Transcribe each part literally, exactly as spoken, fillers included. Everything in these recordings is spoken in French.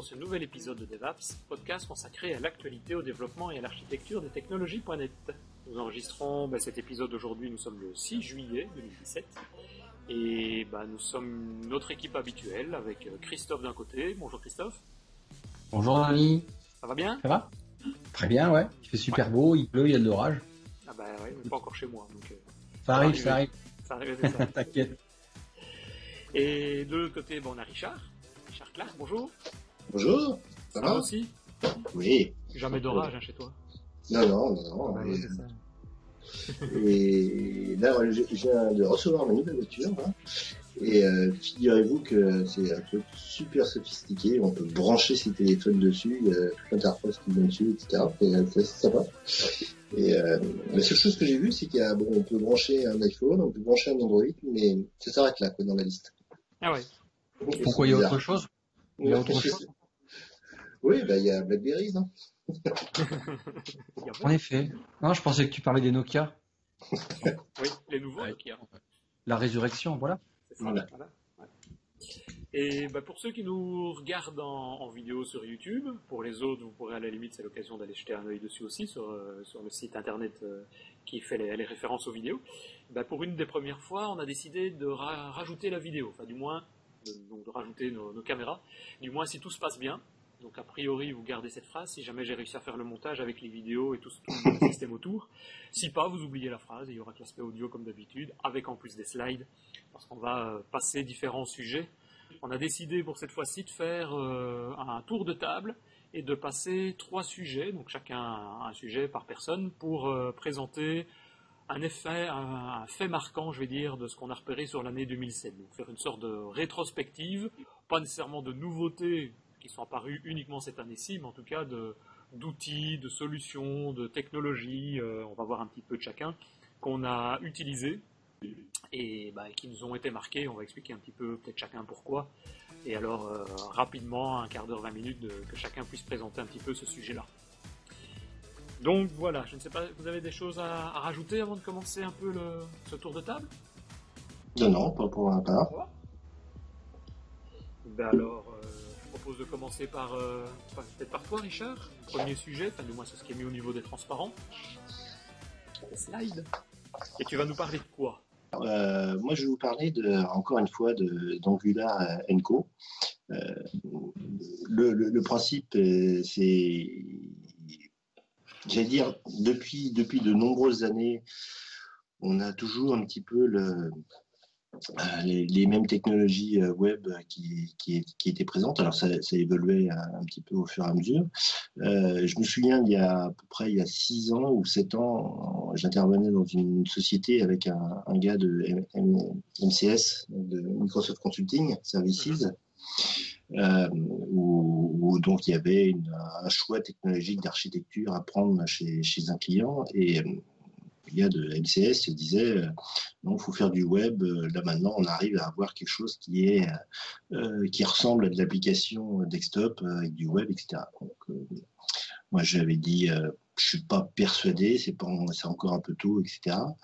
ce nouvel épisode de DevApps, podcast consacré à l'actualité, au développement et à l'architecture des technologies.net. Nous enregistrons bah, cet épisode aujourd'hui, nous sommes le six juillet deux mille dix-sept, et bah, nous sommes notre équipe habituelle avec Christophe d'un côté. Bonjour Christophe. Bonjour Nani. Ça va bien? Ça va? Très bien, ouais. Il fait super ouais. beau, il pleut, il y a de l'orage. Ah bah ouais, mais pas encore chez moi. Donc, euh, ça, arrive, ça arrive, ça arrive. Ça arrive, T'inquiète. Et de l'autre côté, bon, on a Richard. Richard Clark, bonjour. Bonjour. Ça, ça va va aussi? Oui. Jamais d'orage hein, chez toi? Non, non, non, non. Bah, et... ouais, c'est ça. Et là, je viens de recevoir ma nouvelle voiture. Là. Et euh, figurez-vous que c'est un truc super sophistiqué. On peut brancher ses téléphones dessus. Il y a toute l'interface qui vient dessus, et cetera. Et c'est sympa. Et euh, la seule chose que j'ai vue, c'est qu'il y a, bon, on peut brancher un iPhone, on peut brancher un Android, mais ça s'arrête là, quoi, dans la liste. Ah ouais. Et pourquoi il y a autre chose? Il y a autre chose? Oui, bah, il y a BlackBerry, hein. En effet. Non, je pensais que tu parlais des Nokia. Oui, les nouveaux ouais. Nokia. La résurrection, voilà. C'est ça, voilà. voilà. Ouais. Et bah, pour ceux qui nous regardent en, en vidéo sur YouTube, pour les autres, vous pourrez à la limite, c'est l'occasion d'aller jeter un œil dessus aussi sur, euh, sur le site internet euh, qui fait les, les références aux vidéos. Bah, pour une des premières fois, on a décidé de ra- rajouter la vidéo, enfin du moins, de, donc de rajouter nos, nos caméras, du moins si tout se passe bien. Donc a priori, vous gardez cette phrase, si jamais j'ai réussi à faire le montage avec les vidéos et tout, tout le système autour. Si pas, vous oubliez la phrase, et il y aura que l'aspect audio comme d'habitude, avec en plus des slides, parce qu'on va passer différents sujets. On a décidé pour cette fois-ci de faire euh, un tour de table et de passer trois sujets, donc chacun un sujet par personne, pour euh, présenter un effet, un, un fait marquant, je vais dire, de ce qu'on a repéré sur l'année deux mille sept. Donc faire une sorte de rétrospective, pas nécessairement de nouveautés qui sont apparus uniquement cette année-ci, mais en tout cas de, d'outils, de solutions, de technologies, euh, on va voir un petit peu de chacun, qu'on a utilisé et bah, qui nous ont été marqués. On va expliquer un petit peu peut-être chacun pourquoi. Et alors euh, rapidement, un quart d'heure, vingt minutes, de, que chacun puisse présenter un petit peu ce sujet-là. Donc voilà, je ne sais pas, vous avez des choses à, à rajouter avant de commencer un peu le, ce tour de table? Non, non, pas pour un part. Ouais. Ben alors... Euh, Je propose de commencer par, euh, peut-être par toi, Richard. Premier sujet, enfin, du moins c'est ce qui est mis au niveau des transparents. Les slides. Et tu vas nous parler de quoi? euh, Moi, je vais vous parler, de, encore une fois, de, d'Angular and Co. Euh, le, le, le principe, c'est, j'allais dire, depuis, depuis de nombreuses années, on a toujours un petit peu le... Euh, les, les mêmes technologies euh, web qui, qui, qui étaient présentes. Alors ça, ça évoluait un, un petit peu au fur et à mesure. Euh, je me souviens, il y a à peu près il y a six ans ou sept ans, j'intervenais dans une société avec un, un gars de M- M- M C S, de Microsoft Consulting Services, euh, où, où donc il y avait une, un choix technologique d'architecture à prendre chez, chez un client. Et le gars de M C S disait euh, non, il faut faire du web. Là maintenant, on arrive à avoir quelque chose qui est euh, qui ressemble à de l'application desktop euh, avec du web, et cetera. Donc, euh, moi, j'avais dit, euh, je suis pas persuadé, c'est pas, c'est encore un peu tôt, et cetera.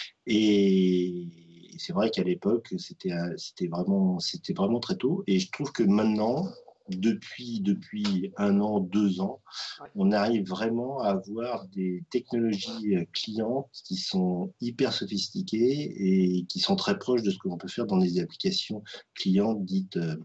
Et c'est vrai qu'à l'époque, c'était c'était vraiment c'était vraiment très tôt. Et je trouve que maintenant, depuis depuis un an, deux ans, on arrive vraiment à avoir des technologies clientes qui sont hyper sophistiquées et qui sont très proches de ce que l'on peut faire dans des applications clientes dites euh,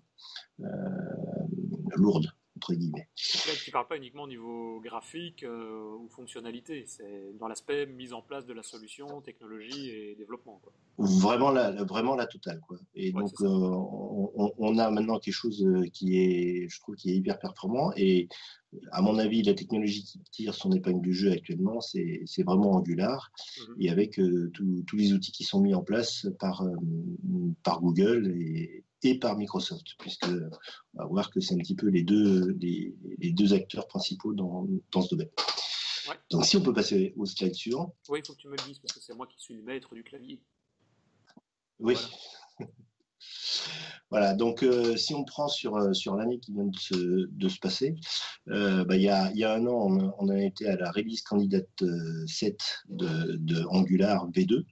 lourdes, entre guillemets. Là, tu ne parles pas uniquement au niveau graphique euh, ou fonctionnalité, c'est dans l'aspect mise en place de la solution, technologie et développement, quoi. Vraiment la, vraiment la totale, quoi. Et ouais, donc, euh, on, on a maintenant quelque chose qui est, je trouve, qui est hyper performant. Et à mon avis, la technologie qui tire son épingle du jeu actuellement, c'est, c'est vraiment Angular. Mm-hmm. Et avec euh, tous les outils qui sont mis en place par, euh, par Google et, et par Microsoft, puisque on va voir que c'est un petit peu les deux, les, les deux acteurs principaux dans, dans ce domaine. Ouais. Donc, si on peut passer au slide suivant. Oui, il faut que tu me le dises, parce que c'est moi qui suis le maître du clavier. Oui. Voilà, voilà, donc euh, si on prend sur, sur l'année qui vient de se, de se passer, euh, bah, il, y a, il y a un an, on, on a été à la release candidate sept de, de Angular V deux.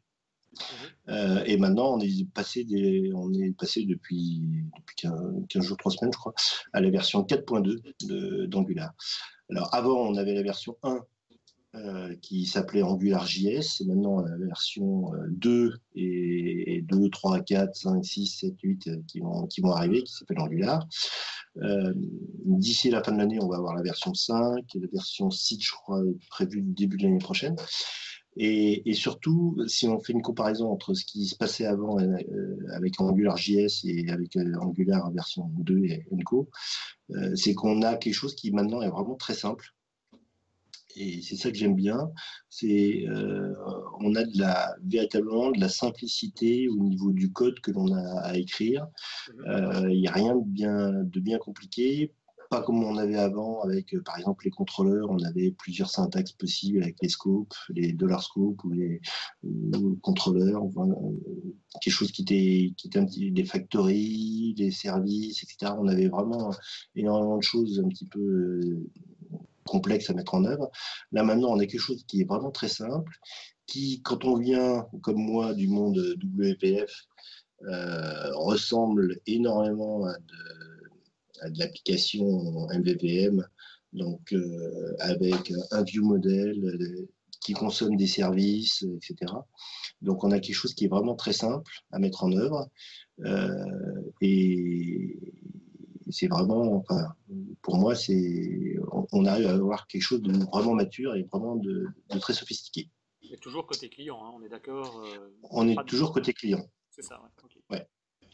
Mhm. Euh, et maintenant, on est passé, des, on est passé depuis, depuis quinze jours, trois semaines, je crois, à la version quatre point deux de- d'Angular. Alors, avant, on avait la version un euh, qui s'appelait AngularJS, et maintenant la version euh, deux et, et deux, trois, quatre, cinq, six, sept, huit euh, qui, vont, qui vont arriver, qui s'appelle Angular. Euh, D'ici la fin de l'année, on va avoir la version cinq, et la version six, je crois, est prévue début de l'année prochaine. Et, et surtout, si on fait une comparaison entre ce qui se passait avant euh, avec AngularJS et avec euh, Angular version deux et Enco, euh, c'est qu'on a quelque chose qui maintenant est vraiment très simple. Et c'est ça que j'aime bien. C'est euh, on a de la véritablement de la simplicité au niveau du code que l'on a à écrire. Mhm. Euh, Il n'y a rien de bien de bien compliqué. Pas comme on avait avant avec, euh, par exemple, les contrôleurs, on avait plusieurs syntaxes possibles avec les scopes, les dollar scopes ou les ou contrôleurs, enfin, euh, quelque chose qui était, qui était un petit, des factories, des services, et cetera. On avait vraiment énormément de choses un petit peu euh, complexes à mettre en œuvre. Là, maintenant, on a quelque chose qui est vraiment très simple, qui, quand on vient, comme moi, du monde W P F, euh, ressemble énormément à de, à de l'application M V V M, donc euh, avec un view model euh, qui consomme des services, et cetera. Donc on a quelque chose qui est vraiment très simple à mettre en œuvre euh, et c'est vraiment, enfin, pour moi, c'est, on, on arrive à avoir quelque chose de vraiment mature et vraiment de, de très sophistiqué. Mais toujours côté client, hein, on est d'accord. euh, Il n'y On a est pas de. toujours côté client. C'est ça, ouais. Ok. Ouais.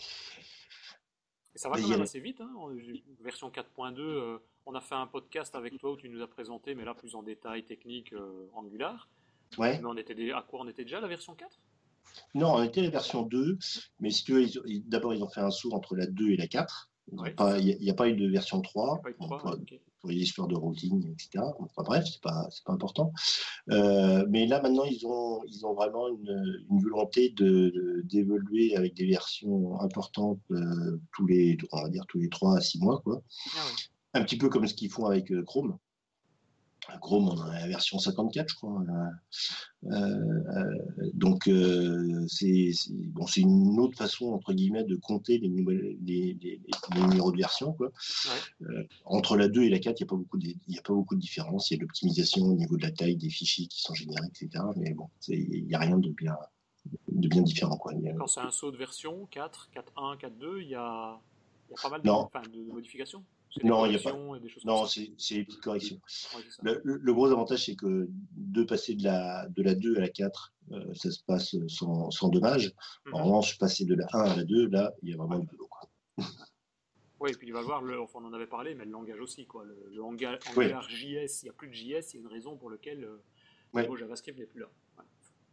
Et ça va quand Vas-y, même allez. assez vite, hein. en- Version quatre point deux, euh, on a fait un podcast avec toi où tu nous as présenté, mais là plus en détail technique, euh, Angular. Ouais. Mais on était dé- à quoi on était déjà à la version quatre? Non, on était à la version deux, mais si tu veux, ils- ils- d'abord, ils ont fait un saut entre la deux et la quatre. Ils ont Oui, c'est pas, ça. il n'y a, a pas eu de version Il n'y a trois, pas eu de bon, trois, ouais, pour, ok. pour les histoires de routing, et cetera. Enfin, bref, c'est pas, c'est pas important. Euh, mais là, maintenant, ils ont, ils ont vraiment une, une volonté de, de- d'évoluer avec des versions importantes euh, tous les, on va dire tous les trois à six mois, quoi. Ah oui. Un petit peu comme ce qu'ils font avec euh, Chrome. Chrome, on a la version cinquante-quatre, je crois. Euh, euh, donc, euh, c'est, c'est, bon, c'est une autre façon, entre guillemets, de compter les, nouvelles, les, les, les numéros de version, quoi. Ouais. Euh, entre la deux et la quatre, il n'y a, pas beaucoup de, il y a pas beaucoup de différence. Il y a de l'optimisation au niveau de la taille des fichiers qui sont générés, et cetera. Mais bon, il n'y a rien de bien, de bien différent, quoi. Il y a, Et quand c'est un saut de version quatre, quatre point un, quatre point deux, il y a, il y a pas mal de, non, enfin, de modifications. C'est des non, il n'y a pas. corrections et des choses comme Non, ça. c'est, c'est les petites corrections. Ouais, c'est ça. Le, le, le gros avantage, c'est que de passer de la, de la deux à la quatre, euh, ça se passe sans, sans dommage. En Mhm. revanche, passer de la un à la deux, là, il y a vraiment Ouais. du boulot, quoi. Ouais, et puis il va voir, le, enfin, on en avait parlé, mais le langage aussi, quoi. Le, le Anga- Oui, Angular J S, il n'y a plus de J S, il y a une raison pour laquelle euh, le ouais. mot JavaScript n'est plus là. Ouais.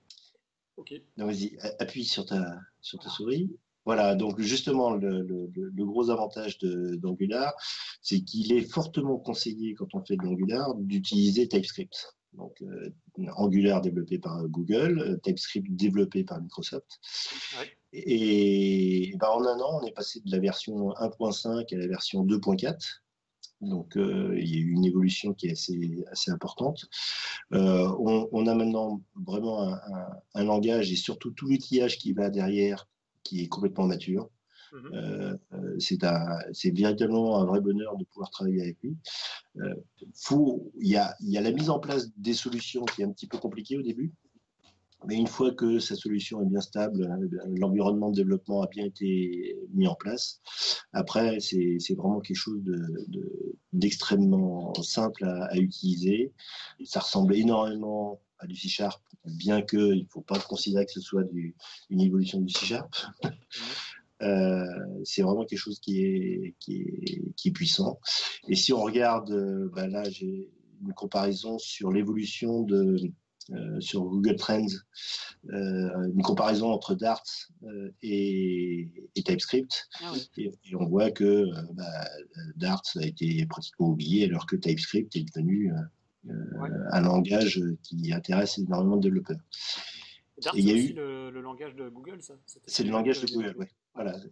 Ok. Donc, vas-y, appuie sur ta, sur ta souris. Voilà, donc justement, le, le, le gros avantage de, d'Angular, c'est qu'il est fortement conseillé, quand on fait de l'Angular, d'utiliser TypeScript. Donc, euh, Angular développé par Google, euh, TypeScript développé par Microsoft. Ouais. Et, et ben, en un an, on est passé de la version un point cinq à la version deux point quatre. Donc, euh, il y a eu une évolution qui est assez, assez importante. Euh, on, on, a maintenant vraiment un, un, un, langage et surtout tout l'outillage qui va derrière qui est complètement mature. Mhm. Euh, c'est, un, c'est véritablement un vrai bonheur de pouvoir travailler avec lui. Euh, faut, il y a, il y a la mise en place des solutions qui est un petit peu compliquée au début. Mais une fois que sa solution est bien stable, l'environnement de développement a bien été mis en place, après, c'est, c'est vraiment quelque chose de, de, d'extrêmement simple à, à utiliser. Ça ressemble énormément à du C Sharp, bien qu'il ne faut pas considérer que ce soit du, une évolution du C Sharp. Mhm. Euh, c'est vraiment quelque chose qui est, qui est, qui est puissant. Et si on regarde, bah là, j'ai une comparaison sur l'évolution de euh, sur Google Trends, euh, une comparaison entre Dart euh, et, et TypeScript, Ah oui. et, et on voit que euh, bah, Dart a été pratiquement oublié alors que TypeScript est devenu euh, Ouais. un langage qui intéresse énormément de développeurs. Dart, Et il c'est y a aussi eu, le, le langage de Google, ça. C'était c'est le celui-là qu'ils langage avaient de Google, développé. ouais. Ouais. Voilà.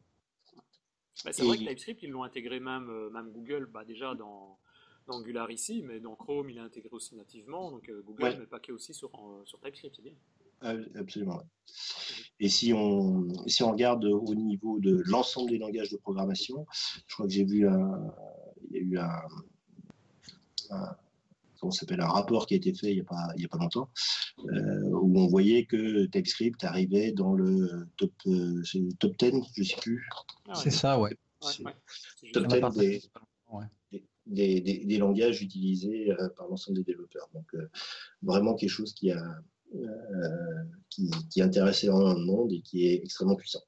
Bah, c'est vrai que Et TypeScript, ils l'ont intégré même, euh, même Google, bah, déjà dans, dans Angular ici, mais dans Chrome, il est intégré aussi nativement. Donc euh, Google ouais, met le paquet aussi sur, en- sur TypeScript, c'est bien. absolument. Ouais. Et si on, si on regarde au niveau de l'ensemble des langages de programmation, je crois que j'ai vu un, il y a eu un, un comment ça s'appelle, un rapport qui a été fait il n'y a pas, il y a pas longtemps, euh, où on voyait que TypeScript arrivait dans le top, euh, top dix, je ne sais plus. Ah ouais. C'est ça, ouais. ouais, ouais. Top dix des, ouais. des, des, des langages utilisés euh, par l'ensemble des développeurs. Donc, euh, vraiment quelque chose qui, a, euh, qui, qui intéresse énormément de monde et qui est extrêmement puissant.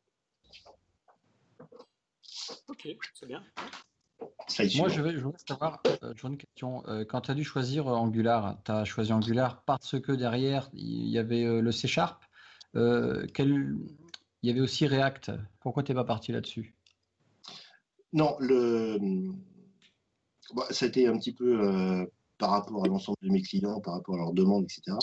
Ok, c'est bien. Moi, je, vais, je voudrais savoir, euh, j'aurais une question. Euh, quand tu as dû choisir euh, Angular, tu as choisi Angular parce que derrière, il y avait euh, le C Sharp. Euh, quel... Il y avait aussi React. Pourquoi tu n'es pas parti là-dessus? Non, le... bon, c'était un petit peu euh, par rapport à l'ensemble de mes clients, par rapport à leurs demandes, et cetera.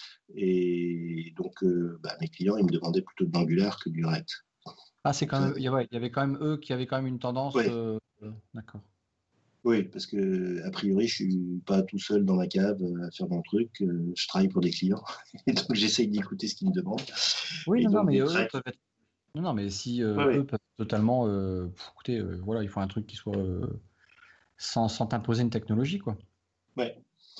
Et donc, euh, bah, mes clients, ils me demandaient plutôt de l'Angular que du React. Ah, c'est quand même, il y avait quand même eux qui avaient quand même une tendance. Ouais. Euh, euh, d'accord. Oui, parce que a priori, je suis pas tout seul dans ma cave à faire mon truc. Je travaille pour des clients, et donc j'essaye d'écouter ce qu'ils me demandent. Oui, et non, donc, non, mais eux très... peuvent être. Non, non, mais si euh, ouais, eux ouais. peuvent totalement, euh, écoutez, euh, voilà, il faut un truc qui soit euh, sans, sans t'imposer une technologie, quoi. Ouais.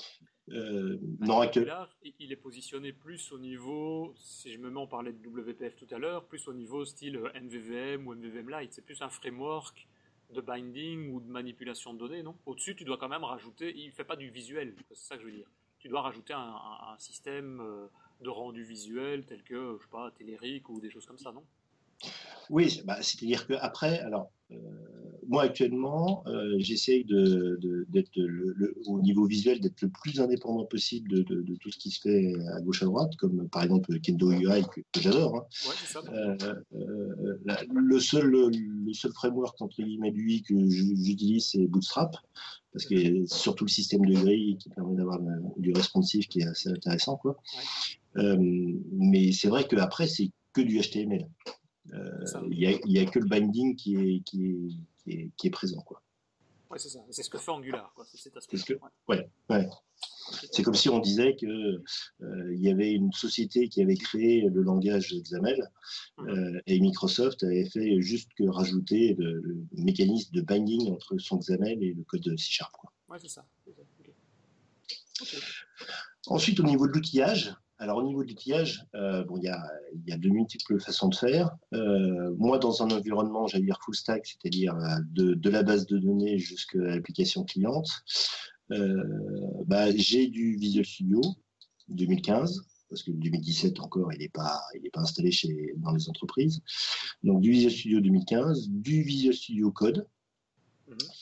Euh, bah, non, Angular, il est positionné plus au niveau, si je me mets, on parlait de W P F tout à l'heure, plus au niveau style M V V M ou M V V M Lite. C'est plus un framework de binding ou de manipulation de données, non? Au-dessus, tu dois quand même rajouter, il ne fait pas du visuel, c'est ça que je veux dire. Tu dois rajouter un, un, un système de rendu visuel tel que, je sais pas, Telerik ou des choses comme ça, non? Oui, bah, c'est-à-dire qu'après, alors, euh, moi actuellement, euh, j'essaye de, de, d'être le, le, au niveau visuel, d'être le plus indépendant possible de, de, de tout ce qui se fait à gauche à droite, comme par exemple Kendo U I que, que j'adore. Hein. Ouais, c'est ça. Euh, euh, la, le seul, le seul framework entre guillemets d'U I que j'utilise, c'est Bootstrap, parce que mm-hmm. surtout le système de grille qui permet d'avoir le, du responsive qui est assez intéressant, quoi. Ouais. Euh, mais c'est vrai qu'après, c'est que du H T M L. Il euh, n'y a, y a que le binding qui est, qui est, qui est, qui est présent, quoi. Ouais, c'est ça. C'est ce que fait Angular, quoi. C'est cet aspect. C'est que, ouais, ouais. C'est comme si on disait que euh, y avait une société qui avait créé le langage Xaml mm-hmm. euh, et Microsoft avait fait juste que rajouter le, le mécanisme de binding entre son Xaml et le code C Sharp, quoi. Ouais, c'est ça. C'est ça. Okay. Okay. Ensuite, au niveau de l'outillage, alors au niveau de l'outillage, euh, bon, il y a, y a de multiples façons de faire. Euh, moi, dans un environnement, j'allais dire full stack, c'est-à-dire de, de la base de données jusqu'à l'application cliente, euh, bah, j'ai du Visual Studio deux mille quinze, parce que le deux mille dix-sept encore, il n'est pas, il n'est pas installé chez, dans les entreprises. Donc du Visual Studio deux mille quinze, du Visual Studio Code, mm-hmm.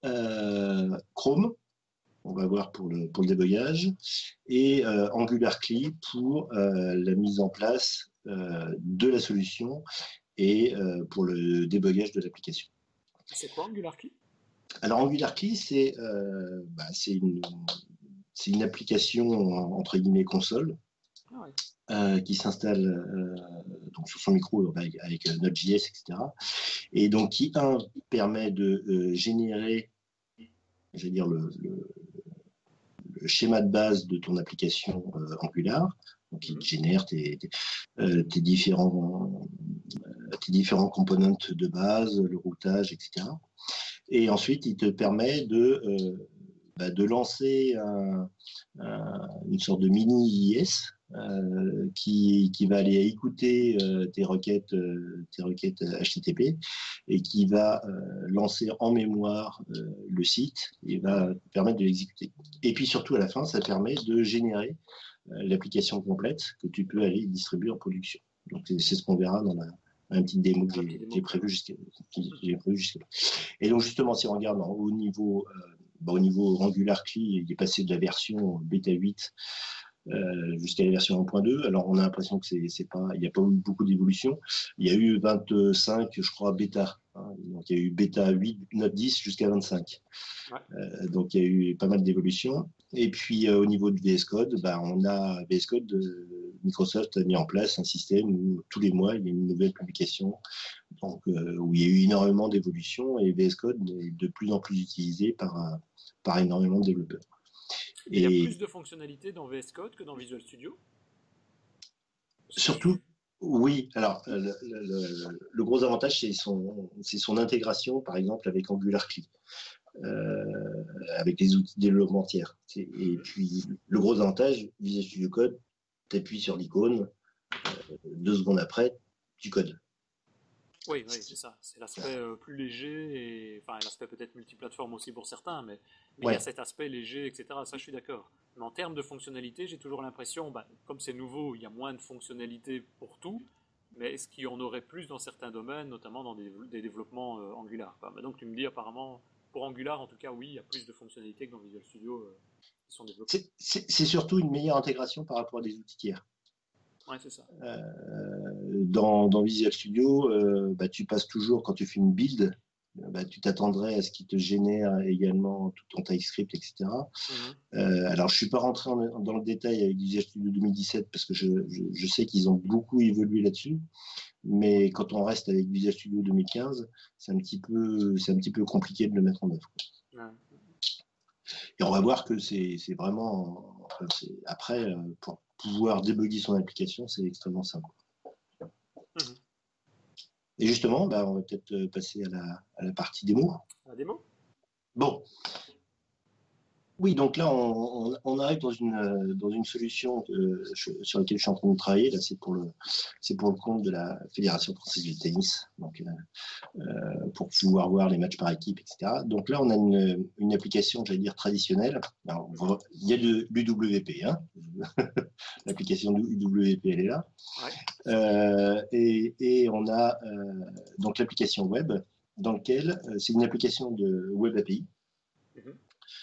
euh, Chrome. On va voir pour le, pour le débogage, et euh, Angular C L I pour euh, la mise en place euh, de la solution et euh, pour le débogage de l'application. C'est quoi Angular C L I? Alors Angular C L I, c'est euh, bah, c'est une, c'est une application entre guillemets console ah ouais. euh, qui s'installe euh, donc sur son micro avec, avec Node.js, et cetera. Et donc qui, un, permet de euh, générer, je vais dire, le, le le schéma de base de ton application euh, Angular, donc il génère tes, tes, euh, tes différents euh, tes différents components de base, le routage, et cetera. Et ensuite, il te permet de euh, bah, de lancer un, un, une sorte de mini I S euh, qui qui va aller écouter euh, tes requêtes euh, tes requêtes H T T P et qui va euh, lancer en mémoire euh, le site et va permettre de l'exécuter. Et puis surtout à la fin, ça permet de générer euh, l'application complète que tu peux aller distribuer en production. Donc c'est, c'est ce qu'on verra dans la un petit démo que j'ai, j'ai prévu jusqu'à j'ai prévu jusqu'à. Et donc justement, si on regarde en, au niveau euh, bah, au niveau Angular C L I, il est passé de la version bêta huit Euh, jusqu'à la version un point deux. Alors on a l'impression que c'est, c'est pas, il n'y a pas eu beaucoup d'évolution. Il y a eu vingt-cinq, je crois, bêta. Hein. Donc il y a eu bêta huit, neuf, dix jusqu'à vingt-cinq. Ouais. Euh, donc il y a eu pas mal d'évolutions. Et puis euh, au niveau de V S Code, bah, on a V S Code, euh, Microsoft a mis en place un système où tous les mois il y a une nouvelle publication, donc euh, où il y a eu énormément d'évolutions et V S Code est de plus en plus utilisé par par énormément de développeurs. Et il y a plus de fonctionnalités dans V S Code que dans Visual Studio? Surtout, Oui, alors le, le, le, le gros avantage, c'est son, c'est son intégration, par exemple, avec Angular Cli, euh, avec les outils de développement tiers. Et puis, le gros avantage, Visual Studio Code, tu appuies sur l'icône, euh, deux secondes après, tu codes. Oui, oui, c'est ça. C'est l'aspect euh, plus léger, et enfin l'aspect peut-être multiplateforme aussi pour certains, mais mais il ouais. y a cet aspect léger, et cetera. Ça, je suis d'accord. Mais en termes de fonctionnalité, j'ai toujours l'impression, bah, comme c'est nouveau, il y a moins de fonctionnalités pour tout, mais est-ce qu'il y en aurait plus dans certains domaines, notamment dans des, des développements euh, Angular, quoi. Bah, donc tu me dis apparemment, pour Angular en tout cas, oui, il y a plus de fonctionnalités que dans Visual Studio euh, qui sont développées. C'est, c'est surtout une meilleure intégration par rapport à des outils tiers. Ouais, c'est ça. Euh, dans, dans Visual Studio, euh, bah, tu passes toujours, quand tu fais une build, bah, tu t'attendrais à ce qu'il te génère également tout ton TypeScript, et cetera. Mm-hmm. Euh, alors, je suis pas rentré en, dans le détail avec Visual Studio deux mille dix-sept parce que je, je, je sais qu'ils ont beaucoup évolué là-dessus. Mais quand on reste avec Visual Studio deux mille quinze, c'est un petit peu, c'est un petit peu compliqué de le mettre en œuvre. Ouais. Et on va voir que c'est, c'est vraiment, enfin, c'est, après, pour pouvoir débugger son application, c'est extrêmement simple. Mmh. Et justement, bah, on va peut-être passer à la, à la partie démo. La démo ? Bon. Oui, donc là, on, on, on arrive dans une, dans une solution que, sur laquelle je suis en train de travailler. Là, c'est pour le, c'est pour le compte de la Fédération française de tennis, donc euh, pour pouvoir voir les matchs par équipe, et cetera. Donc là, on a une, une application, j'allais dire traditionnelle. Alors, il y a de l'U W P, hein. L'application U W P, elle est là. Ouais. Euh, et, et on a euh, donc l'application web, dans laquelle euh, c'est une application de Web A P I. Mm-hmm.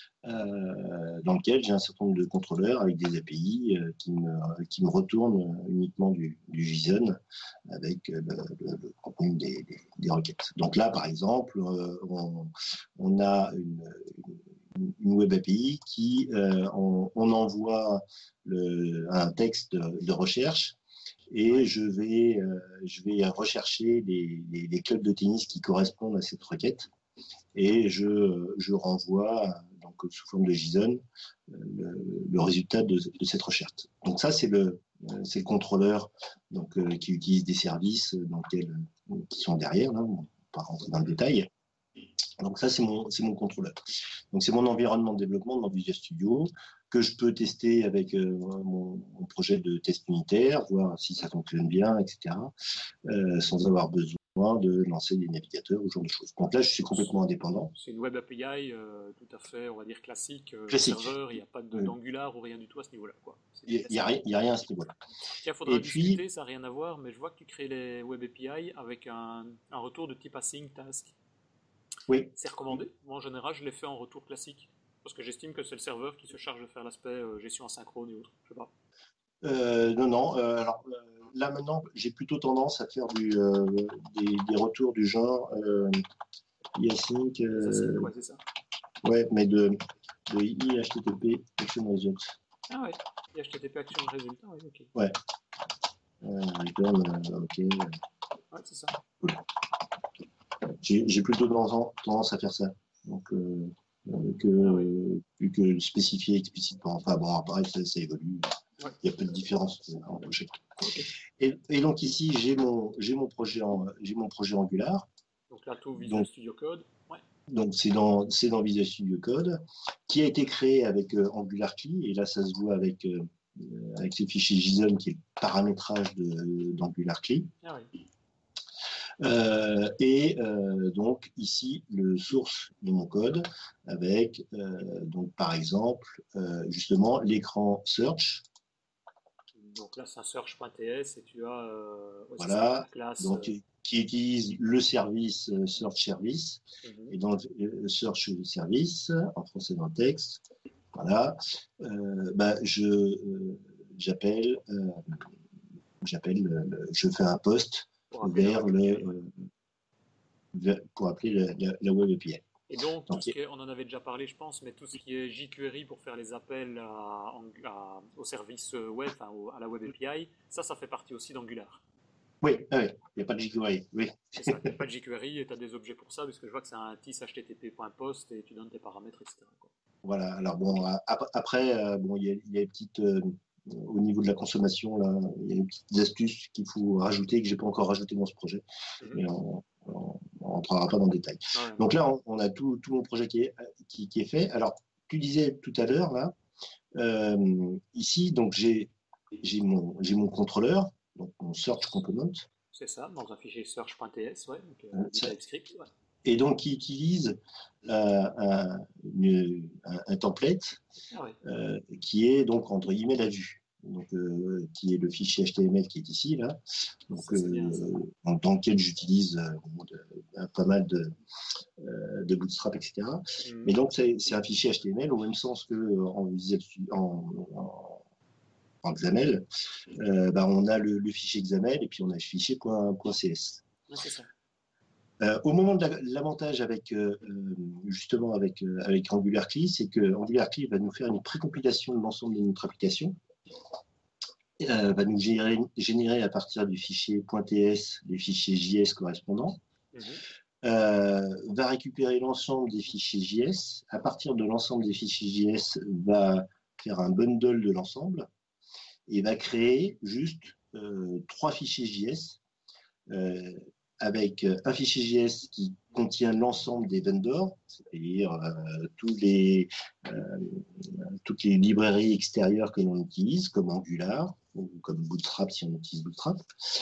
Euh, dans lequel j'ai un certain nombre de contrôleurs avec des A P I euh, qui, me, qui me retournent uniquement du, du JSON avec euh, le, le, le contenu des, des, des requêtes. Donc là, par exemple, euh, on, on a une, une, une Web A P I qui, euh, on, on envoie le, un texte de, de recherche et ouais. je, vais, euh, je vais rechercher les, les, les clubs de tennis qui correspondent à cette requête et je, je renvoie donc sous forme de JSON le, le résultat de, de cette recherche. Donc ça, c'est le, c'est le contrôleur donc, euh, qui utilise des services donc, qui sont derrière, là, on ne va pas rentrer dans le détail. Donc ça, c'est mon, c'est mon contrôleur. Donc c'est mon environnement de développement dans Visual Studio que je peux tester avec euh, mon, mon projet de test unitaire, voir si ça fonctionne bien, et cetera, euh, sans avoir besoin de lancer des navigateurs ou ce genre de choses. Donc là, je suis complètement indépendant. C'est une web A P I euh, tout à fait, on va dire, classique. Euh, classique. Le serveur, il n'y a pas de, oui. d'Angular ou rien du tout à ce niveau-là. Il n'y a, a, a rien à ce niveau-là. Il faudra Et discuter, puis, ça n'a rien à voir, mais je vois que tu crées les web A P I avec un, un retour de type async task. Oui. C'est recommandé. Moi, en général, je l'ai fait en retour classique. Parce que j'estime que c'est le serveur qui se charge de faire l'aspect euh, gestion asynchrone et autres. Je sais pas. Euh, non, non. Euh, alors euh, là maintenant, j'ai plutôt tendance à faire du, euh, des, des retours du genre euh, async. Euh, ouais, c'est ça. Ouais, mais de, de I H T T P Action Results. Ah ouais. I H T T P Action Results. Ouais, ok. Ouais. Euh, return, euh, ok. Ouais, c'est ça. Cool. J'ai, j'ai plutôt tendance, tendance à faire ça. Donc euh, que ah ouais. euh, plus que spécifier explicitement. Enfin bon, après ça, ça évolue. Ouais. Il y a peu de différence en projet. Okay. Et, et donc ici j'ai mon j'ai mon projet en j'ai mon projet Angular. Donc là tout Visual donc, Studio Code. Ouais. Donc c'est dans c'est dans Visual Studio Code qui a été créé avec euh, Angular Cli et là ça se voit avec euh, avec ce fichier JSON qui est le paramétrage de, d'Angular Cli. Ah oui. Euh, et euh, donc ici le source de mon code avec euh, donc par exemple euh, justement l'écran search. Donc là c'est un search.ts et tu as euh, ouais, voilà ça, la classe donc euh... qui utilise le service euh, search service mm-hmm. et donc le search service en français dans le texte voilà euh, bah je euh, j'appelle euh, j'appelle euh, je fais un post vers le euh, pour appeler la, la, la web A P I. Et donc, donc tout ce qui est, on en avait déjà parlé, je pense, mais tout ce qui est jQuery pour faire les appels à, à, au service web, enfin, à la web A P I, ça, ça fait partie aussi d'Angular. Oui, oui, il n'y a pas de jQuery, oui. C'est ça, il n'y a pas de jQuery et tu as des objets pour ça, parce que je vois que c'est un tis H T T P.post et tu donnes tes paramètres, et cetera. Quoi. Voilà, alors bon, après, bon, il y a, il y a une petite... Euh, au niveau de la consommation, là, il y a des petites astuces qu'il faut rajouter, que je n'ai pas encore rajouté dans ce projet. Mmh. Mais on ne rentrera pas dans le détail. Ouais. Donc là, on, on a tout, tout mon projet qui est, qui, qui est fait. Alors, tu disais tout à l'heure, là, euh, ici, donc j'ai, j'ai, mon, j'ai mon contrôleur, donc mon search component. C'est ça, dans un fichier search.ts, ouais, donc, euh, du TypeScript. Ouais. Et donc, qui utilise euh, un, une, un, un template ah ouais. euh, qui est donc entre guillemets la vue, donc euh, qui est le fichier H T M L qui est ici là, donc ça, euh, dans, dans lequel j'utilise euh, de, pas mal de, euh, de Bootstrap, et cetera. Mm. Mais donc c'est, c'est un fichier H T M L au même sens que en Visual Studio, en, en, en Xaml, euh, bah, on a le, le fichier Xaml et puis on a le fichier .cs. Ouais, c'est ça. Euh, au moment de la, l'avantage avec euh, justement avec euh, avec AngularCli, c'est que AngularCli va nous faire une précompilation de l'ensemble de notre application, euh, va nous générer, générer à partir du fichier .ts les fichiers J S correspondants, mmh. euh, va récupérer l'ensemble des fichiers J S. À partir de l'ensemble des fichiers J S, va faire un bundle de l'ensemble et va créer juste euh, trois fichiers J S. Euh, avec un fichier J S qui contient l'ensemble des vendors, c'est-à-dire euh, tous les, euh, toutes les librairies extérieures que l'on utilise, comme Angular, ou comme Bootstrap si on utilise Bootstrap.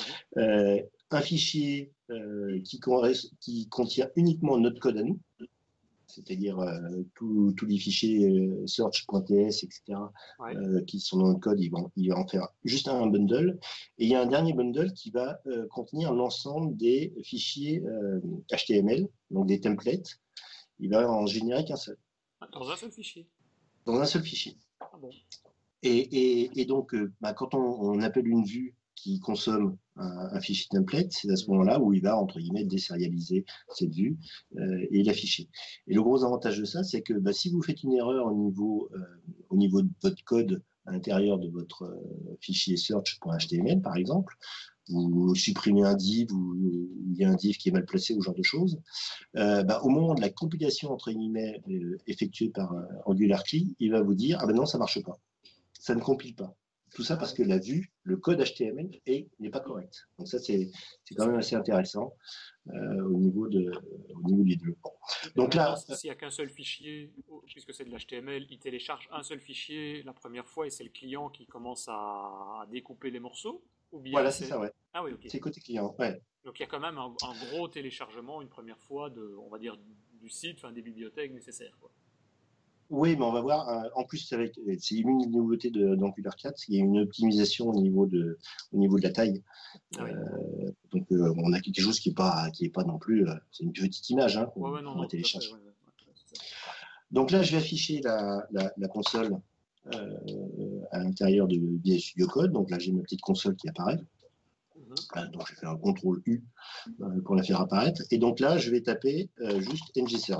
Euh, un fichier euh, qui, qui contient uniquement notre code à nous, c'est-à-dire euh, tous les fichiers euh, search.ts, et cetera, ouais. euh, qui sont dans le code, ils vont, ils vont en faire juste un bundle. Et il y a un dernier bundle qui va euh, contenir l'ensemble des fichiers euh, H T M L, donc des templates. Il va en générer qu'un seul. Dans un seul fichier Dans un seul fichier. Ah bon. Et, et, et donc, euh, bah, quand on, on appelle une vue qui consomme un, un fichier template, c'est à ce moment-là où il va, entre guillemets, désérialiser cette vue euh, et l'afficher. Et le gros avantage de ça, c'est que bah, si vous faites une erreur au niveau, euh, au niveau de votre code à l'intérieur de votre euh, fichier search.html, par exemple, vous supprimez un div ou il y a un div qui est mal placé ou ce genre de choses, euh, bah, au moment de la compilation, entre guillemets, euh, effectuée par euh, AngularCli, il va vous dire « Ah ben non, ça marche pas, ça ne compile pas ». Tout ça parce que la vue, le code H T M L est, n'est pas correct. Donc ça, c'est, c'est quand même assez intéressant euh, au niveau de, au niveau du développement. Donc là, s'il n'y a qu'un seul fichier, puisque c'est de l'H T M L, il télécharge un seul fichier la première fois et c'est le client qui commence à découper les morceaux. Ou bien voilà, c'est, c'est ça, ouais. Ah oui, ok. C'est côté client, ouais. Donc il y a quand même un, un gros téléchargement une première fois de, on va dire, du site, enfin des bibliothèques nécessaires, quoi. Oui, mais on va voir. Euh, en plus, avec, c'est une des nouveautés de, d'Angular quatre, il y a une optimisation au niveau de, au niveau de la taille. Ah oui. euh, donc, euh, on a quelque chose qui est pas, qui est pas non plus. Euh, c'est une petite image hein, qu'on, ouais, ouais, non, qu'on va télécharger. Ouais, ouais, ouais, donc là, je vais afficher la, la, la console euh, à l'intérieur de Visual Studio Code. Donc là, j'ai ma petite console qui apparaît. Mm-hmm. Euh, donc, je vais faire un contrôle U euh, pour la faire apparaître. Et donc là, je vais taper euh, juste ngserve.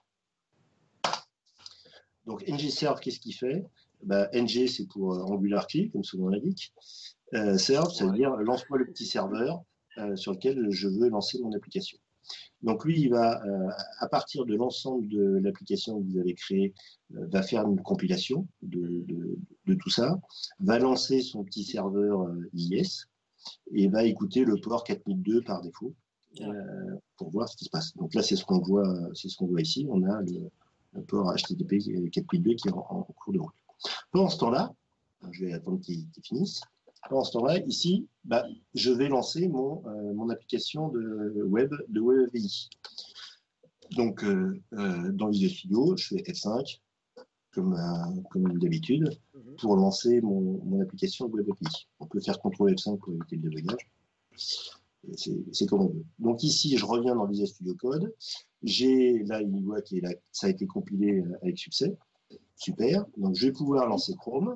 Donc, ngserve, qu'est-ce qu'il fait? Bah, Ng, c'est pour euh, AngularCli, comme son nom l'indique. Euh, serve, ça veut dire lance-moi le petit serveur euh, sur lequel je veux lancer mon application. Donc, lui, il va, euh, à partir de l'ensemble de l'application que vous avez créée, euh, va faire une compilation de, de, de tout ça, va lancer son petit serveur euh, I S et va écouter le port quatre mille deux par défaut euh, pour voir ce qui se passe. Donc là, c'est ce qu'on voit, c'est ce qu'on voit ici. On a le un port H T T P quatre mille deux qui est en, en cours de route. Pendant ce temps-là, je vais attendre qu'il, qu'il finisse. Pendant ce temps-là, ici, bah, je vais lancer mon, euh, mon application de web de Web A P I. Donc, euh, euh, dans Visual Studio, je fais F cinq, comme, euh, comme d'habitude, mm-hmm. pour lancer mon, mon application de Web A P I. On peut faire contrôle F cinq pour éviter le débugage. C'est, c'est comme on veut. Donc ici, je reviens dans Visual Studio Code. J'ai là une voie qui est là, ça a été compilé avec succès. Super. Donc je vais pouvoir lancer Chrome.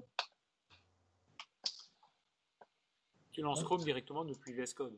Tu lances Chrome directement depuis V S Code.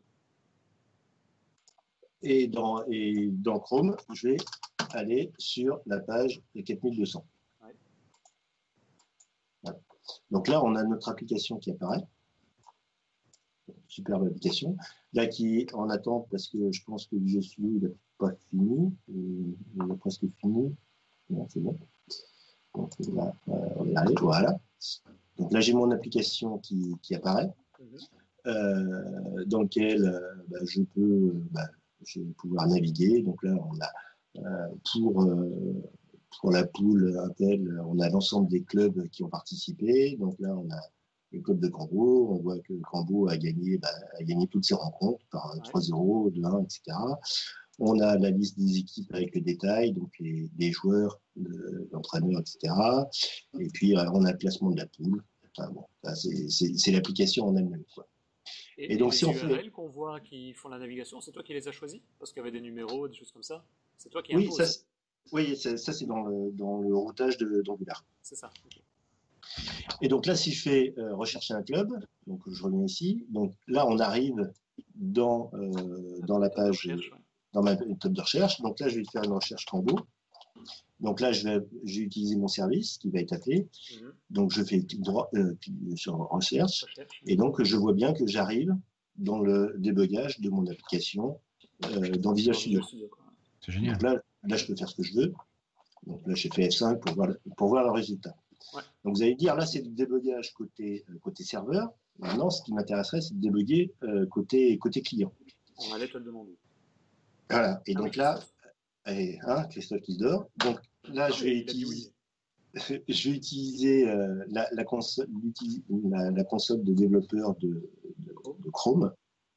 Et dans, et dans Chrome, je vais aller sur la page quatre mille deux cents. Ouais. Voilà. Donc là, on a notre application qui apparaît. Superbe application. Là, qui est en attente parce que je pense que Visual Studio, il n'a pas fini. Il a presque fini. Non, c'est bon. Donc là, euh, on va y aller. Voilà. Donc là, j'ai mon application qui, qui apparaît, mmh. euh, dans laquelle euh, bah, je peux bah, je vais pouvoir naviguer. Donc là, on a euh, pour, euh, pour la poule Intel, on a l'ensemble des clubs qui ont participé. Donc là, on a le club de Cambo. On voit que Cambo a gagné, bah, a gagné toutes ses rencontres par ouais. trois zéro, deux un, et cetera. On a la liste des équipes avec les détails, donc les, les joueurs, le, l'entraîneur, et cetera. Et puis, euh, on a le classement de la poule. Enfin, bon, c'est, c'est, c'est l'application en elle-même, quoi. Et, et donc, les si U R L fait... qu'on voit qui font la navigation, c'est toi qui les as choisis? Parce qu'il y avait des numéros, des choses comme ça. C'est toi qui oui, ça, c'est... oui, ça, ça c'est dans le, dans le routage de, d'Angular. C'est ça. Okay. Et donc là, si je fais euh, rechercher un club, donc je reviens ici. Donc là, on arrive dans, euh, dans la page, recherche, ouais. dans ma méthode de recherche. Donc là, je vais faire une recherche Cambo. Donc là, je vais, je vais utiliser mon service qui va être appelé. Mm-hmm. Donc je fais clic droit euh, sur recherche. recherche. Et donc, je vois bien que j'arrive dans le débugage de mon application euh, dans Visual Studio. C'est génial. Donc là, là, je peux faire ce que je veux. Donc là, j'ai fait F cinq pour voir le, pour voir le résultat. Ouais. Donc vous allez dire, là, c'est du débugage côté, côté serveur. Maintenant, ce qui m'intéresserait, c'est de débugger euh, côté, côté client. On allait te le demander. Voilà. Et ah, donc là, et, hein, Christophe qui se dort. Donc là, ah, je, vais utiliser, oui. je vais utiliser euh, la, la, console, la, la console de développeur de, de, de Chrome,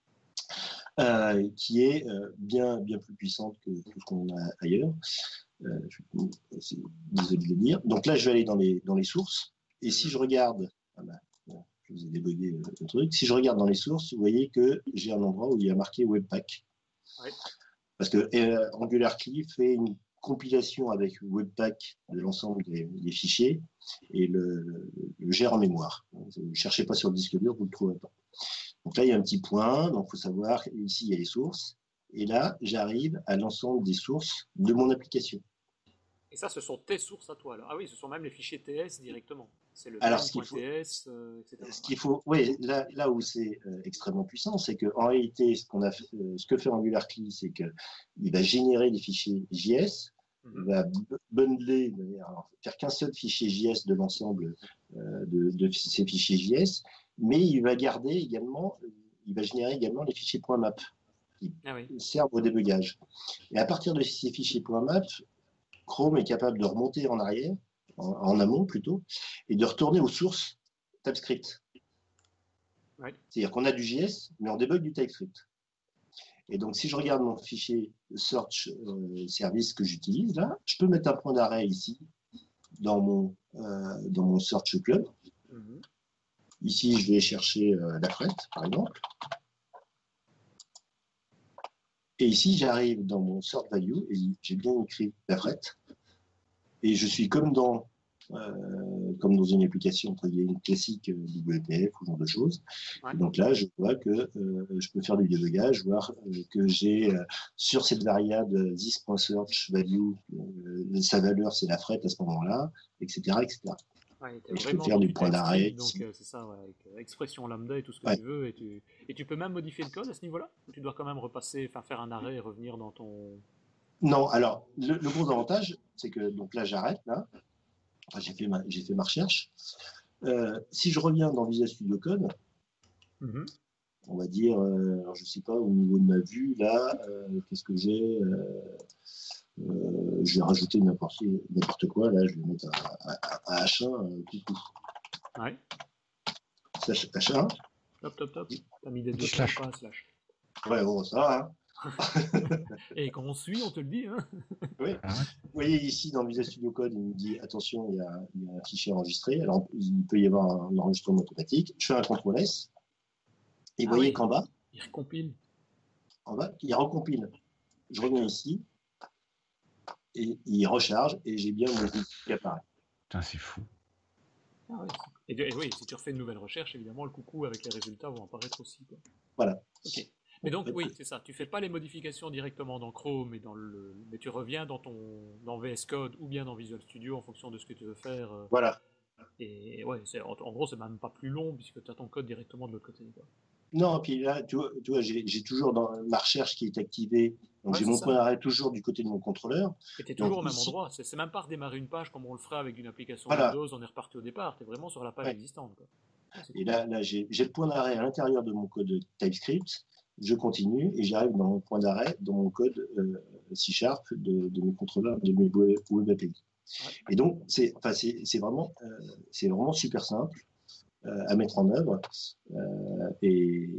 euh, qui est euh, bien, bien plus puissante que tout ce qu'on a ailleurs. Euh, je suis désolé de le dire. Donc là, je vais aller dans les, dans les sources. Et si je regarde, ah ben, bon, je vous ai débugué le, le truc. Si je regarde dans les sources, vous voyez que j'ai un endroit où il y a marqué Webpack. Ouais. Parce que euh, AngularCli fait une compilation avec Webpack de l'ensemble des, des fichiers et le, le, le gère en mémoire. Ne cherchez pas sur le disque dur, vous ne le trouverez pas. Donc là, il y a un petit point. Donc, il faut savoir, ici, il y a les sources. Et là, j'arrive à l'ensemble des sources de mon application. Et ça, ce sont tes sources à toi, alors. Ah oui, ce sont même les fichiers T S directement. C'est le alors, ce qu'il faut, T S, euh, et cetera. Ce qu'il faut, oui, là, là où c'est euh, extrêmement puissant, c'est qu'en réalité, ce, qu'on a fait, euh, ce que fait AngularCli, c'est qu'il va générer des fichiers J S, mm-hmm. il va bundler, alors, faire qu'un seul fichier J S de l'ensemble euh, de, de ces fichiers J S, mais il va garder également, il va générer également les fichiers .map qui ah oui. servent au débugage. Et à partir de ces fichiers .map, Chrome est capable de remonter en arrière, en, en amont plutôt, et de retourner aux sources TypeScript. Ouais. C'est-à-dire qu'on a du J S, mais on débug du TypeScript. Et donc, si je regarde mon fichier search euh, service que j'utilise, là, je peux mettre un point d'arrêt ici, dans mon, euh, dans mon search club. Mm-hmm. Ici, je vais chercher euh, la frette, par exemple. Et ici, j'arrive dans mon sort value et j'ai bien écrit la frette. Et je suis comme dans, euh, comme dans une application une classique W P F ou ce genre de choses. Ouais. Et donc là, je vois que euh, je peux faire du débugage, voir euh, que j'ai euh, sur cette variable this.search value, euh, sa valeur, c'est la frette à ce moment-là, et cetera, et cetera. Ouais, je peux faire du point d'arrêt. Donc euh, c'est ça, ouais, avec euh, expression lambda et tout ce que ouais. tu veux, et tu, et tu peux même modifier le code à ce niveau-là, ou tu dois quand même repasser, enfin faire un arrêt et revenir dans ton. Non, alors le, le gros avantage, c'est que donc là j'arrête là, enfin, j'ai fait ma, j'ai fait ma recherche. Euh, si je reviens dans Visual Studio Code, mm-hmm. on va dire, euh, alors je sais pas au niveau de ma vue là, euh, qu'est-ce que j'ai euh, Euh, je vais rajouter n'importe, n'importe quoi, là, je vais mettre un, un, un H un, un coucou. Ouais. Slash H un. Top, top, top. T'as mis des deux slash. Pas, slash. Ouais, bon, ça va, hein. Et quand on suit, on te le dit, hein. Oui. Vous voyez ici, dans Visual Studio Code, il nous dit, attention, il y a, il y a un fichier enregistré. Alors, il peut y avoir un enregistrement automatique. Je fais un contrôle S. Et vous ah voyez oui. qu'en bas. Il recompile. En bas, il recompile. Je reviens ici. Et il recharge et j'ai bien mon outil qui apparaît. Putain, c'est fou. Ah ouais. Et, et oui, si tu refais une nouvelle recherche, évidemment, le coucou avec les résultats vont apparaître aussi. Quoi. Voilà. Ok. Mais donc, oui, c'est ça. Tu fais pas les modifications directement dans Chrome, mais, dans le... mais tu reviens dans, ton... dans V S Code ou bien dans Visual Studio en fonction de ce que tu veux faire. Voilà. Et ouais, c'est... en gros, c'est même pas plus long puisque tu as ton code directement de l'autre côté. Quoi. Non, puis là, tu vois, tu vois j'ai, j'ai toujours dans ma recherche qui est activée. Donc Ouais, j'ai c'est mon ça. point d'arrêt toujours du côté de mon contrôleur. Et tu es Donc toujours au même ici, endroit. C'est c'est même pas redémarrer une page comme on le ferait avec une application voilà. Windows, on est reparti au départ. Tu es vraiment sur la page Ouais. existante, quoi. Ah, c'est Et cool. là, là j'ai, j'ai le point d'arrêt à l'intérieur de mon code TypeScript. Je continue et j'arrive dans mon point d'arrêt, dans mon code euh, C Sharp de, de mes contrôleurs, de mes web, web A P I. Ouais. Et donc, c'est, enfin, c'est, c'est vraiment, euh, c'est vraiment super simple euh, à mettre en œuvre. Euh, et,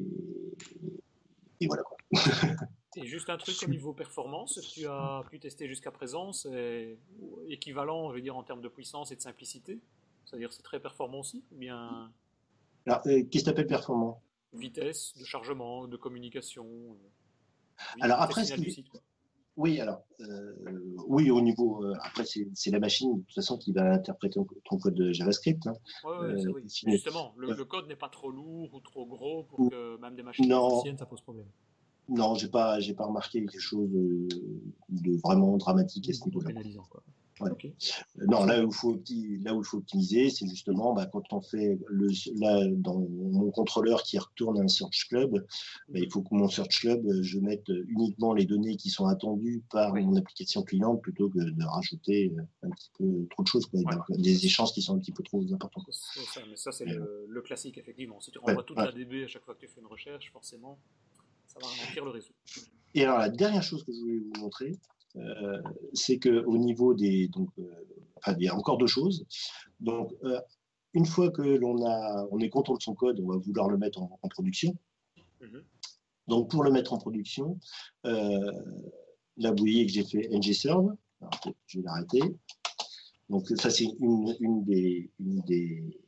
et voilà quoi. Et juste un truc au niveau performance, tu as pu tester jusqu'à présent, c'est équivalent, je veux dire, en termes de puissance et de simplicité. C'est-à-dire c'est très performant aussi, ou bien Alors, euh, qu'est-ce que tu appelles performant? vitesse de chargement, de communication, euh, vi- Alors vitesse après, ce finale du qui, site, quoi. oui, alors, euh, oui, au niveau, euh, après, c'est, c'est la machine, de toute façon, qui va interpréter ton, ton code de JavaScript. Hein. Ouais, ouais, ça Euh, oui. Mais sinon, justement, le, euh, le code n'est pas trop lourd ou trop gros pour que même des machines plus non, anciennes, ça pose problème. non, j'ai pas, j'ai pas remarqué quelque chose de, de vraiment dramatique à ce De niveau-là. pénalisant, quoi. Ouais. Ok. Non, là où il faut, opti- là où il faut optimiser, c'est justement bah, quand on fait le, là, dans mon contrôleur qui retourne un search club, bah, il Mhm. faut que mon search club, je mette uniquement les données qui sont attendues par Oui, mon application cliente plutôt que de rajouter un petit peu trop de choses, quoi, ouais. Ça, des échanges qui sont un petit peu trop importants. c'est ça, mais ça c'est Mais, le, le classique, effectivement. Si tu ouais, renvoies toute ouais. la D B à chaque fois que tu fais une recherche, forcément, ça va ralentir le réseau. Et alors la dernière chose que je voulais vous montrer, euh, c'est que au niveau des, donc, euh, enfin, il y a encore deux choses. Donc, euh, une fois que l'on a, on est content de son code, on va vouloir le mettre en, en production. Mhm. Donc, pour le mettre en production, euh, là, vous voyez que j'ai fait ngserve. Alors, je vais l'arrêter. Donc, ça, c'est une, une, des, une, des,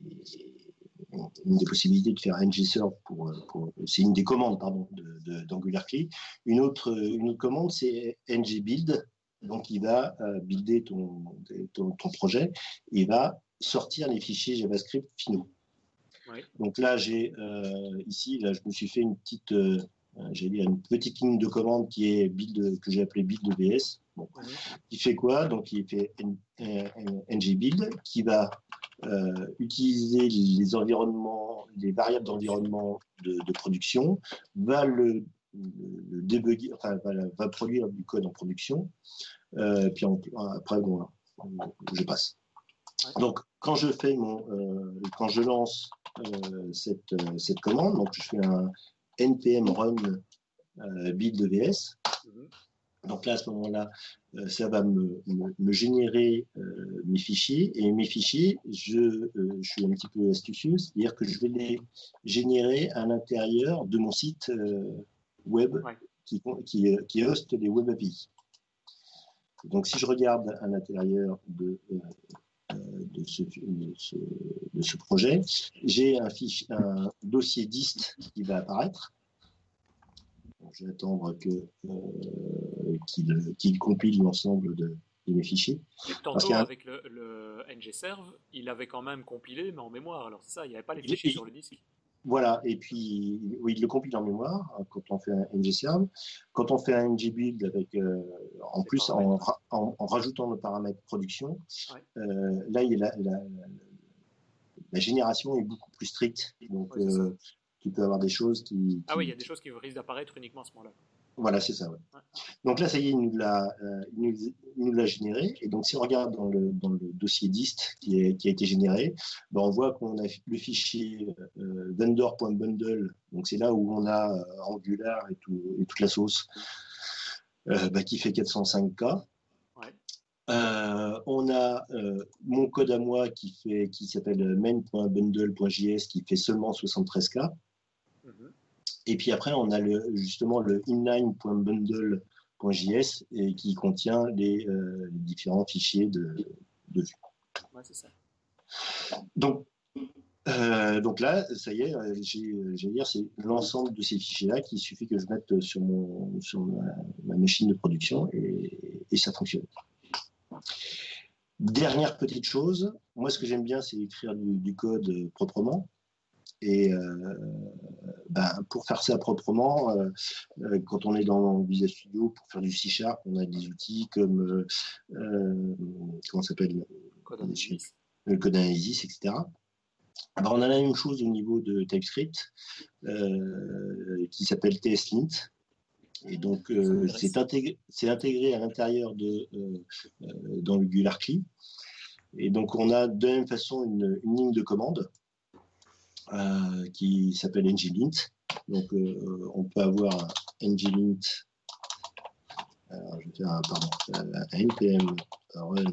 une des possibilités de faire ngserve pour, pour c'est une des commandes, pardon, de, de, d'AngularCli. Une autre, une autre commande, c'est ngbuild. Donc, il va euh, builder ton, ton, ton projet. Il va sortir les fichiers JavaScript finaux. Oui. Donc là, j'ai euh, ici, là, je me suis fait une petite, euh, j'ai dit une petite ligne de commande qui est build, que j'ai appelée build V S. Bon. Mhm. Il fait quoi? Donc il fait ngbuild qui va euh, utiliser les environnements, les variables d'environnement de, de production, va le, le débugger, enfin va, va produire du code en production. Euh, puis en, après, bon, je passe. Ouais. Donc, quand je fais mon, euh, quand je lance euh, cette, euh, cette commande, donc je fais un npm run euh, build V S. Mm-hmm. Donc là, à ce moment-là, euh, ça va me, me, me générer euh, mes fichiers. Et mes fichiers, je, euh, je suis un petit peu astucieux, c'est-à-dire que je vais les générer à l'intérieur de mon site euh, web Ouais. qui, qui, qui hoste les web A P I. Donc, si je regarde à l'intérieur de, euh, de, ce, de, ce, de ce projet, j'ai un, fichier, un dossier dist qui va apparaître. Donc, je vais attendre que, euh, qu'il, qu'il compile l'ensemble de, de mes fichiers. Et tantôt, un... avec le, le ngserve, il avait quand même compilé, mais en mémoire. Alors, c'est ça, il n'y avait pas les fichiers et, sur le disque. Voilà, et puis oui, il le compile en mémoire quand on fait un ngserve. Quand on fait un ngbuild avec, euh, en plus en, en, en rajoutant le paramètre production, ouais. euh, là il y a la, la, la, la génération est beaucoup plus stricte. Donc ouais, euh, tu peux avoir des choses qui, qui... Ah oui, il y a des choses qui risquent d'apparaître uniquement à ce moment-là. Voilà, c'est ça. Ouais. Ouais. Donc là, ça y est, il nous l'a, euh, il nous, il nous l'a généré. Et donc, si on regarde dans le, dans le dossier dist qui, est, qui a été généré, ben, on voit qu'on a le fichier euh, vendor.bundle. Donc, c'est là où on a euh, Angular et, tout, et toute la sauce euh, ben, qui fait quatre cent cinq K. Ouais. Euh, on a euh, mon code à moi qui, fait, qui s'appelle main.bundle.js qui fait seulement soixante-treize K. Mm-hmm. Et puis après, on a le, justement le inline.bundle.js et qui contient les, euh, les différents fichiers de, de vue. Ouais, c'est ça. Donc, euh, donc là, ça y est, j'ai, j'ai dire, c'est l'ensemble de ces fichiers-là qu'il suffit que je mette sur, mon, sur ma, ma machine de production et, et ça fonctionne. Dernière petite chose, moi ce que j'aime bien, c'est écrire du, du code proprement. Et euh, ben, pour faire ça proprement, euh, euh, quand on est dans Visual Studio, pour faire du C Sharp, on a des outils comme, euh, comment ça s'appelle, Code Analysis. le Code Analysis, et cetera. Alors, on a la même chose au niveau de TypeScript, euh, qui s'appelle TSLint. Et donc, euh, c'est intégré, c'est intégré à l'intérieur de euh, euh, dans l'AngularCli. Et donc, on a de la même façon une, une ligne de commande euh, qui s'appelle nglint. Donc, euh, on peut avoir un nglint. Alors, je vais faire un, pardon, un npm run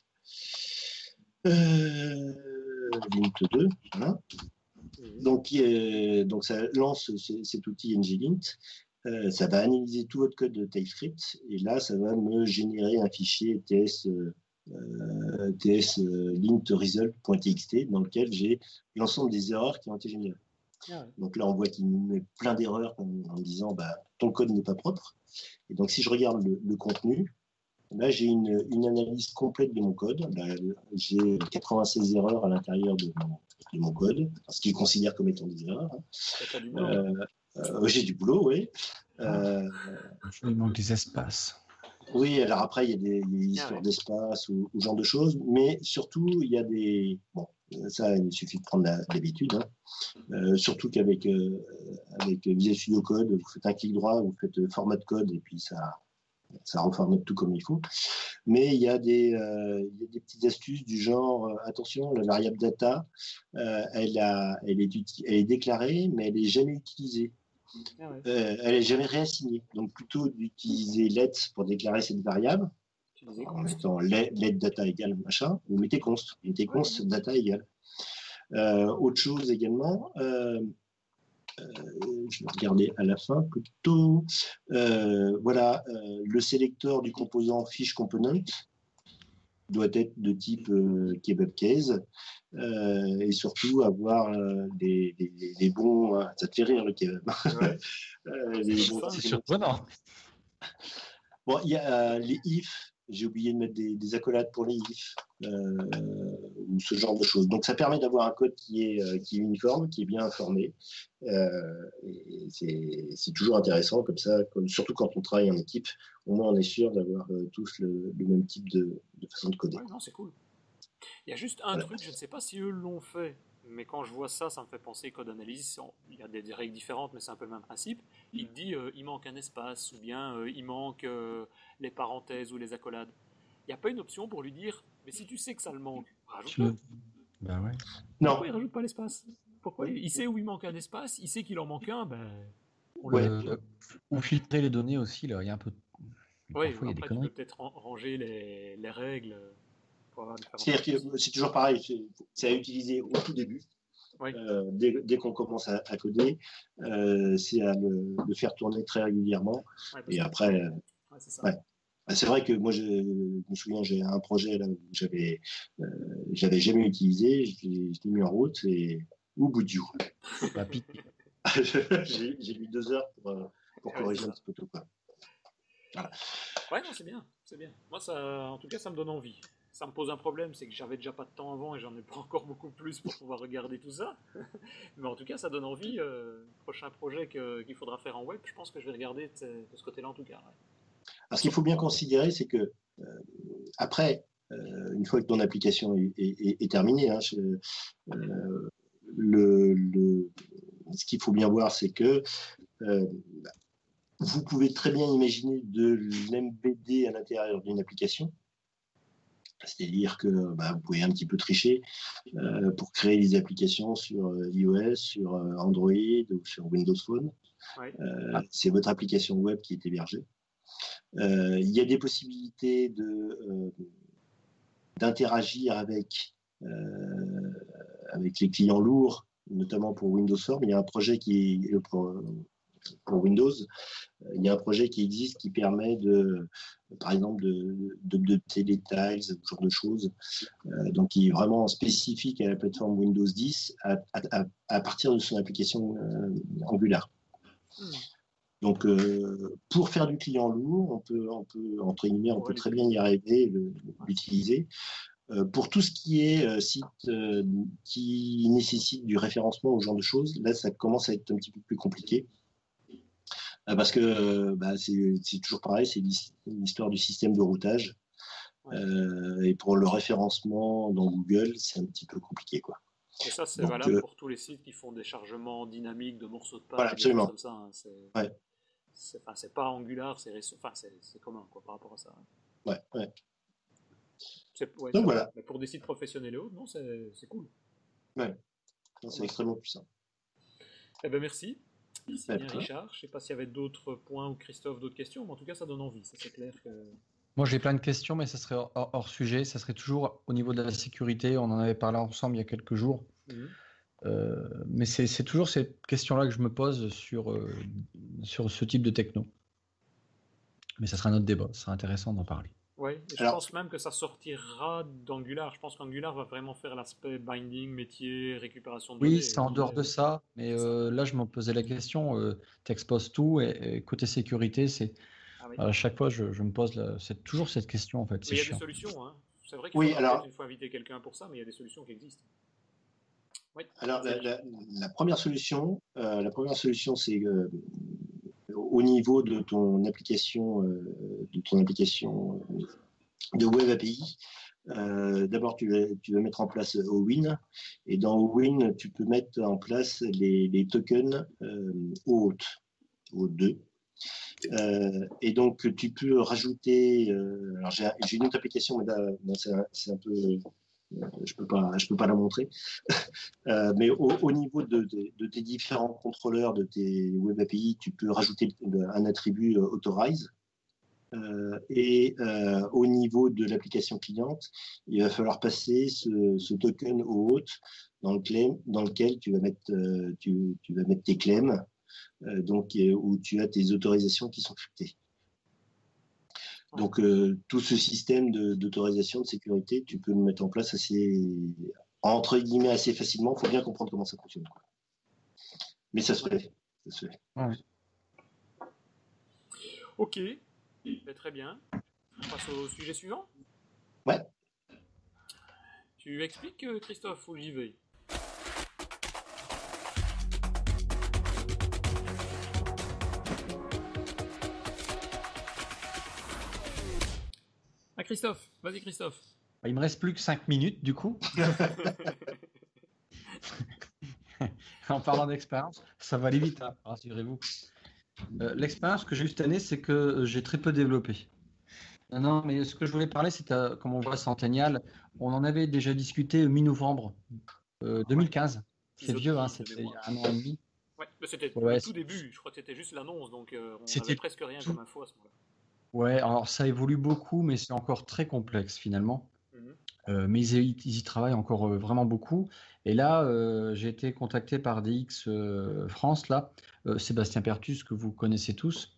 euh, lint deux. Voilà. Donc, euh, donc, ça lance cet outil nglint. Euh, ça va analyser tout votre code de TypeScript et là, ça va me générer un fichier ts euh, tslintresult.txt dans lequel j'ai l'ensemble des erreurs qui ont été générées. Ah ouais. Donc là, on voit qu'il nous met plein d'erreurs en, en disant bah, ton code n'est pas propre. Et donc, si je regarde le, le contenu, là, j'ai une, une analyse complète de mon code. Là, j'ai quatre-vingt-seize erreurs à l'intérieur de mon, de mon code, ce qu'il considère comme étant des erreurs. Hein. Du boulot, euh, euh, j'ai du boulot, oui. Euh, il manque des espaces. Oui, alors après, il y a des, des histoires ah ouais. d'espace ou, ou genre de choses, mais surtout, il y a des... Bon, ça, il suffit de prendre l'habitude. Hein. Euh, surtout qu'avec euh, avec Visual Studio Code, vous faites un clic droit, vous faites format de code, et puis ça, ça reformate tout comme il faut. Mais il y a des, euh, il y a des petites astuces du genre, euh, attention, la variable data, euh, elle, a, elle, est elle est déclarée, mais elle n'est jamais utilisée. Ah ouais. euh, elle n'est jamais réassignée. Donc, plutôt d'utiliser let pour déclarer cette variable, en mettant let, let data égale machin, vous mettez const. Vous mettez const ouais. data égale. Euh, autre chose également, euh, euh, je vais regarder à la fin plutôt. Euh, voilà, euh, le sélecteur du composant fiche component doit être de type euh, kebab case euh, et surtout avoir euh, des, des, des bons. Euh, ça te fait rire le kebab. Ouais. euh, les bons c'est surprenant. Bon, il y a euh, les if. J'ai oublié de mettre des, des accolades pour les if euh, ou ce genre de choses. Donc, ça permet d'avoir un code qui est, euh, qui est uniforme, qui est bien informé. Euh, et c'est, c'est toujours intéressant comme ça, comme, surtout quand on travaille en équipe. Au moins, on est sûr d'avoir euh, tous le, le même type de, de façon de coder. Ouais, non, c'est cool. Il y a juste un voilà. truc, je ne sais pas si eux l'ont fait, mais quand je vois ça, ça me fait penser code analyse. Il y a des, des règles différentes, mais c'est un peu le même principe. Il dit euh, il manque un espace, ou bien euh, il manque euh, les parenthèses ou les accolades. Il n'y a pas une option pour lui dire mais si tu sais que ça le manque, rajoute-le. Ben ouais. Non. Pourquoi il ne rajoute pas l'espace? Pourquoi il sait où il manque un espace, il sait qu'il en manque un, ben. On ouais. le... Ou filtrer les données aussi, là. Il y a un peu. Oui, Parfois, il y a des conneries. Tu peux peut-être ranger les, les règles. C'est-à-dire que c'est toujours pareil, c'est à utiliser au tout début. Oui. Euh, dès, dès qu'on commence à, à coder, euh, c'est à le, le faire tourner très régulièrement. Ouais, et après, euh, ouais, c'est, ça. Ouais. C'est vrai que moi, je, je me souviens, j'ai un projet là où j'avais, euh, j'avais jamais utilisé, je l'ai, je l'ai mis en route et au bout du jour. j'ai, j'ai mis deux heures pour, pour ouais, corriger un petit peu tout. Quoi. Voilà. Ouais, non, c'est bien, c'est bien. Moi, ça, en tout cas, ça me donne envie. Ça me pose un problème, c'est que j'avais déjà pas de temps avant et j'en ai pas encore beaucoup plus pour pouvoir regarder tout ça. Mais en tout cas, ça donne envie. Euh, prochain projet que, qu'il faudra faire en web, je pense que je vais regarder de, de ce côté-là en tout cas. Ouais. Alors, ce qu'il faut bien considérer, c'est que euh, après, euh, une fois que ton application est, est, est terminée, hein, je, euh, le, le, ce qu'il faut bien voir, c'est que euh, vous pouvez très bien imaginer de l'embedded à l'intérieur d'une application. C'est-à-dire que bah, vous pouvez un petit peu tricher euh, pour créer des applications sur euh, iOS, sur euh, Android ou sur Windows Phone. Ouais. Euh, c'est votre application web qui est hébergée. Euh, il y a des possibilités de, euh, d'interagir avec, euh, avec les clients lourds, notamment pour Windows Form. Il y a un projet qui est pour, pour Windows. Il y a un projet qui existe qui permet de, par exemple, de, de, de les tiles, ce genre de choses, euh, donc qui est vraiment spécifique à la plateforme Windows dix à, à, à partir de son application euh, Angular. Mmh. Donc, euh, pour faire du client lourd, on peut, on peut entre guillemets, on peut très bien y arriver, le, l'utiliser. Euh, pour tout ce qui est euh, site euh, qui nécessite du référencement ou ce genre de choses, là, ça commence à être un petit peu plus compliqué. Parce que bah, c'est, c'est toujours pareil, c'est l'histoire du système de routage. Ouais. Euh, et pour le référencement dans Google, c'est un petit peu compliqué, quoi. Et ça, c'est valable euh, pour tous les sites qui font des chargements dynamiques de morceaux de page, voilà, absolument. Des choses comme ça. Hein. C'est, ouais. c'est, enfin, c'est pas Angular, c'est, enfin, c'est, c'est commun quoi, par rapport à ça. Hein. Ouais, ouais. C'est, ouais, Donc voilà. Mais pour des sites professionnels et autres, non, c'est, c'est cool. Ouais, c'est ouais. extrêmement puissant. Eh ben merci. C'est bien, Richard. Je ne sais pas s'il y avait d'autres points ou Christophe, d'autres questions, mais en tout cas, ça donne envie. Ça, c'est clair que... Moi, j'ai plein de questions, mais ça serait hors, hors sujet. Ça serait toujours au niveau de la sécurité. On en avait parlé ensemble il y a quelques jours. Mmh. Euh, mais c'est, c'est toujours cette question-là que je me pose sur, euh, sur ce type de techno. Mais ça sera un autre débat. Ce sera intéressant d'en parler. Oui, je Alors, pense même que ça sortira d'Angular. Je pense qu'Angular va vraiment faire l'aspect binding, métier, récupération de oui, données. Oui, c'est en dehors de ça. Mais euh, ça. Là, je me posais la question. Euh, tu exposes tout. Et, et côté sécurité, c'est... Ah oui. À chaque fois, je, je me pose la... c'est toujours cette question, en fait. Mais il y a chiant. des solutions. Hein. C'est vrai qu'il oui, faut alors... peut-être une fois inviter quelqu'un pour ça, mais il y a des solutions qui existent. Oui. Alors, la, la, la première solution, euh, la première solution, c'est euh, au niveau de ton application, euh, de ton application de Web A P I. Euh, d'abord, tu vas, tu vas mettre en place Owin, et dans Owin, tu peux mettre en place les, les tokens euh, O auth, O auth deux. Euh, et donc, tu peux rajouter. Euh, alors, j'ai, j'ai une autre application, mais là, là c'est, un, c'est un peu. Je peux pas, je peux pas la montrer. euh, mais au, au niveau de, de, de tes différents contrôleurs, de tes Web A P I, tu peux rajouter un attribut euh, Authorize. Euh, et euh, au niveau de l'application cliente, il va falloir passer ce, ce token O auth dans, le claim, dans lequel tu vas mettre, euh, tu, tu vas mettre tes claims, euh, donc où tu as tes autorisations qui sont cryptées. Donc, euh, tout ce système de, d'autorisation de sécurité, tu peux le mettre en place assez, entre guillemets, assez facilement. Il faut bien comprendre comment ça fonctionne. Quoi. Mais ça se fait. Ça se fait. Ouais. Ok, ben, très bien. On passe au sujet suivant. Ouais. Tu expliques, Christophe, où j'y vais? Ah, Christophe, vas-y Christophe. Il me reste plus que cinq minutes du coup. En parlant d'expérience, ça va aller vite, hein, rassurez-vous. Euh, l'expérience que j'ai eue cette année, c'est que j'ai très peu développé. Non, non, mais ce que je voulais parler, c'est à, comme on voit Centennial, on en avait déjà discuté mi-novembre euh, deux mille quinze. Ouais. C'est Iso vieux, hein, c'était il y a un an et demi. Ouais, mais c'était ouais, le tout début, je crois que c'était juste l'annonce, donc euh, on c'était avait presque rien tout... comme info à ce moment-là. Ouais, alors ça évolue beaucoup, mais c'est encore très complexe finalement. Mm-hmm. Euh, mais ils, ils y travaillent encore euh, vraiment beaucoup. Et là, euh, j'ai été contacté par D X euh, France, là, euh, Sébastien Pertus, que vous connaissez tous,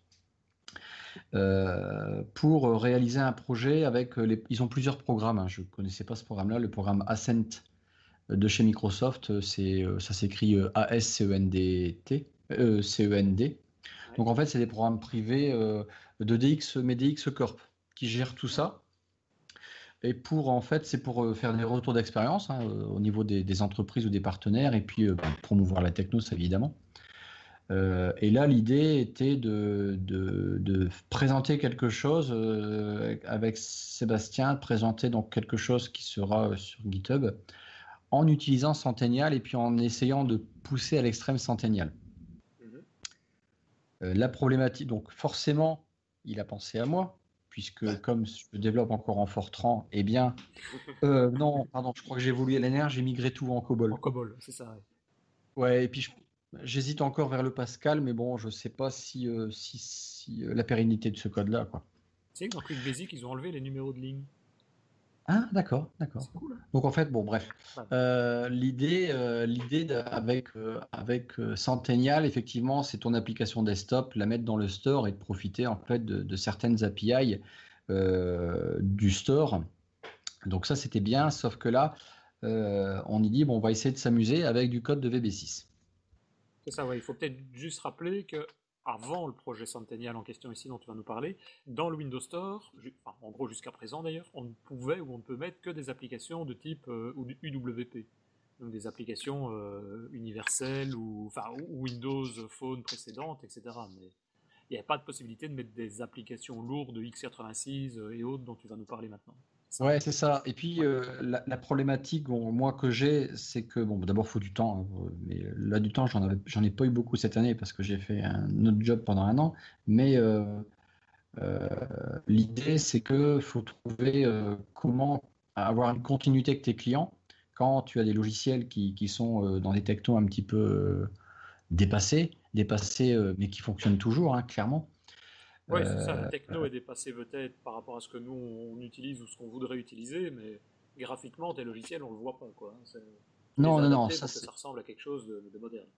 euh, pour réaliser un projet avec les... Ils ont plusieurs programmes, hein. Je ne connaissais pas ce programme-là, le programme Ascent de chez Microsoft, c'est, ça s'écrit A S C E N D T, euh, C E N D. Ouais. Donc en fait, c'est des programmes privés euh, de D X, mais D X Corp, qui gèrent tout ça. Et pour, en fait, c'est pour euh, faire des retours d'expérience hein, euh, au niveau des, des entreprises ou des partenaires, et puis euh, promouvoir la techno, ça, évidemment. Euh, et là, l'idée était de, de, de présenter quelque chose euh, avec Sébastien, de présenter donc quelque chose qui sera sur GitHub en utilisant Centennial et puis en essayant de pousser à l'extrême Centennial. Mm-hmm. Euh, la problématique, donc forcément, il a pensé à moi, puisque ouais. Comme je développe encore en Fortran, eh bien, euh, non, pardon, je crois que j'ai évolué à l'N R, j'ai migré tout en COBOL. En COBOL, c'est ça. Ouais, ouais et puis je, j'hésite encore vers le Pascal, mais bon, je sais pas si, euh, si, si euh, la pérennité de ce code-là, quoi. Tu sais que dans QuickBasic, ils ont enlevé les numéros de ligne. Ah, d'accord, d'accord. C'est cool. Donc en fait, bon, bref, euh, l'idée, euh, l'idée de, avec euh, avec euh, Centennial, effectivement, c'est ton application desktop, la mettre dans le store et de profiter en fait de, de certaines A P I euh, du store. Donc ça, c'était bien, sauf que là, euh, on y dit bon, on va essayer de s'amuser avec du code de V B six. C'est ça, ouais. Il faut peut-être juste rappeler que avant le projet Centennial en question ici dont tu vas nous parler, dans le Windows Store, enfin, en gros jusqu'à présent d'ailleurs, on ne pouvait ou on ne peut mettre que des applications de type euh, U W P. Donc des applications euh, universelles ou, enfin, ou Windows Phone précédentes, et cetera. Mais il n'y avait pas de possibilité de mettre des applications lourdes de x quatre-vingt-six et autres dont tu vas nous parler maintenant. Ça. Ouais, c'est ça. Et puis, euh, la, la problématique, bon, moi, que j'ai, c'est que, bon, d'abord, il faut du temps. Hein, mais là, du temps, j'en avais, j'en ai pas eu beaucoup cette année parce que j'ai fait un autre job pendant un an. Mais euh, euh, l'idée, c'est que faut trouver euh, comment avoir une continuité avec tes clients quand tu as des logiciels qui, qui sont euh, dans des technos un petit peu euh, dépassés, dépassés, euh, mais qui fonctionnent toujours, hein, clairement. Oui, c'est ça, la techno est dépassée peut-être par rapport à ce que nous on utilise ou ce qu'on voudrait utiliser, mais graphiquement, tes logiciels, on le voit pas, quoi. C'est- Tu les Non, as non, non, adaptés ça pour que c'est. ça ressemble à quelque chose de, de moderne.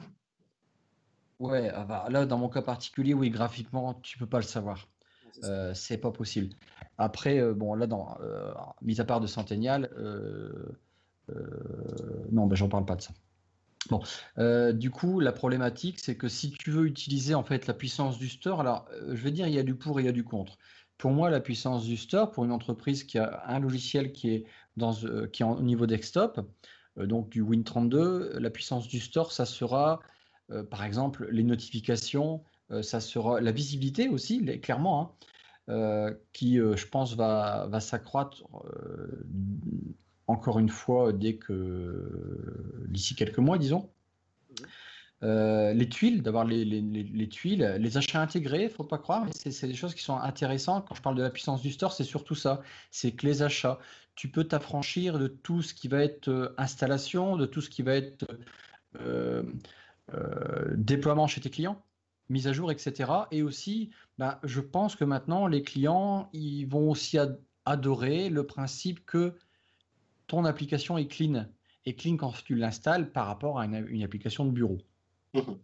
Ouais, ah bah, là, dans mon cas particulier, oui, graphiquement, tu peux pas le savoir. Ouais, c'est ça. Euh, c'est pas possible. Après, euh, bon, là, dans, euh, mis à part de Centennial, euh, euh, non, ben, j'en parle pas de ça. Bon, euh, du coup, la problématique, c'est que si tu veux utiliser en fait la puissance du store, alors euh, je vais dire, il y a du pour et il y a du contre. Pour moi, la puissance du store, pour une entreprise qui a un logiciel qui est dans, euh, qui est en, au niveau desktop, euh, donc du Win trente-deux, la puissance du store, ça sera, euh, par exemple, les notifications, euh, ça sera la visibilité aussi, les- clairement, hein, euh, qui, euh, je pense, va, va s'accroître euh, encore une fois dès que d'ici quelques mois, disons. Mhm. Euh, les tuiles, d'avoir les, les, les, les tuiles, les achats intégrés, il faut pas croire, mais c'est des choses qui sont intéressantes. Quand je parle de la puissance du store, c'est surtout ça. C'est que les achats, tu peux t'affranchir de tout ce qui va être euh, installation, de tout ce qui va être euh, euh, déploiement chez tes clients, mise à jour, et cetera. Et aussi, ben, je pense que maintenant, les clients, ils vont aussi ad adorer le principe que ton application est clean. Et clean quand tu l'installes par rapport à une, une application de bureau. Mhm.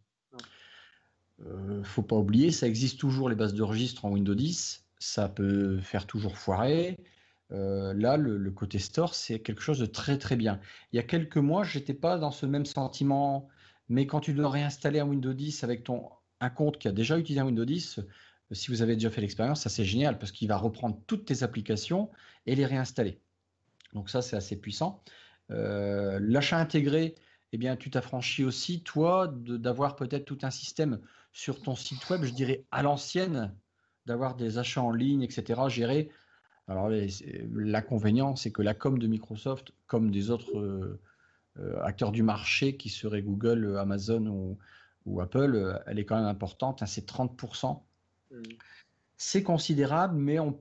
Euh, faut pas oublier, ça existe toujours les bases de registre en Windows dix, ça peut faire toujours foirer. Euh, là, le, le côté store, c'est quelque chose de très très bien. Il y a quelques mois, j'étais pas dans ce même sentiment, mais quand tu dois réinstaller un Windows dix avec ton un compte qui a déjà utilisé un Windows dix, euh, si vous avez déjà fait l'expérience, ça c'est génial parce qu'il va reprendre toutes tes applications et les réinstaller. Donc ça, c'est assez puissant. Euh, L'achat intégré, eh bien, tu t'affranchis aussi, toi, d'avoir peut-être tout un système sur ton site web, je dirais à l'ancienne, d'avoir des achats en ligne, et cetera, gérés. Alors, l'inconvénient, c'est que la com de Microsoft, comme des autres euh, euh, acteurs du marché, qui seraient Google, Amazon ou, ou Apple, euh, elle est quand même importante, hein, c'est trente pour cent. Mhm. C'est considérable, mais on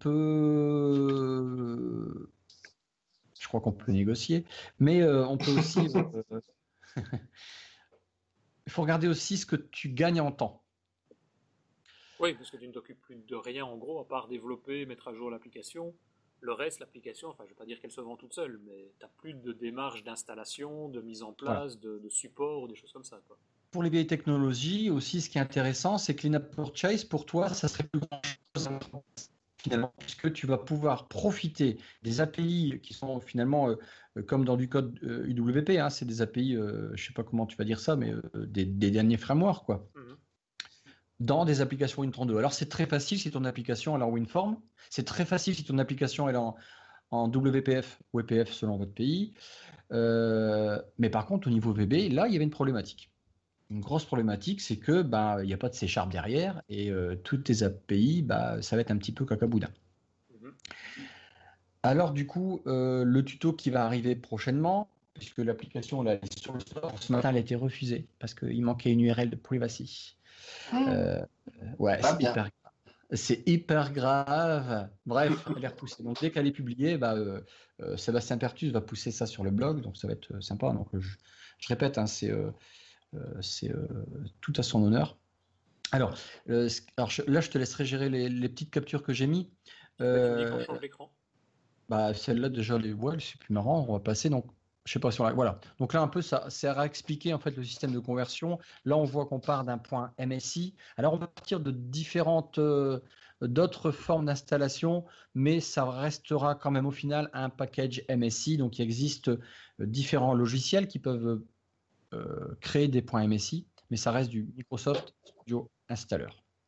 peut je crois qu'on peut négocier, mais euh, on peut aussi. Euh, il faut regarder aussi ce que tu gagnes en temps. Oui, parce que tu ne t'occupes plus de rien en gros, à part développer, mettre à jour l'application. Le reste, l'application, enfin, je ne vais pas dire qu'elle se vend toute seule, mais tu n'as plus de démarche d'installation, de mise en Voilà. place, de, de support ou des choses comme ça, quoi. Pour les vieilles technologies, aussi, ce qui est intéressant, c'est que l'in-app purchase, pour toi, ça serait plus grand chose finalement, puisque tu vas pouvoir profiter des A P I qui sont finalement, euh, comme dans du code euh, U W P, hein, c'est des A P I, euh, je ne sais pas comment tu vas dire ça, mais euh, des, des derniers frameworks, quoi. Mhm. Dans des applications Win trente-deux. Alors, c'est très facile si ton application elle est en WinForm. C'est très facile si ton application elle est en, en W P F ou E P F selon votre pays. Euh, mais par contre, au niveau V B, là, il y avait une problématique. Une grosse problématique, c'est que bah, il n'y a pas de C Sharp derrière et euh, toutes tes A P I, bah, ça va être un petit peu cacaboudin. Mhm. Alors, du coup, euh, le tuto qui va arriver prochainement, puisque l'application là, est sur le store, ce matin, elle a été refusée parce qu'il manquait une U R L de privacy. Euh, ouais, Pas c'est bien. hyper C'est hyper grave. Bref, elle est repoussée. Donc, dès qu'elle est publiée, bah, euh, euh, Sébastien Pertus va pousser ça sur le blog. Donc, ça va être euh, sympa. Donc, euh, je, je répète, hein, c'est euh, euh, c'est, euh, tout à son honneur. Alors, euh, ce- alors je- là, je te laisserai gérer les, les petites captures que j'ai mis. Bah, tu me dis quand Euh, je change l'écran. bah, celle-là, déjà, les voiles, c'est plus marrant. On va passer. Donc, je sais pas sur la. Voilà. Donc là, un peu, ça sert à expliquer en fait le système de conversion. Là, on voit qu'on part d'un point M S I. Alors, on va partir de différentes euh, d'autres formes d'installation, mais ça restera quand même au final un package M S I. Donc, il existe euh, différents logiciels qui peuvent euh, créer des points M S I, mais ça reste du Microsoft Studio Installer.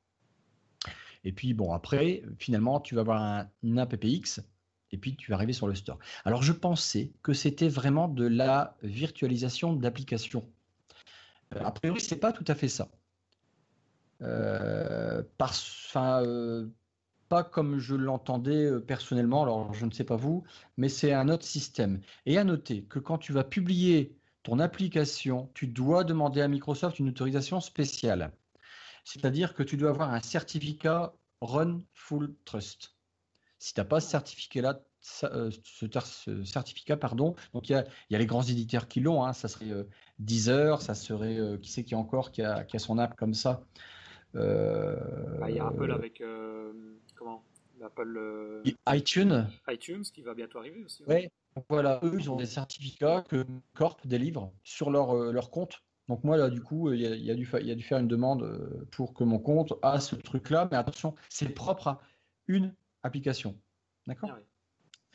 Et puis, bon, après, finalement, tu vas avoir un, une app P P X et puis tu vas arriver sur le store. Alors, je pensais que c'était vraiment de la virtualisation d'applications. Euh, a priori, c'est pas tout à fait ça. Euh, parce, enfin, euh, pas comme je l'entendais euh, personnellement, alors je ne sais pas vous, mais c'est un autre système. Et à noter que quand tu vas publier ton application, tu dois demander à Microsoft une autorisation spéciale. C'est-à-dire que tu dois avoir un certificat Run Full Trust. Si tu n'as pas ce certificat-là, ce, ce certificat, pardon, donc il y a, il y a les grands éditeurs qui l'ont, hein, ça serait euh, Deezer, ça serait, euh, qui c'est qui encore, qui a, qui a son app comme ça. Euh, bah, il y a Apple avec, euh, comment l'Apple euh, iTunes. iTunes qui va bientôt arriver aussi. Ouais. Ouais. Voilà, eux, ils ont des certificats que Corp délivre sur leur, euh, leur compte. Donc moi, là, du coup, il y a, il y a dû, il y a dû faire une demande pour que mon compte a ce truc-là. Mais attention, c'est propre à une application. D'accord ? Ah oui. Pourquoi ?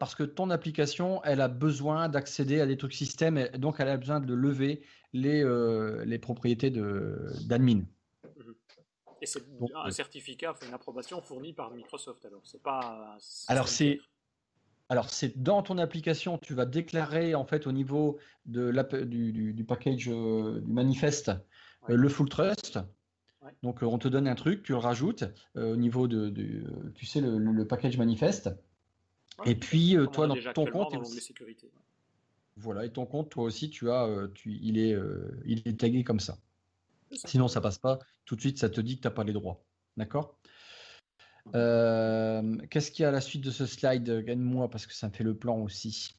Parce que ton application, elle a besoin d'accéder à des trucs système, et donc elle a besoin de lever les, euh, les propriétés de, d'admin. Mmh. Et c'est donc, un euh, certificat, une approbation fournie par Microsoft, alors c'est pas... Alors c'est... Alors, c'est dans ton application, tu vas déclarer en fait au niveau de du, du, du package euh, du manifeste ouais. euh, le full trust. Ouais. Donc, euh, on te donne un truc, tu le rajoutes euh, au niveau de, de euh, tu sais, le, le package manifeste. Ouais, et puis, euh, toi, dans ton compte, dans l'onglet sécurité. Ouais. Voilà, et ton compte, toi aussi, tu as, euh, tu, il est, euh, il est tagué comme ça. ça. Sinon, ça passe pas. Tout de suite, ça te dit que tu n'as pas les droits. D'accord ? Euh, Qu'est-ce qu'il y a à la suite de ce slide ? Gagne-moi parce que ça me fait le plan aussi.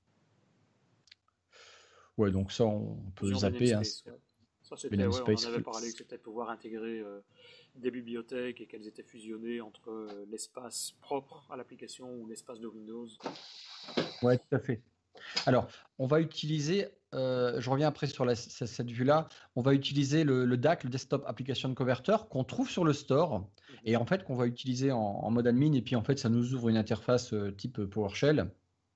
Ouais, donc ça, on peut Fusion zapper. Hein, ouais. Ça, c'était, ouais, on en avait parlé que c'était pouvoir intégrer euh, des bibliothèques et qu'elles étaient fusionnées entre euh, l'espace propre à l'application ou l'espace de Windows. Ouais, tout à fait. Alors, on va utiliser, euh, je reviens après sur la, cette vue-là, on va utiliser le, le D A C, le Desktop Application Converter, qu'on trouve sur le store, mm-hmm. et en fait qu'on va utiliser en, en mode admin, et puis en fait ça nous ouvre une interface euh, type PowerShell,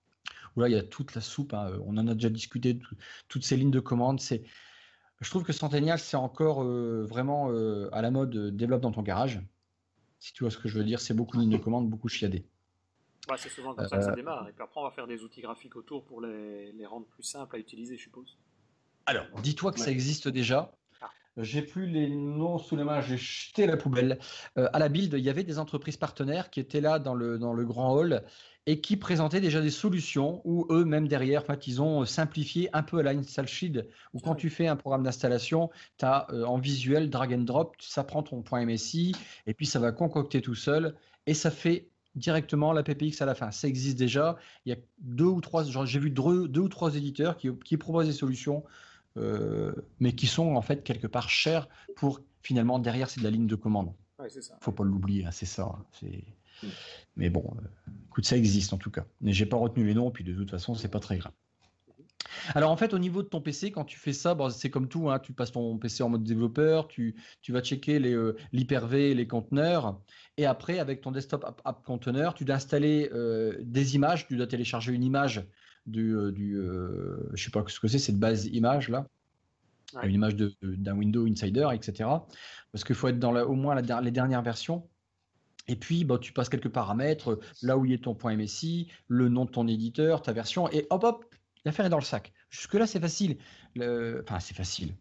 où là il y a toute la soupe, hein, on en a déjà discuté, tout, toutes ces lignes de commande, c'est, je trouve que Centennial c'est encore euh, vraiment euh, à la mode euh, développe dans ton garage, si tu vois ce que je veux dire, c'est beaucoup de lignes de commande, beaucoup chiadé. Bah, c'est souvent comme ça que ça démarre, et puis après on va faire des outils graphiques autour pour les, les rendre plus simples à utiliser, je suppose. Alors, dis-toi que ouais. ça existe déjà. Ah. J'ai plus les noms sous les mains, j'ai jeté la poubelle. Euh, à la Build, il y avait des entreprises partenaires qui étaient là dans le, dans le grand hall et qui présentaient déjà des solutions où eux, même derrière, en fait, ils ont simplifié un peu à la InstallSheet, où quand ouais. tu fais un programme d'installation, tu as euh, en visuel drag and drop, ça prend ton .M S I et puis ça va concocter tout seul et ça fait directement la P P X à la fin. Ça existe déjà. Il y a deux ou trois, genre, j'ai vu deux, deux ou trois éditeurs qui, qui proposent des solutions, euh, mais qui sont en fait quelque part chères pour finalement derrière c'est de la ligne de commande. Ouais, c'est ça. Faut pas l'oublier, hein, c'est ça. Hein, c'est... Mmh. Mais bon, euh, écoute, ça existe en tout cas. Mais j'ai pas retenu les noms, puis de toute façon, c'est pas très grave. Alors en fait, au niveau de ton P C, quand tu fais ça, bon, c'est comme tout, hein, tu passes ton P C en mode développeur, tu, tu vas checker les, euh, l'Hyper-V et les conteneurs, et après, avec ton desktop app, app conteneur, tu dois installer euh, des images, tu dois télécharger une image du, euh, du euh, je sais pas ce que c'est, cette base image là, ouais. une image de, de, d'un Windows Insider, et cetera. Parce qu'il faut être dans la, au moins la, les dernières versions. Et puis, bah, tu passes quelques paramètres, là où il est ton .M S I, le nom de ton éditeur, ta version, et hop hop, l'affaire est dans le sac. Jusque-là, c'est facile. Le... Enfin, c'est facile.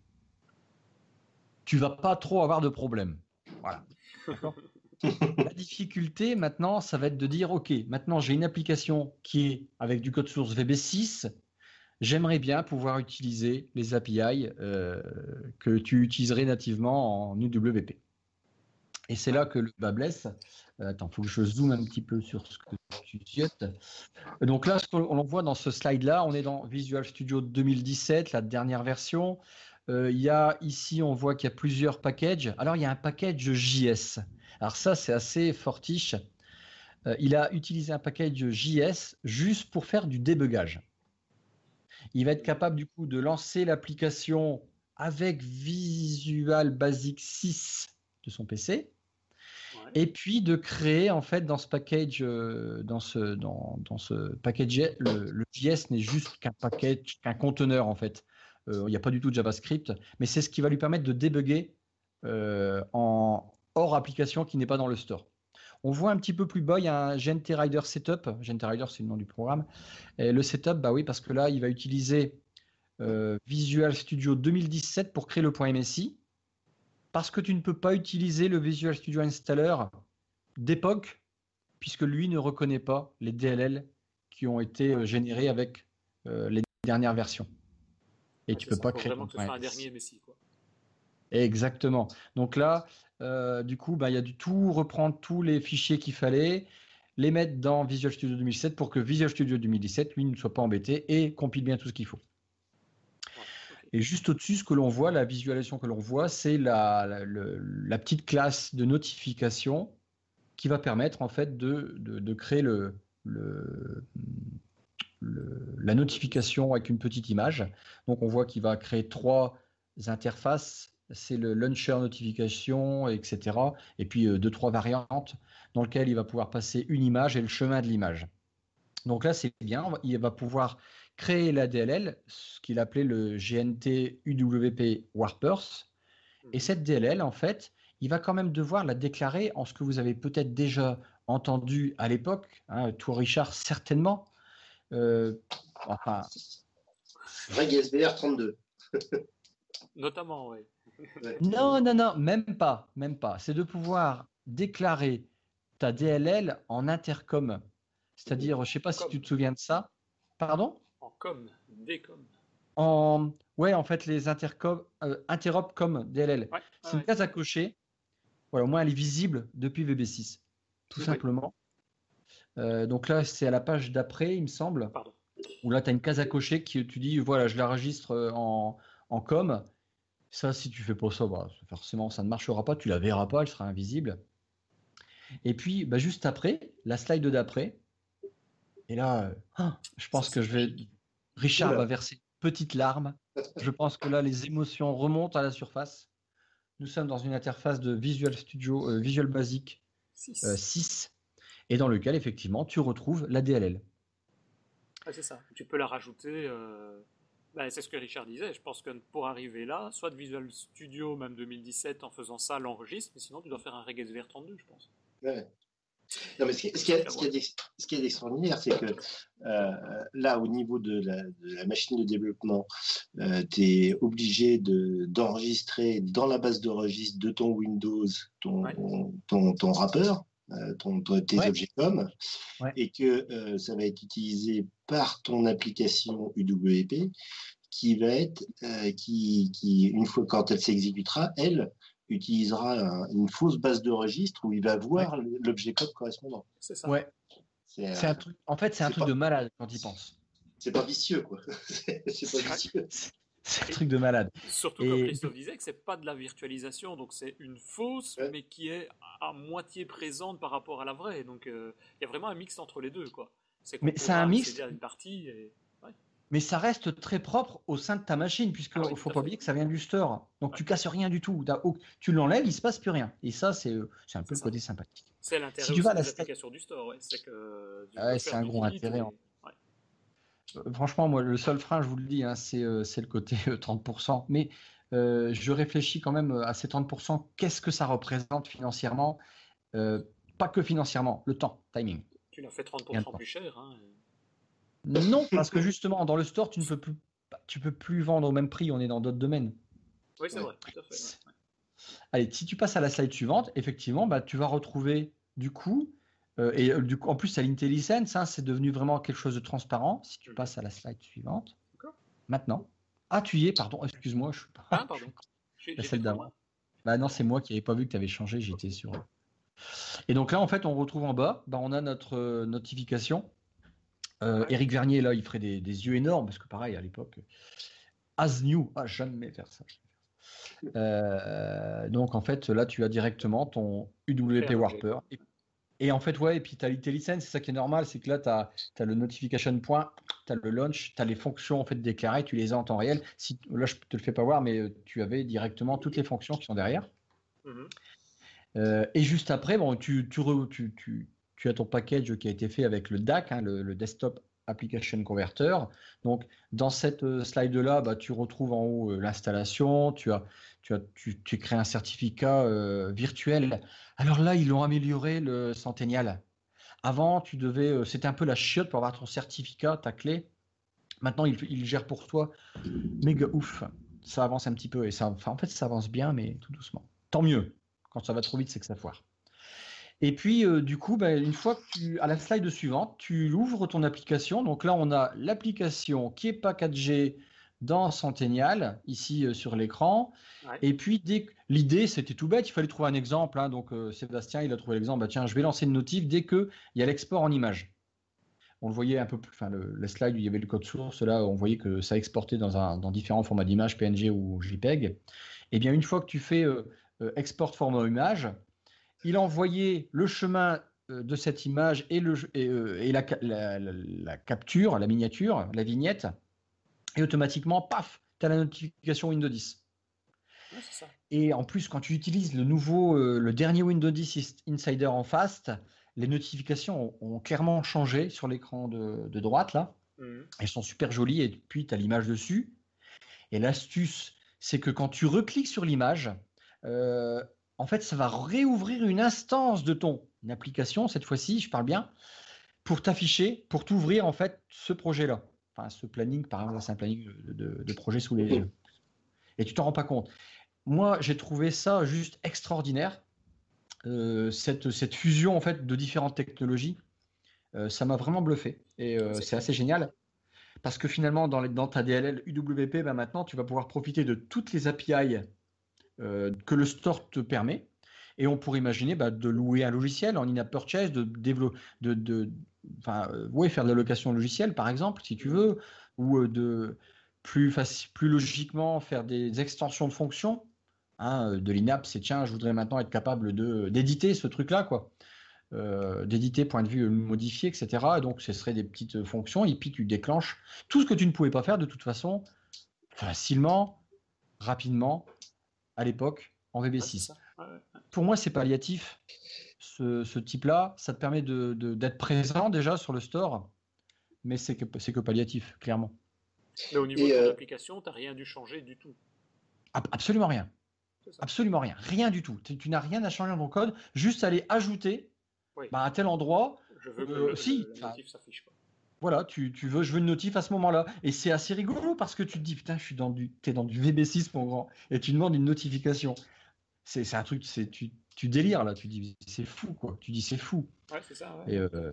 Tu vas pas trop avoir de problème. Voilà. D'accord. La difficulté, maintenant, ça va être de dire, OK, maintenant, j'ai une application qui est avec du code source V B six. J'aimerais bien pouvoir utiliser les A P I euh, que tu utiliserais nativement en U W P. Et c'est là que le bas blesse. Attends, il faut que je zoome un petit peu sur ce que tu ziotes. Donc là, ce qu'on voit dans ce slide-là, on est dans Visual Studio deux mille dix-sept, la dernière version. Euh, il y a ici, on voit qu'il y a plusieurs packages. Alors, il y a un package J S. Alors ça, c'est assez fortiche. Euh, il a utilisé un package J S juste pour faire du débugage. Il va être capable du coup de lancer l'application avec Visual Basic six de son P C. Ouais. Et puis de créer en fait dans ce package, euh, dans ce dans, dans ce package, le, le J S n'est juste qu'un package, qu'un conteneur en fait. Euh, il n'y a pas du tout de JavaScript, mais c'est ce qui va lui permettre de débugger euh, en hors application qui n'est pas dans le store. On voit un petit peu plus bas, il y a un G N T Rider Setup. G N T Rider, c'est le nom du programme. Et le setup, bah oui, parce que là, il va utiliser euh, Visual Studio deux mille dix-sept pour créer le .M S I. Parce que tu ne peux pas utiliser le Visual Studio Installer d'époque, puisque lui ne reconnaît pas les D L L qui ont été euh, générés avec euh, les dernières versions. Et ah, tu peux ça, pas faut créer vraiment ton que ce soit un .ls. dernier Messi, quoi. Exactement. Donc là, euh, du coup, bah, il y a du tout, reprendre tous les fichiers qu'il fallait, les mettre dans Visual Studio deux mille dix-sept pour que Visual Studio deux mille dix-sept, lui, ne soit pas embêté et compile bien tout ce qu'il faut. Ouais, okay. Et juste au-dessus, ce que l'on voit, la visualisation que l'on voit, c'est la, la, le, la petite classe de notification qui va permettre en fait de, de, de créer le, le, le, la notification avec une petite image. Donc on voit qu'il va créer trois interfaces. C'est le launcher notification, et cetera. Et puis euh, deux, trois variantes dans lesquelles il va pouvoir passer une image et le chemin de l'image. Donc là, c'est bien. Il va pouvoir créer la D L L, ce qu'il appelait le G N T U W P Warpers. Et Mm-hmm. cette D L L, en fait, il va quand même devoir la déclarer en ce que vous avez peut-être déjà entendu à l'époque, hein, toi Richard, certainement. Euh, enfin. Reg S B R trente-deux. Notamment, oui. Ouais. Non, non, non, même pas, même pas. C'est de pouvoir déclarer ta D L L en intercom. C'est-à-dire, je ne sais pas si Com. tu te souviens de ça. Pardon? En com, décom. En, ouais, en fait, les intercom, euh, interop comme D L L. Ouais, c'est ouais, une case à cocher. Voilà, au moins, elle est visible depuis V B six, tout oui. simplement. Euh, donc là, c'est à la page d'après, il me semble. Pardon. Où là, tu as une case à cocher qui tu dis, voilà, je la registre en, en com. Ça, si tu fais pas ça, bah, forcément, ça ne marchera pas. Tu la verras pas, elle sera invisible. Et puis, bah, juste après, la slide d'après. Et là, euh, je pense ça, que je vais. Richard Oula. va verser une petite larme. Je pense que là, les émotions remontent à la surface. Nous sommes dans une interface de Visual Studio, euh, Visual Basic six. Euh, six, et dans lequel, effectivement, tu retrouves la D L L. Ah, c'est ça. Tu peux la rajouter. Euh... Ben, c'est ce que Richard disait. Je pense que pour arriver là, soit de Visual Studio, même deux mille dix-sept, en faisant ça, l'enregistre, mais sinon, tu dois faire un Reg S B R trente-deux, je pense. Ouais. Non, mais ce qui, ce qui, est, ce qui, est, ce qui est extraordinaire, c'est que euh, là, au niveau de la, de la machine de développement, euh, tu es obligé de, d'enregistrer dans la base de registre de ton Windows ton, ouais. ton, ton, ton wrapper, euh, ton, ton, tes ouais. objets com, ouais. et que euh, ça va être utilisé par ton application U W P qui va être, euh, qui, qui, une fois quand elle s'exécutera, elle, utilisera un, une fausse base de registre où il va voir ouais. l'objet code correspondant. C'est ça. Ouais. C'est, c'est un truc, en fait, c'est, c'est un truc pas, de malade quand il pense. C'est pas vicieux, quoi. c'est, c'est pas vicieux. C'est un truc de malade. Surtout et... comme Christophe disait que c'est pas de la virtualisation, donc c'est une fausse, ouais. mais qui est à moitié présente par rapport à la vraie. Donc il euh, y a vraiment un mix entre les deux, quoi. C'est mais c'est un mix. Une partie et... ouais. Mais ça reste très propre au sein de ta machine, puisque il ah oui, faut pas oublier que ça vient du store. Donc ouais. tu casses rien du tout. Tu l'enlèves, il se passe plus rien. Et ça, c'est, c'est un peu c'est le côté sympathique. C'est l'intérêt si tu vas à la des applications du store. Ouais. C'est que ah ouais, c'est un gros intérêt. Et... Ouais. Euh, franchement, moi, le seul frein, je vous le dis, hein, c'est, euh, c'est le côté euh, trente pour cent. Mais euh, je réfléchis quand même à ces trente pour cent. Qu'est-ce que ça représente financièrement euh, Pas que financièrement, le temps, timing. Tu l'as fait trente pour cent plus cher. Hein. Non, parce que justement, dans le store, tu ne peux plus, tu peux plus vendre au même prix. On est dans d'autres domaines. Oui, c'est ouais. vrai. Tout à fait. Ouais. Allez, si tu passes à la slide suivante, effectivement, bah, tu vas retrouver du coup, euh, et euh, du coup, en plus, à l'IntelliSense, hein, c'est devenu vraiment quelque chose de transparent. Si tu passes à la slide suivante, d'accord. Maintenant. Ah, tu y es, pardon, excuse-moi. Je suis pas. Ah, pardon. Je... La celle d'avant. Bah non, c'est moi qui n'avais pas vu que tu avais changé. J'étais sur. Et donc là, en fait, on retrouve en bas, bah, on a notre euh, notification. Euh, ouais. Éric Vernier, là, il ferait des, des yeux énormes, parce que pareil, à l'époque, as new, ah, jamais faire ça. Euh, donc, en fait, là, tu as directement ton U W P Warper. Et, et en fait, ouais, et puis tu as l'IntelliSense, c'est ça qui est normal, c'est que là, tu as le notification point, tu as le launch, tu as les fonctions en fait, déclarées, tu les as en temps réel. Si, là, je ne te le fais pas voir, mais tu avais directement toutes les fonctions qui sont derrière. Mm-hmm. Euh, et juste après, bon, tu, tu, tu, tu tu as ton package qui a été fait avec le D A C, hein, le, le Desktop Application Converter. Donc, dans cette euh, slide-là, bah, tu retrouves en haut euh, l'installation, tu as, tu as, tu, tu crées un certificat euh, virtuel. Alors là, ils l'ont amélioré, le Centennial. Avant, tu devais, euh, c'était un peu la chiotte pour avoir ton certificat, ta clé. Maintenant, il, il gère pour toi. Méga ouf. Ça avance un petit peu. Et ça, enfin, en fait, ça avance bien, mais tout doucement. Tant mieux. Quand ça va trop vite, c'est que ça foire. Et puis, euh, du coup, bah, une fois que tu, à la slide suivante, tu ouvres ton application. Donc là, on a l'application qui n'est pas quatre G dans Centennial, ici euh, sur l'écran. Ouais. Et puis, dès que- l'idée, c'était tout bête, il fallait trouver un exemple. Hein. Donc, euh, Sébastien, il a trouvé l'exemple. Bah, tiens, je vais lancer une notif dès qu'il y a l'export en image. On le voyait un peu plus, enfin, le, la slide où il y avait le code source, là, on voyait que ça exportait dans, un, dans différents formats d'image, P N G ou JPEG. Et bien, une fois que tu fais euh, euh, export format image, il a envoyé le chemin euh, de cette image et, le, et, euh, et la, la, la, la capture, la miniature, la vignette, et automatiquement, paf, tu as la notification Windows dix. Ouais, c'est ça. Et en plus, quand tu utilises le nouveau, euh, le dernier Windows dix Insider en fast, les notifications ont, ont clairement changé sur l'écran de, de droite, là. Mmh. Elles sont super jolies, et puis tu as l'image dessus. Et l'astuce, c'est que quand tu recliques sur l'image, euh, en fait, ça va réouvrir une instance de ton application, cette fois-ci, je parle bien, pour t'afficher, pour t'ouvrir, en fait, ce projet-là. Enfin, ce planning, par exemple, c'est un planning de, de, de projet sous les yeux. Et tu t'en rends pas compte. Moi, j'ai trouvé ça juste extraordinaire. Euh, cette, cette fusion, en fait, de différentes technologies, euh, ça m'a vraiment bluffé. Et euh, c'est, c'est assez génial. Parce que finalement, dans, les, dans ta D L L U W P, ben maintenant, tu vas pouvoir profiter de toutes les A P I euh, que le store te permet. Et on pourrait imaginer bah, de louer un logiciel en in-app purchase, de développer, de, de, enfin, euh, ouais, faire de la location logicielle, par exemple, si tu veux, ou euh, de plus, faci- plus logiquement faire des extensions de fonctions. Hein, de l'in-app, c'est tiens, je voudrais maintenant être capable de, d'éditer ce truc-là, quoi. Euh, d'éditer point de vue modifié, et cetera. Et donc, ce serait des petites fonctions, et puis tu déclenches tout ce que tu ne pouvais pas faire de toute façon facilement, rapidement, à l'époque, en V B six. Ouais, ouais, ouais. Pour moi, c'est palliatif, ce, ce type-là. Ça te permet de, de, d'être présent déjà sur le store, mais c'est que, c'est que palliatif, clairement. Mais au niveau et de ton euh... application, tu n'as rien dû changer du tout. Absolument rien. Absolument rien. Rien du tout. Tu, tu n'as rien à changer dans ton code, juste aller ajouter oui. bah, à tel endroit. Je veux que euh, le, si, le, la notif s'affiche pas. Voilà, tu, tu veux, je veux une notif à ce moment-là. Et c'est assez rigolo parce que tu te dis, putain, je suis dans du, t'es dans du V B six, mon grand, et tu demandes une notification. C'est, c'est un truc, c'est, tu, tu délires là, tu dis, c'est fou, quoi. Tu dis, c'est fou. Ouais, c'est ça. Ouais. Et, euh,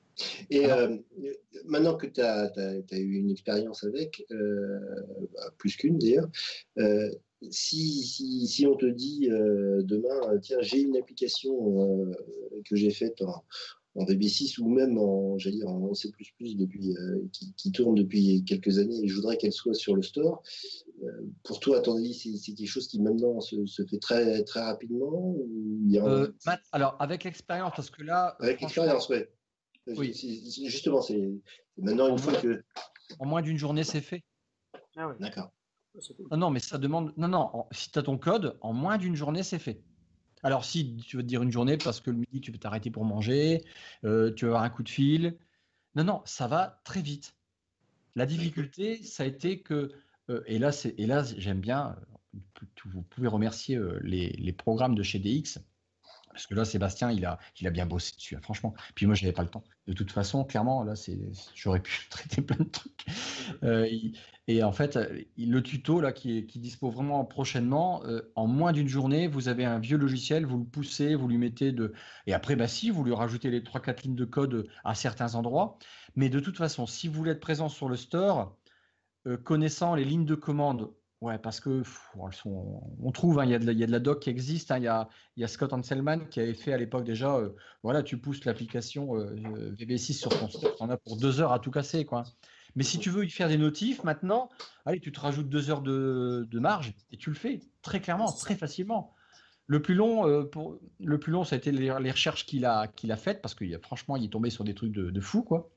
et alors, euh, maintenant que tu as eu une expérience avec, euh, bah, plus qu'une d'ailleurs, euh, si, si, si on te dit euh, demain, tiens, j'ai une application euh, que j'ai faite en, en V B six ou même en, j'allais dire, en C plus plus depuis, euh, qui, qui tourne depuis quelques années et je voudrais qu'elle soit sur le store. Euh, pour toi, à ton avis, c'est, c'est quelque chose qui maintenant se, se fait très, très rapidement ou il y a un... euh, alors, avec l'expérience, parce que là... Avec l'expérience, oui. Oui. C'est, justement, c'est, c'est maintenant une en fois moins, que... En moins d'une journée, c'est fait. Ah ouais. D'accord. Non, non, mais ça demande... Non, non, en, si tu as ton code, en moins d'une journée, c'est fait. Alors, si tu veux te dire une journée, parce que le midi, tu peux t'arrêter pour manger, euh, tu vas avoir un coup de fil. Non, non, ça va très vite. La difficulté, ça a été que... Euh, et, là, c'est, et là, j'aime bien... Vous pouvez remercier euh, les, les programmes de chez D X. Parce que là, Sébastien, il a, il a bien bossé dessus, hein, franchement. Puis moi, je n'avais pas le temps. De toute façon, clairement, là, c'est, j'aurais pu traiter plein de trucs. Euh, il, et en fait, il, le tuto là, qui, qui dispose vraiment prochainement, euh, en moins d'une journée, vous avez un vieux logiciel, vous le poussez, vous lui mettez de... Et après, bah, si, vous lui rajoutez les trois quatre lignes de code à certains endroits. Mais de toute façon, si vous voulez être présent sur le store, euh, connaissant les lignes de commande, ouais, parce que pff, elles sont, on trouve, hein, il y a de la, il y a de la doc qui existe. Hein, il y a, il y a Scott Hanselman qui avait fait à l'époque déjà. Euh, voilà, tu pousses l'application euh, V B six sur ton store, tu en as pour deux heures à tout casser, quoi. Mais si tu veux y faire des notifs, maintenant, allez, tu te rajoutes deux heures de, de marge et tu le fais très clairement, très facilement. Le plus long, euh, pour, le plus long, ça a été les, les recherches qu'il a, qu'il a faites parce que franchement, il est tombé sur des trucs de, de fou, quoi.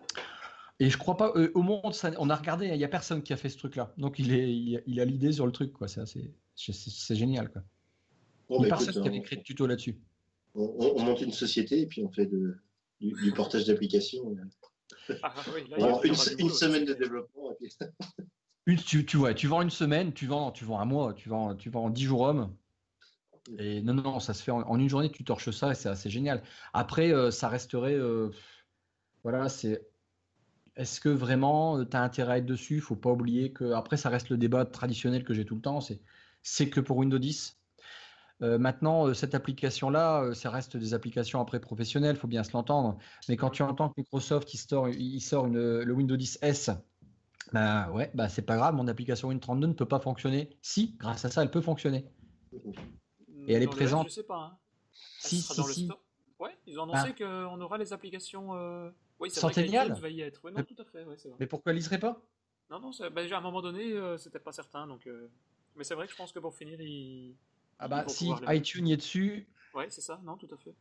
Et je crois pas, euh, au monde, ça, on a regardé, il n'y a personne qui a fait ce truc-là. Donc il, est, il, il a l'idée sur le truc, quoi. C'est, assez, c'est, c'est génial, quoi. Bon, il n'y a bah, personne écoute, qui a écrit de tuto là-dessus. On, on monte une société et puis on fait de, du, du portage d'applications. Ah, oui, là, une, une, une semaine de développement. Et puis... une, tu, tu, ouais, tu vends une semaine, tu vends, tu vends un mois, tu vends, tu vends dix jours hommes. Et non, non, ça se fait en, en une journée, tu torches ça et c'est assez génial. Après, euh, ça resterait. Euh, voilà, c'est. Est-ce que vraiment tu as intérêt à être dessus? Il ne faut pas oublier que après ça reste le débat traditionnel que j'ai tout le temps, c'est, c'est que pour Windows dix. Euh, maintenant, euh, cette application-là, euh, ça reste des applications après professionnelles, faut bien se l'entendre. Mais quand tu entends que Microsoft il sort, il sort une, le Windows dix S, bah ouais, bah c'est pas grave, mon application Win trente-deux ne peut pas fonctionner. Si, grâce à ça, elle peut fonctionner. Et elle est dans le S, présente. je sais pas. Hein. Elle Si, sera si, dans le si. store. Ouais, ils ont annoncé Ah, qu'on aura les applications. Euh... Oui, c'est vrai qu'iTunes Centennial? va y être. Ouais, non, Mais, tout à fait. Ouais, c'est vrai. mais pourquoi elle liserait pas? Non, non, c'est- bah, déjà, à un moment donné, euh, c'était pas certain. Donc, euh, mais c'est vrai que je pense que pour finir, ils, Ah ils bah vont pouvoir si les mettre. iTunes y est dessus, Ouais, c'est ça. Non, tout à fait.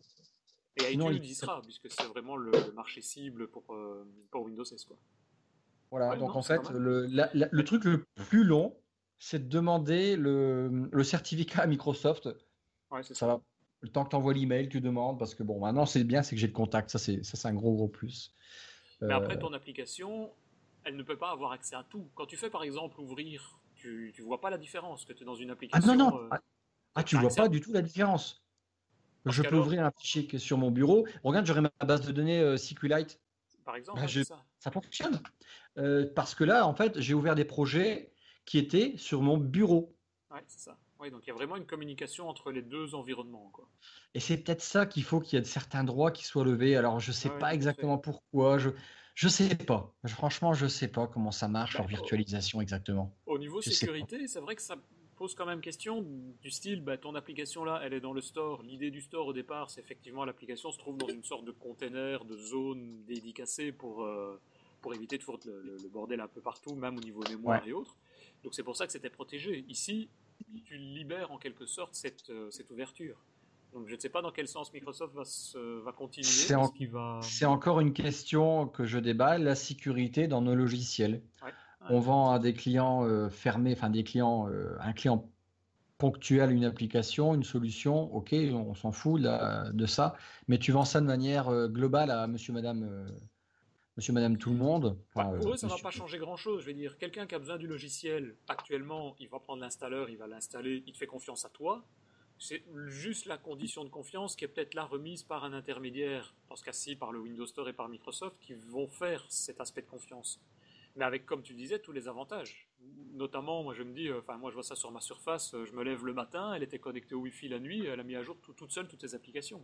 Et sinon iTunes il... y sera, puisque c'est vraiment le, le marché cible pour, euh, pour Windows S, quoi. Voilà, Ouais, donc non, en c'est pas fait, mal. le, la- la- le Ouais. truc le plus long, c'est de demander le, le certificat à Microsoft. Ouais, c'est Ça ça. va. Le temps que tu envoies l'email, tu demandes, parce que bon, maintenant c'est bien, c'est que j'ai le contact. Ça, c'est ça, c'est un gros, gros plus. Mais après, Euh, ton application, elle ne peut pas avoir accès à tout. Quand tu fais, par exemple, ouvrir, tu, tu vois pas la différence que tu es dans une Ah non, non! application. Euh, Ah, ah, tu tu as vois accès à pas tout. du tout la différence. Parce Je peux qu'alors, ouvrir un fichier qui est sur mon bureau. Regarde, j'aurai ma base de données euh, SQLite. par exemple, Ben, ouais, je- c'est ça. ça fonctionne. Euh, parce que là, en fait, j'ai ouvert des projets qui étaient sur mon bureau. Ouais, c'est ça. Ouais, donc il y a vraiment une communication entre les deux environnements, quoi. Et c'est peut-être ça qu'il faut qu'il y ait certains droits qui soient levés. Alors, je sais Ouais, ouais, pas tout à fait. exactement pourquoi. Je je sais pas. Franchement, je sais pas comment ça marche, Ben, leur au, virtualisation exactement. au niveau Je sais pas. sécurité, c'est vrai que ça pose quand même question du style, bah, ton application là, elle est dans le store. L'idée du store au départ, c'est effectivement l'application se trouve dans une sorte de container, de zone dédicacée pour, euh, pour éviter de foutre le, le- le bordel un peu partout, même au niveau Ouais. mémoire et autres. Donc c'est pour ça que c'était protégé. Ici, tu libères en quelque sorte cette, euh, cette ouverture. Donc je ne sais pas dans quel sens Microsoft va, se, va continuer. C'est Est-ce en- qu'il va... c'est encore une question que je déballe, la sécurité dans nos logiciels. Ouais, ouais, On vend à des clients euh, fermés, enfin des clients, euh, un client ponctuel, une application, une solution, ok, on s'en fout là, de ça, mais tu vends ça de manière euh, globale à monsieur, madame, euh, monsieur, madame, tout le monde. bah, Enfin, euh, pour eux, ça va monsieur. pas changer grand-chose. Je veux dire, quelqu'un qui a besoin du logiciel, actuellement, il va prendre l'installeur, il va l'installer, il te fait confiance à toi. C'est juste la condition de confiance qui est peut-être là remise par un intermédiaire, parce qu'assis par le Windows Store et par Microsoft, qui vont faire cet aspect de confiance. Mais avec, comme tu disais, tous les avantages. Notamment, moi je me dis, euh, enfin moi je vois ça sur ma Surface, euh, je me lève le matin, elle était connectée au Wi-Fi la nuit, elle a mis à jour tout- toute seule toutes les applications.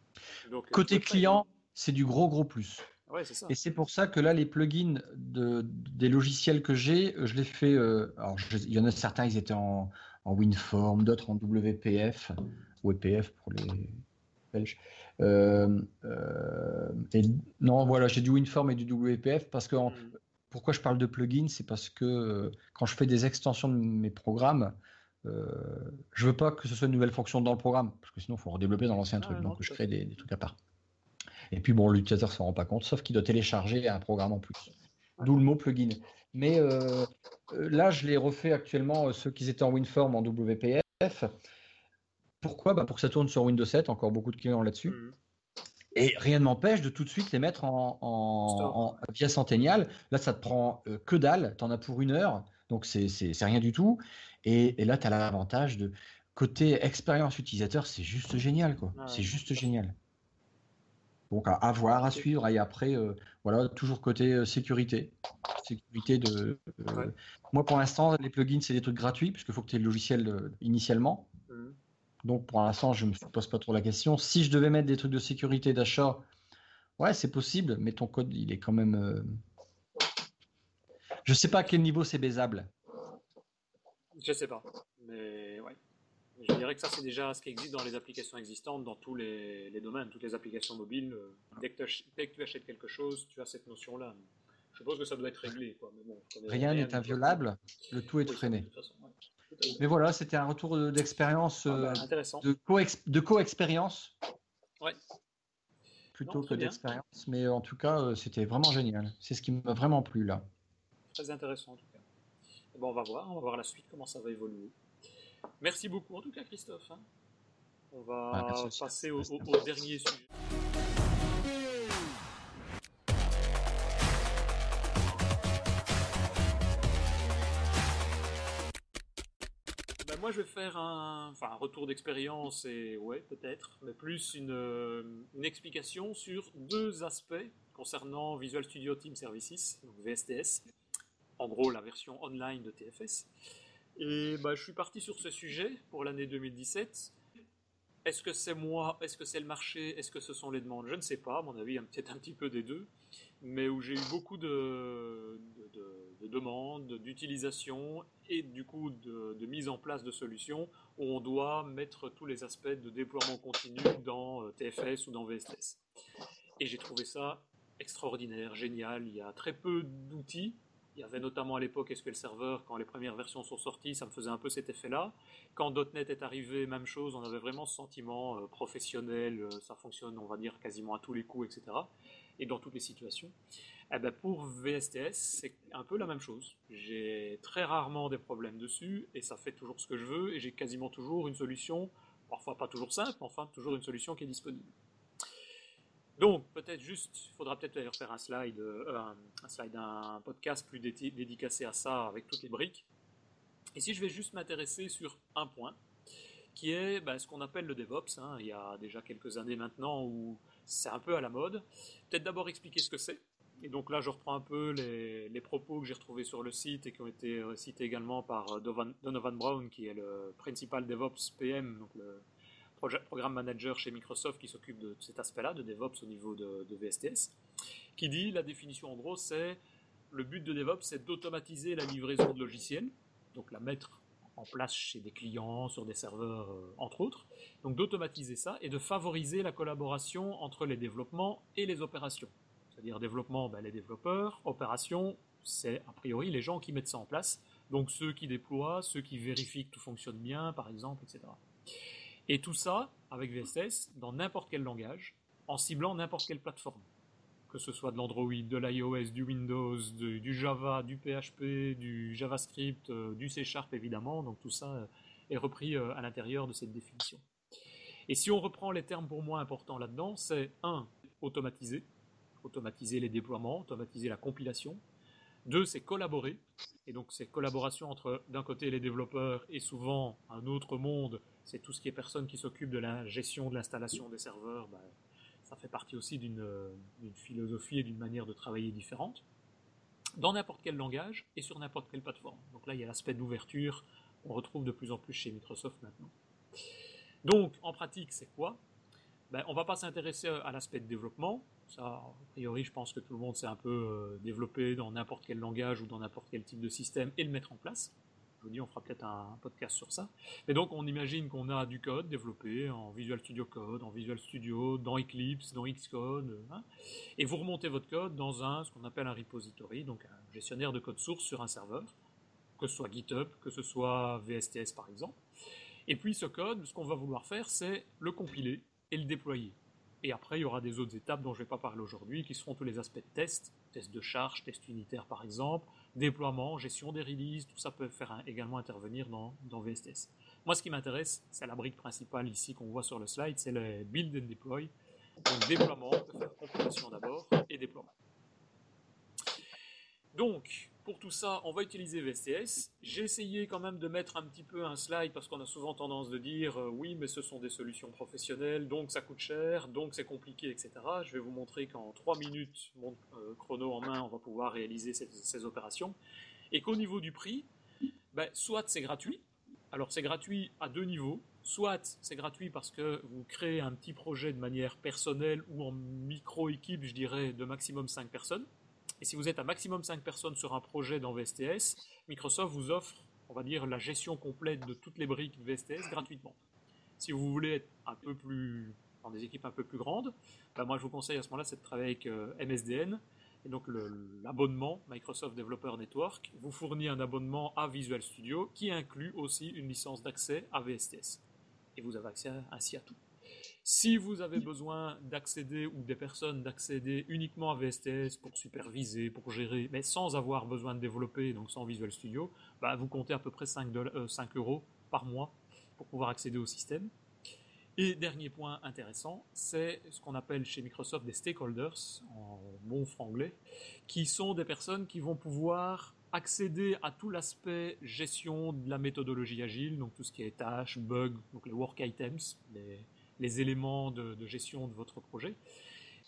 Donc euh, tout est Côté prêt, quoi. client, c'est du gros, gros plus. Ouais, c'est ça. Et c'est pour ça que là, les plugins de, des logiciels que j'ai, je les fais. Euh, alors, je- il y en a certains, ils étaient en, en WinForm, d'autres en W P F, ou E P F pour les Belges. Euh, euh, et non, voilà, j'ai du WinForm et du W P F parce que en- Mhm. pourquoi je parle de plugins, c'est parce que euh, quand je fais des extensions de mes programmes, euh, je veux pas que ce soit une nouvelle fonction dans le programme, parce que sinon, il faut redévelopper dans l'ancien truc. Ouais, non, Donc, tout je à crée fait. des, des trucs à part. Et puis bon, l'utilisateur ne s'en rend pas compte, sauf qu'il doit télécharger un programme en plus. Ouais. D'où le mot plugin. Mais euh, euh, là, je les refais actuellement, euh, ceux qui étaient en WinForm en W P F. Pourquoi bah, pour que ça tourne sur Windows sept, encore beaucoup de clients là-dessus. Mhm. Et rien ne m'empêche de tout de suite les mettre en, Store. en, en via Centennial. Là, ça te prend euh, que dalle, tu en as pour une heure, donc c'est rien du tout. Et, et là, tu as l'avantage de côté expérience utilisateur, c'est juste génial, quoi. Ouais, C'est ouais, non, juste tout à fait. génial. Donc à, à voir, à Ok. suivre. Et après, euh, voilà, toujours côté euh, sécurité. Sécurité de. Ouais. euh, moi, pour l'instant, les plugins, c'est des trucs gratuits, puisqu'il faut que tu aies le logiciel euh, initialement. Mhm. Donc pour l'instant, je ne me pose pas trop la question. Si je devais mettre des trucs de sécurité d'achat, ouais, c'est possible, mais ton code, il est quand même. euh, Je ne sais pas à quel niveau c'est baisable. Je sais pas. Mais ouais. Je dirais que ça, c'est déjà ce qui existe dans les applications existantes, dans tous les, les domaines, toutes les applications mobiles. euh, Dès que, tu dès que tu achètes quelque chose, tu as cette notion-là. Je suppose que ça doit être réglé, quoi. Mais bon, je connais Rien rien n'est du code. inviolable, le tout est Oui, ça, de freiné. toute façon. Ouais. Tout à fait. Mais voilà, c'était un retour de- d'expérience, Ah, bah, euh, intéressant. de co-ex- de co-expérience Ouais. Non, plutôt que très bien. d'expérience. Mais en tout cas, euh, c'était vraiment génial. C'est ce qui m'a vraiment plu là. Très intéressant, en tout cas. Bon, on va voir. On va voir la suite, comment ça va évoluer. Merci beaucoup, en tout cas, Christophe. Hein. On Ah, merci va aussi. passer au, au- au dernier sujet. Ben, moi, je vais faire un, enfin, un retour d'expérience et ouais, peut-être, mais plus une, euh, une explication sur deux aspects concernant Visual Studio Team Services, donc V S T S, en gros la version online de T F S, Et bah, je suis parti sur ce sujet pour l'année deux mille dix-sept. Est-ce que c'est moi? Est-ce que c'est le marché? Est-ce que ce sont les demandes? Je ne sais pas, à mon avis, il y a peut-être un petit peu des deux. Mais où j'ai eu beaucoup de, de, de, de demandes, d'utilisation et du coup de, de mise en place de solutions où on doit mettre tous les aspects de déploiement continu dans T F S ou dans V S T S. Et j'ai trouvé ça extraordinaire, génial. Il y a très peu d'outils. Il y avait notamment à l'époque S Q L Server, quand les premières versions sont sorties, ça me faisait un peu cet effet-là. Quand .NET est arrivé, même chose, on avait vraiment ce sentiment euh, professionnel, euh, ça fonctionne, on va dire, quasiment à tous les coups, et cetera. Et dans toutes les situations. Eh ben pour V S T S, c'est un peu la même chose. J'ai très rarement des problèmes dessus, et ça fait toujours ce que je veux, et j'ai quasiment toujours une solution, parfois pas toujours simple, mais enfin toujours une solution qui est disponible. Donc, peut-être juste, il faudra peut-être d'ailleurs faire un slide, euh, un, un slide, un podcast plus dédi- dédicacé à ça avec toutes les briques. Et si je vais juste m'intéresser sur un point, qui est bah, ce qu'on appelle le DevOps, hein, il y a déjà quelques années maintenant où c'est un peu à la mode. Peut-être d'abord expliquer ce que c'est. Et donc là, je reprends un peu les, les propos que j'ai retrouvés sur le site et qui ont été cités également par Donovan, Donovan Brown, qui est le principal DevOps P M, donc le Programme Manager chez Microsoft qui s'occupe de cet aspect-là, de DevOps au niveau de, de V S T S, qui dit, la définition en gros, c'est le but de DevOps, c'est d'automatiser la livraison de logiciels, donc la mettre en place chez des clients, sur des serveurs, euh, entre autres, donc d'automatiser ça et de favoriser la collaboration entre les développements et les opérations. C'est-à-dire développement, ben, les développeurs, opérations, c'est a priori les gens qui mettent ça en place, donc ceux qui déploient, ceux qui vérifient que tout fonctionne bien, par exemple, et cetera. Et tout ça, avec V S T S, dans n'importe quel langage, en ciblant n'importe quelle plateforme. Que ce soit de l'Android, de l'iOS, du Windows, de, du Java, du P H P, du JavaScript, euh, du C Sharp évidemment, donc tout ça euh, est repris euh, à l'intérieur de cette définition. Et si on reprend les termes pour moi importants là-dedans, c'est un, automatiser, automatiser les déploiements, automatiser la compilation. Deux, c'est collaborer, et donc c'est collaboration entre d'un côté les développeurs et souvent un autre monde, c'est tout ce qui est personne qui s'occupe de la gestion de l'installation des serveurs, bah, ça fait partie aussi d'une, d'une philosophie et d'une manière de travailler différente, dans n'importe quel langage et sur n'importe quelle plateforme. Donc là il y a l'aspect d'ouverture qu'on retrouve de plus en plus chez Microsoft maintenant. Donc en pratique c'est quoi? Ben, on ne va pas s'intéresser à l'aspect de développement. Ça, a priori, je pense que tout le monde sait un peu euh, développer dans n'importe quel langage ou dans n'importe quel type de système et le mettre en place. Je vous dis, on fera peut-être un podcast sur ça. Et donc, on imagine qu'on a du code développé en Visual Studio Code, en Visual Studio, dans Eclipse, dans Xcode, hein, et vous remontez votre code dans un, ce qu'on appelle un repository, donc un gestionnaire de code source sur un serveur, que ce soit GitHub, que ce soit V S T S par exemple. Et puis ce code, ce qu'on va vouloir faire, c'est le compiler et le déployer. Et après, il y aura des autres étapes dont je ne vais pas parler aujourd'hui, qui seront tous les aspects de test, test de charge, test unitaire par exemple, déploiement, gestion des releases, tout ça peut faire un, également intervenir dans, dans V S T S. Moi, ce qui m'intéresse, c'est la brique principale ici qu'on voit sur le slide, c'est le build and deploy. Donc déploiement, on peut faire compilation d'abord et déploiement. Donc, pour tout ça, on va utiliser V S T S. J'ai essayé quand même de mettre un petit peu un slide parce qu'on a souvent tendance de dire euh, oui, mais ce sont des solutions professionnelles, donc ça coûte cher, donc c'est compliqué, et cetera. Je vais vous montrer qu'en trois minutes, mon euh, chrono en main, on va pouvoir réaliser ces, ces opérations. Et qu'au niveau du prix, ben, soit c'est gratuit. Alors c'est gratuit à deux niveaux. Soit c'est gratuit parce que vous créez un petit projet de manière personnelle ou en micro-équipe, je dirais, de maximum cinq personnes. Et si vous êtes à maximum cinq personnes sur un projet dans V S T S, Microsoft vous offre, on va dire, la gestion complète de toutes les briques de V S T S gratuitement. Si vous voulez être un peu plus, dans des équipes un peu plus grandes, ben moi je vous conseille à ce moment-là, c'est de travailler avec euh, M S D N. Et donc le, l'abonnement Microsoft Developer Network vous fournit un abonnement à Visual Studio qui inclut aussi une licence d'accès à V S T S. Et vous avez accès ainsi à tout. Si vous avez besoin d'accéder, ou des personnes d'accéder uniquement à V S T S pour superviser, pour gérer, mais sans avoir besoin de développer, donc sans Visual Studio, bah vous comptez à peu près cinq euros par mois pour pouvoir accéder au système. Et dernier point intéressant, c'est ce qu'on appelle chez Microsoft des stakeholders, en bon franglais, qui sont des personnes qui vont pouvoir accéder à tout l'aspect gestion de la méthodologie agile, donc tout ce qui est tâches, bugs, donc les work items, les, les éléments de, de gestion de votre projet,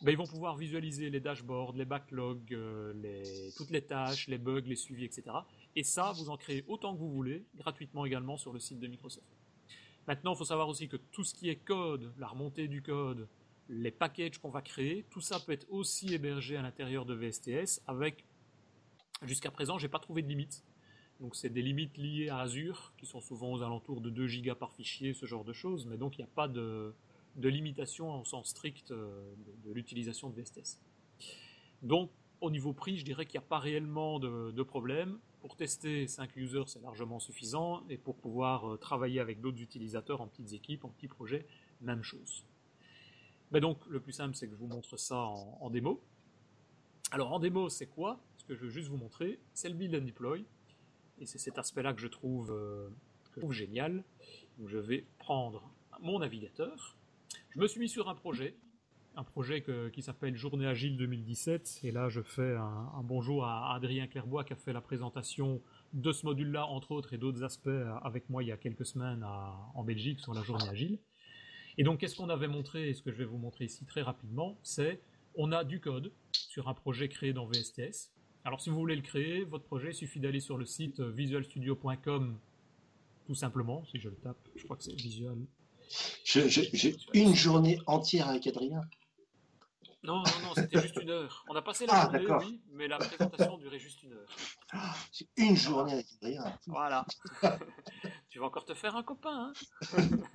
ben, ils vont pouvoir visualiser les dashboards, les backlogs, euh, les, toutes les tâches, les bugs, les suivis, et cetera. Et ça, vous en créez autant que vous voulez, gratuitement également sur le site de Microsoft. Maintenant, il faut savoir aussi que tout ce qui est code, la remontée du code, les packages qu'on va créer, tout ça peut être aussi hébergé à l'intérieur de V S T S avec, jusqu'à présent, j'ai pas trouvé de limite. Donc c'est des limites liées à Azure, qui sont souvent aux alentours de deux gigas par fichier, ce genre de choses, mais donc il n'y a pas de, de limitation au sens strict de, de l'utilisation de V S T S. Donc au niveau prix, je dirais qu'il n'y a pas réellement de, de problème. Pour tester cinq users, c'est largement suffisant, et pour pouvoir travailler avec d'autres utilisateurs en petites équipes, en petits projets, même chose. Mais donc le plus simple, c'est que je vous montre ça en, en démo. Alors en démo, c'est quoi? Ce que je veux juste vous montrer, c'est le build and deploy. Et c'est cet aspect-là que je trouve, euh, que je trouve génial. Donc je vais prendre mon navigateur. Je me suis mis sur un projet, un projet que, qui s'appelle Journée Agile deux mille dix-sept. Et là, je fais un, un bonjour à Adrien Clairbois qui a fait la présentation de ce module-là, entre autres, et d'autres aspects avec moi il y a quelques semaines à, en Belgique sur la Journée Agile. Et donc, qu'est-ce qu'on avait montré, et ce que je vais vous montrer ici très rapidement, c'est on a du code sur un projet créé dans V S T S. Alors, si vous voulez le créer, votre projet, il suffit d'aller sur le site visual studio point com, tout simplement. Si je le tape, je crois que c'est Visual. Je, je, j'ai une journée entière avec Adrien. Non, non, non, c'était juste une heure. On a passé la Ah, journée, d'accord. oui, mais la présentation durait juste une heure. C'est une journée avec Adrien. Voilà. Tu vas encore te faire un copain, hein.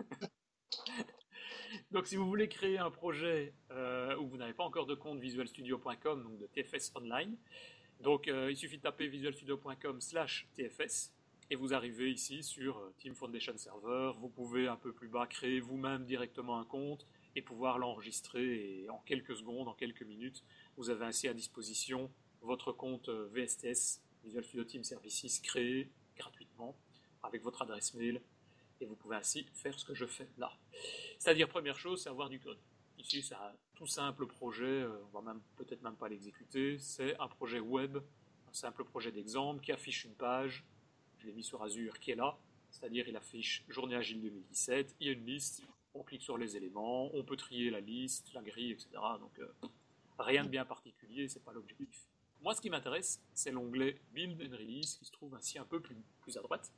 Donc, si vous voulez créer un projet euh, où vous n'avez pas encore de compte visual studio point com, donc de T F S Online, donc euh, il suffit de taper visual studio point com slash T F S et vous arrivez ici sur euh, Team Foundation Server. Vous pouvez un peu plus bas créer vous-même directement un compte et pouvoir l'enregistrer, et en quelques secondes, en quelques minutes, vous avez ainsi à disposition votre compte euh, V S T S, Visual Studio Team Services, créé gratuitement avec votre adresse mail, et vous pouvez ainsi faire ce que je fais là. C'est-à-dire, première chose, c'est avoir du code. Ici, c'est un tout simple projet, on va même peut-être même pas l'exécuter, c'est un projet web, un simple projet d'exemple qui affiche une page, je l'ai mis sur Azure, qui est là, c'est-à-dire il affiche Journée Agile deux mille dix-sept, il y a une liste, on clique sur les éléments, on peut trier la liste, la grille, et cetera. Donc euh, rien de bien particulier, c'est pas l'objectif. Moi, ce qui m'intéresse, c'est l'onglet Build and Release, qui se trouve ainsi un peu plus, plus à droite,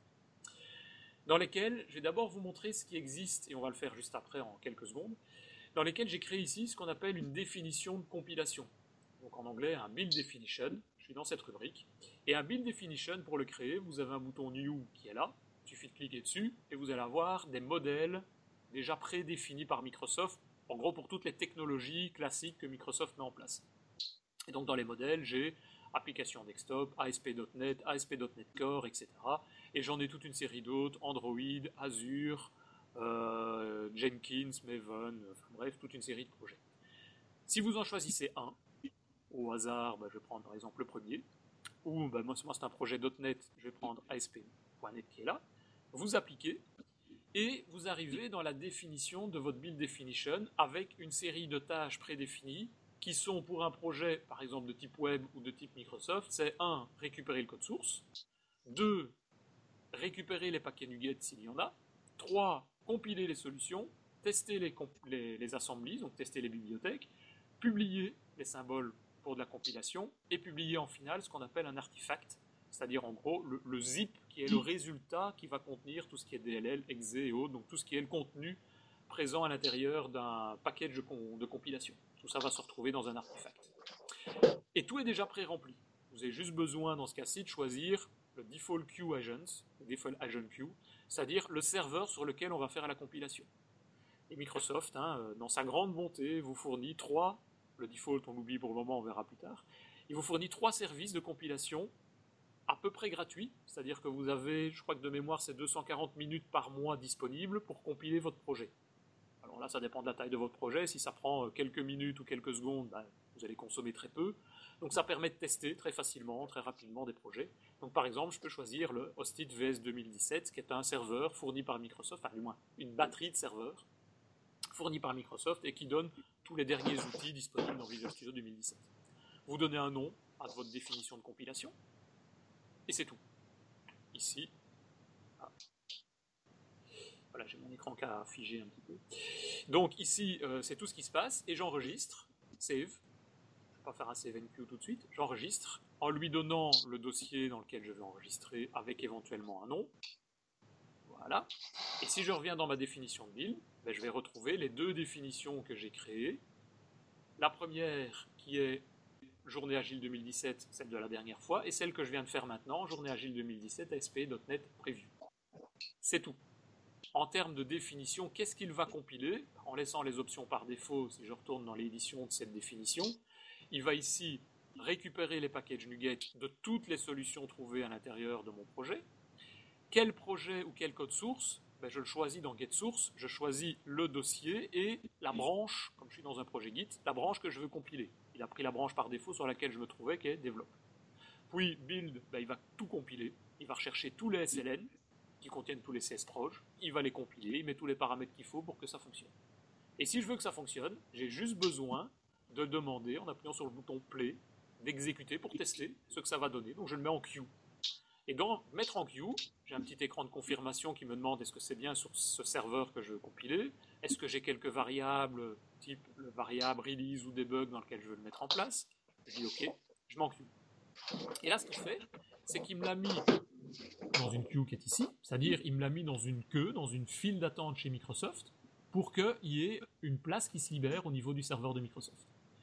dans lesquels je vais d'abord vous montrer ce qui existe, et on va le faire juste après en quelques secondes, dans lesquels j'ai créé ici ce qu'on appelle une définition de compilation. Donc en anglais, un build definition, je suis dans cette rubrique, et un build definition, pour le créer, vous avez un bouton New qui est là, il suffit de cliquer dessus, et vous allez avoir des modèles déjà prédéfinis par Microsoft, en gros pour toutes les technologies classiques que Microsoft met en place. Et donc dans les modèles, j'ai application desktop, A S P point net, A S P point net Core, et cetera. Et j'en ai toute une série d'autres, Android, Azure, euh, Jenkins, Maven, enfin bref, toute une série de projets. Si vous en choisissez un, au hasard, bah, je vais prendre par exemple le premier, ou bah, moi, moi c'est un projet .net, je vais prendre A S P point net qui est là, vous appliquez, et vous arrivez dans la définition de votre build definition avec une série de tâches prédéfinies qui sont pour un projet, par exemple de type web ou de type Microsoft, c'est un, récupérer le code source, deux, récupérer les paquets NuGet s'il y en a, trois, compiler les solutions, tester les, les, les assemblies, donc tester les bibliothèques, publier les symboles pour de la compilation, et publier en finale ce qu'on appelle un artefact, c'est-à-dire en gros le, le zip qui est le résultat qui va contenir tout ce qui est D L L, exe et autres, donc tout ce qui est le contenu présent à l'intérieur d'un package de, de compilation. Tout ça va se retrouver dans un artefact. Et tout est déjà pré-rempli. Vous avez juste besoin, dans ce cas-ci, de choisir le default queue agents, le default agent queue, c'est-à-dire le serveur sur lequel on va faire la compilation. Et Microsoft, hein, dans sa grande bonté, vous fournit trois, le default on l'oublie pour le moment, on verra plus tard, il vous fournit trois services de compilation à peu près gratuits, c'est-à-dire que vous avez, je crois que de mémoire, c'est deux cent quarante minutes par mois disponibles pour compiler votre projet. Alors là, ça dépend de la taille de votre projet. Si ça prend quelques minutes ou quelques secondes, ben, vous allez consommer très peu. Donc ça permet de tester très facilement, très rapidement des projets. Donc par exemple, je peux choisir le Hosted V S deux mille dix-sept, qui est un serveur fourni par Microsoft, enfin du moins une batterie de serveurs fournie par Microsoft et qui donne tous les derniers outils disponibles dans Visual Studio deux mille dix-sept. Vous donnez un nom à votre définition de compilation et c'est tout. Ici, ah. Voilà, j'ai mon écran qui a figé un petit peu. Donc ici, euh, c'est tout ce qui se passe, et j'enregistre. save. Je ne vais pas faire un save N Q tout de suite. J'enregistre en lui donnant le dossier dans lequel je vais enregistrer avec éventuellement un nom. Voilà. Et si je reviens dans ma définition de build, ben je vais retrouver les deux définitions que j'ai créées. La première qui est Journée Agile deux mille dix-sept, celle de la dernière fois, et celle que je viens de faire maintenant, Journée Agile deux mille dix-sept, A S P point net Preview. C'est tout. En termes de définition, qu'est-ce qu'il va compiler? En laissant les options par défaut, si je retourne dans l'édition de cette définition, il va ici récupérer les packages NuGet de toutes les solutions trouvées à l'intérieur de mon projet. Quel projet ou quel code source? Ben, je le choisis dans GetSource, je choisis le dossier et la branche, comme je suis dans un projet Git, la branche que je veux compiler. Il a pris la branche par défaut sur laquelle je me trouvais, qui est Develop. Puis Build, ben, il va tout compiler, il va rechercher tous les S L N qui contiennent tous les C S Proj, il va les compiler, il met tous les paramètres qu'il faut pour que ça fonctionne. Et si je veux que ça fonctionne, j'ai juste besoin de demander, en appuyant sur le bouton Play, d'exécuter pour tester ce que ça va donner. Donc je le mets en queue. Et dans mettre en queue, j'ai un petit écran de confirmation qui me demande est-ce que c'est bien sur ce serveur que je veux compiler, est-ce que j'ai quelques variables, type le variable release ou debug dans lequel je veux le mettre en place. Je dis OK, je m'en queue. Et là, ce qu'il fait, c'est qu'il me l'a mis dans une queue qui est ici, c'est-à-dire il me l'a mis dans une queue, dans une file d'attente chez Microsoft, pour qu'il y ait une place qui se libère au niveau du serveur de Microsoft.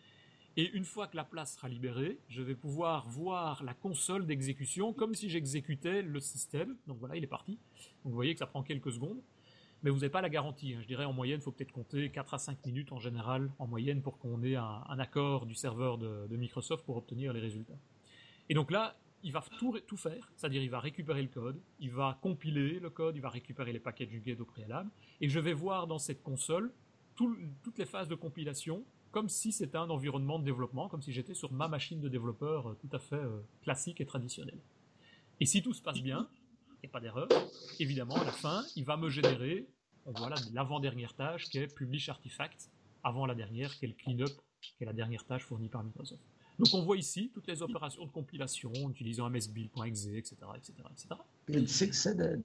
Et une fois que la place sera libérée, je vais pouvoir voir la console d'exécution comme si j'exécutais le système. Donc voilà, il est parti. Donc vous voyez que ça prend quelques secondes. Mais vous n'avez pas la garantie. Hein. Je dirais en moyenne, il faut peut-être compter quatre à cinq minutes en général, en moyenne, pour qu'on ait un, un accord du serveur de, de Microsoft pour obtenir les résultats. Et donc là, il va tout, tout faire. C'est-à-dire il va récupérer le code, il va compiler le code, il va récupérer les packages NuGet au préalable. Et je vais voir dans cette console tout, toutes les phases de compilation, comme si c'était un environnement de développement, comme si j'étais sur ma machine de développeur euh, tout à fait euh, classique et traditionnelle. Et si tout se passe bien, et pas d'erreur, évidemment, à la fin, il va me générer, on voit là l'avant-dernière tâche qui est Publish Artifact, avant la dernière, qui est le cleanup, qui est la dernière tâche fournie par Microsoft. Donc on voit ici toutes les opérations de compilation, utilisant msbuild.exe, et cetera, et cetera, et cetera. Build succeeded.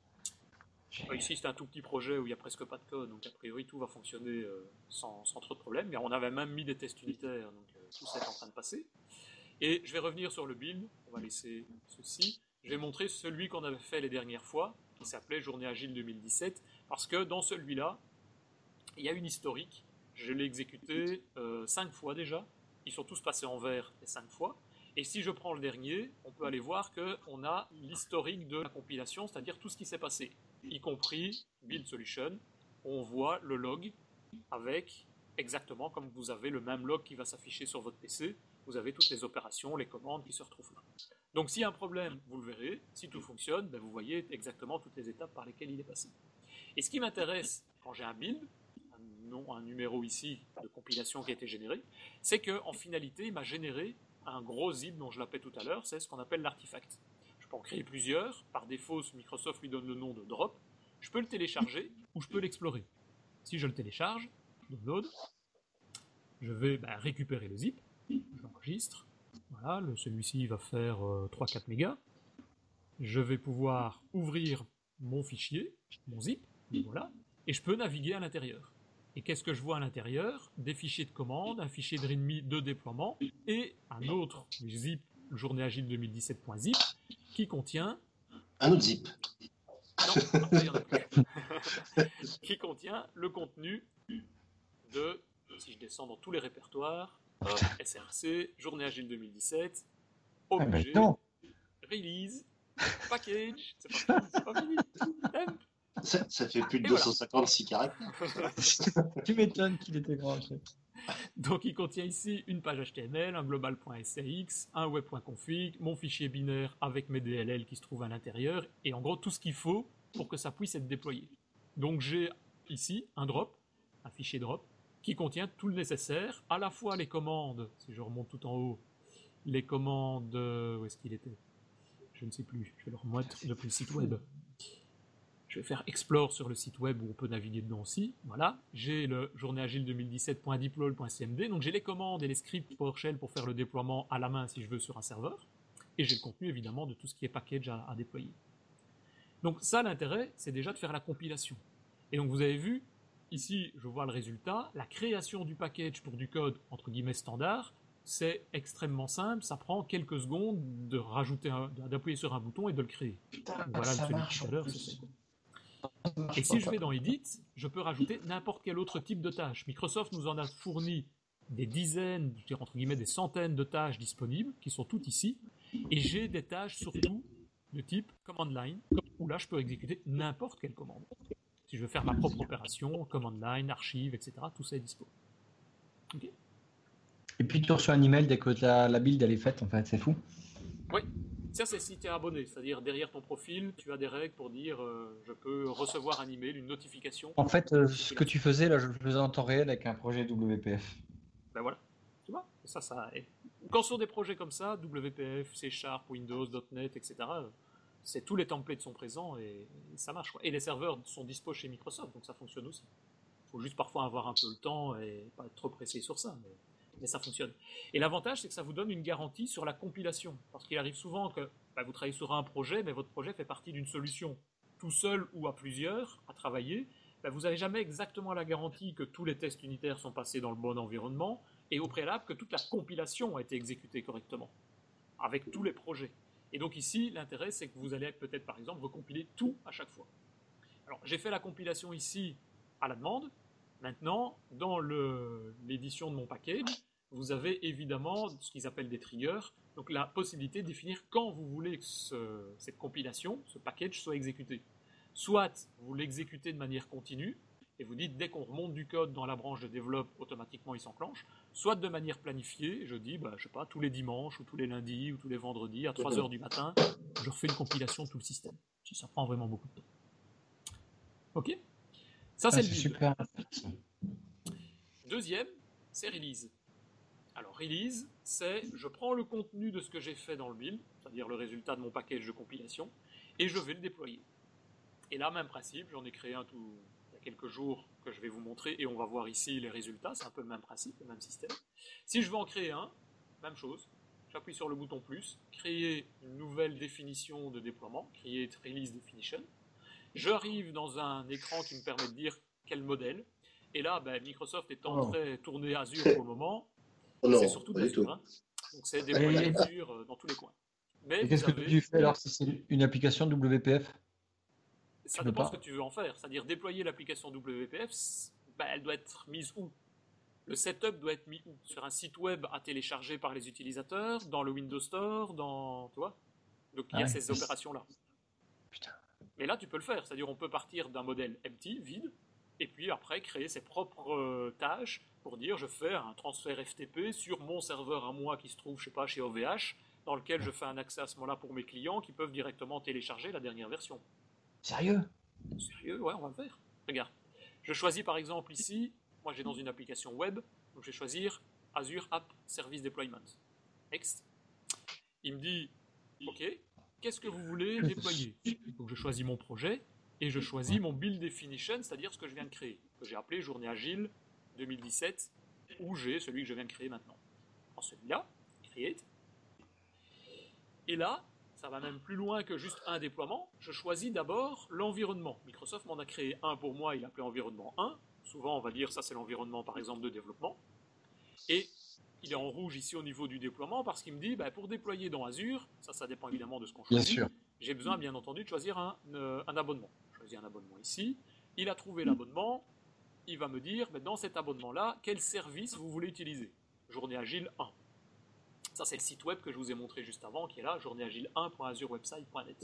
Ici, c'est un tout petit projet où il n'y a presque pas de code, donc a priori tout va fonctionner euh, sans, sans trop de problèmes. Mais on avait même mis des tests unitaires, donc euh, tout ça est en train de passer. Et je vais revenir sur le build, on va laisser ceci. Je vais montrer celui qu'on avait fait les dernières fois, qui s'appelait Journée Agile deux mille dix-sept, parce que dans celui-là, il y a une historique. Je l'ai exécuté euh, cinq fois déjà. Ils sont tous passés en vert les cinq fois. Et si je prends le dernier, on peut aller voir qu'on a l'historique de la compilation, c'est-à-dire tout ce qui s'est passé, y compris Build Solution. On voit le log avec exactement comme vous avez le même log qui va s'afficher sur votre P C. Vous avez toutes les opérations, les commandes qui se retrouvent là. Donc s'il y a un problème, vous le verrez. Si tout fonctionne, ben vous voyez exactement toutes les étapes par lesquelles il est passé. Et ce qui m'intéresse quand j'ai un build, un, nom, un numéro ici de compilation qui a été généré, c'est qu'en finalité, il m'a généré un gros zip dont je l'appelais tout à l'heure, c'est ce qu'on appelle l'artifact. Je peux en créer plusieurs. Par défaut, Microsoft lui donne le nom de drop. Je peux le télécharger ou je peux l'explorer. Si je le télécharge, download, je vais ben, récupérer le zip, j'enregistre. Voilà, le, celui-ci va faire euh, trois à quatre mégas. Je vais pouvoir ouvrir mon fichier, mon zip, et voilà, et je peux naviguer à l'intérieur. Et qu'est-ce que je vois à l'intérieur? Des fichiers de commande, un fichier de README de déploiement et un autre zip, Journée Agile deux mille dix-sept.zip, qui contient... Un autre zip. Non, après, il y en a plus. Qui contient le contenu de, si je descends dans tous les répertoires, S R C, Journée Agile deux mille dix-sept, objet, ah release, package, c'est pas fini, c'est pas fini, temp. Ça, ça fait plus de et deux cent cinquante-six voilà. Caractères. Tu m'étonnes qu'il était grand. Donc il contient ici une page H T M L, un global.srx, un web.config, mon fichier binaire avec mes D L L qui se trouvent à l'intérieur, et en gros tout ce qu'il faut pour que ça puisse être déployé. Donc j'ai ici un drop, un fichier drop, qui contient tout le nécessaire, à la fois les commandes, si je remonte tout en haut, les commandes... Où est-ce qu'il était? Je ne sais plus, je vais le remettre depuis le site web. Je vais faire Explore sur le site web où on peut naviguer dedans aussi. Voilà. J'ai le journée agile deux mille dix-sept.deploy.cmd. Donc j'ai les commandes et les scripts PowerShell pour faire le déploiement à la main si je veux sur un serveur. Et j'ai le contenu évidemment de tout ce qui est package à, à déployer. Donc ça, l'intérêt, c'est déjà de faire la compilation. Et donc vous avez vu, ici, je vois le résultat. La création du package pour du code, entre guillemets, standard, c'est extrêmement simple. Ça prend quelques secondes de rajouter un, d'appuyer sur un bouton et de le créer. Putain, voilà, ça celui marche tout à en l'heure, plus. c'est fait. Et si je vais dans Edit, je peux rajouter n'importe quel autre type de tâche. Microsoft nous en a fourni des dizaines, je dirais entre guillemets des centaines de tâches disponibles, qui sont toutes ici. Et j'ai des tâches surtout de type command line, où là je peux exécuter n'importe quelle commande. Si je veux faire ma propre opération, command line, archive, et cetera, tout ça est dispo. Okay. Et puis tu reçois un email dès que la, la build elle est faite, en fait, c'est fou. Oui, ça c'est si tu es abonné, c'est-à-dire derrière ton profil, tu as des règles pour dire euh, je peux recevoir un email, une notification. En fait, euh, ce que tu faisais là, je le faisais en temps réel avec un projet W P F. Ben voilà, tu vois, ça, ça. Quand sur des projets comme ça, W P F, C Sharp, Windows, .NET, et cetera, c'est tous les templates sont présents et, et ça marche. Quoi. Et les serveurs sont dispo chez Microsoft, donc ça fonctionne aussi. Il faut juste parfois avoir un peu le temps et pas être trop pressé sur ça, mais, mais ça fonctionne. Et l'avantage, c'est que ça vous donne une garantie sur la compilation, parce qu'il arrive souvent que bah, vous travaillez sur un projet, mais votre projet fait partie d'une solution, tout seul ou à plusieurs, à travailler. Bah, vous n'avez jamais exactement la garantie que tous les tests unitaires sont passés dans le bon environnement, et au préalable que toute la compilation a été exécutée correctement, avec tous les projets. Et donc ici, l'intérêt, c'est que vous allez peut-être, par exemple, recompiler tout à chaque fois. Alors, j'ai fait la compilation ici à la demande. Maintenant, dans l'édition de mon package, vous avez évidemment ce qu'ils appellent des triggers, donc la possibilité de définir quand vous voulez que ce, cette compilation, ce package, soit exécuté. Soit vous l'exécutez de manière continue, et vous dites dès qu'on remonte du code dans la branche de développe, automatiquement il s'enclenche, soit de manière planifiée, je dis, bah, je sais pas, tous les dimanches, ou tous les lundis, ou tous les vendredis, à trois heures du matin, je refais une compilation de tout le système. Si ça prend vraiment beaucoup de temps. Ok ? Ça, c'est ah, le build. Super. Deuxième, c'est release. Alors, release, c'est je prends le contenu de ce que j'ai fait dans le build, c'est-à-dire le résultat de mon package de compilation, et je vais le déployer. Et là, même principe, j'en ai créé un tout il y a quelques jours que je vais vous montrer, et on va voir ici les résultats, c'est un peu le même principe, le même système. Si je veux en créer un, même chose, j'appuie sur le bouton plus, créer une nouvelle définition de déploiement, create release definition. J'arrive dans un écran qui me permet de dire quel modèle. Et là, ben, Microsoft étant oh. très tourné Azure pour le moment, oh c'est surtout de l'Azure. Hein. Donc c'est déployé Azure euh, dans tous les coins. Mais et qu'est-ce avez... que tu fais alors si c'est une application W P F? Ça dépend ce que tu veux en faire. C'est-à-dire déployer l'application W P F, ben, elle doit être mise où? Le setup doit être mis où? Sur un site web à télécharger par les utilisateurs, dans le Windows Store, dans... Tu vois? Donc il y a ah, ces opérations-là. Putain. Mais là, tu peux le faire. C'est-à-dire on peut partir d'un modèle empty, vide, et puis après créer ses propres euh, tâches pour dire je fais un transfert F T P sur mon serveur à moi qui se trouve, je sais pas, chez O V H, dans lequel je fais un accès à ce moment-là pour mes clients qui peuvent directement télécharger la dernière version. Sérieux? Sérieux, ouais, on va le faire. Regarde. Je choisis par exemple ici, moi j'ai dans une application web, donc je vais choisir Azure App Service Deployment. Next. Il me dit, ok, qu'est-ce que vous voulez déployer? Donc je choisis mon projet et je choisis mon build definition, c'est-à-dire ce que je viens de créer, que j'ai appelé Journée Agile deux mille dix-sept, où j'ai celui que je viens de créer maintenant. En celui-là, create. Et là, ça va même plus loin que juste un déploiement. Je choisis d'abord l'environnement. Microsoft m'en a créé un pour moi, il l'appelait environnement un. Souvent, on va dire ça c'est l'environnement par exemple de développement. Et il est en rouge ici au niveau du déploiement parce qu'il me dit bah, pour déployer dans Azure, ça ça dépend évidemment de ce qu'on choisit, j'ai besoin bien entendu de choisir un, euh, un abonnement. Je choisis un abonnement ici, il a trouvé l'abonnement, il va me dire bah, dans cet abonnement-là, quel service vous voulez utiliser? Journée Agile un. Ça c'est le site web que je vous ai montré juste avant qui est là, journée agile un point azure website point net.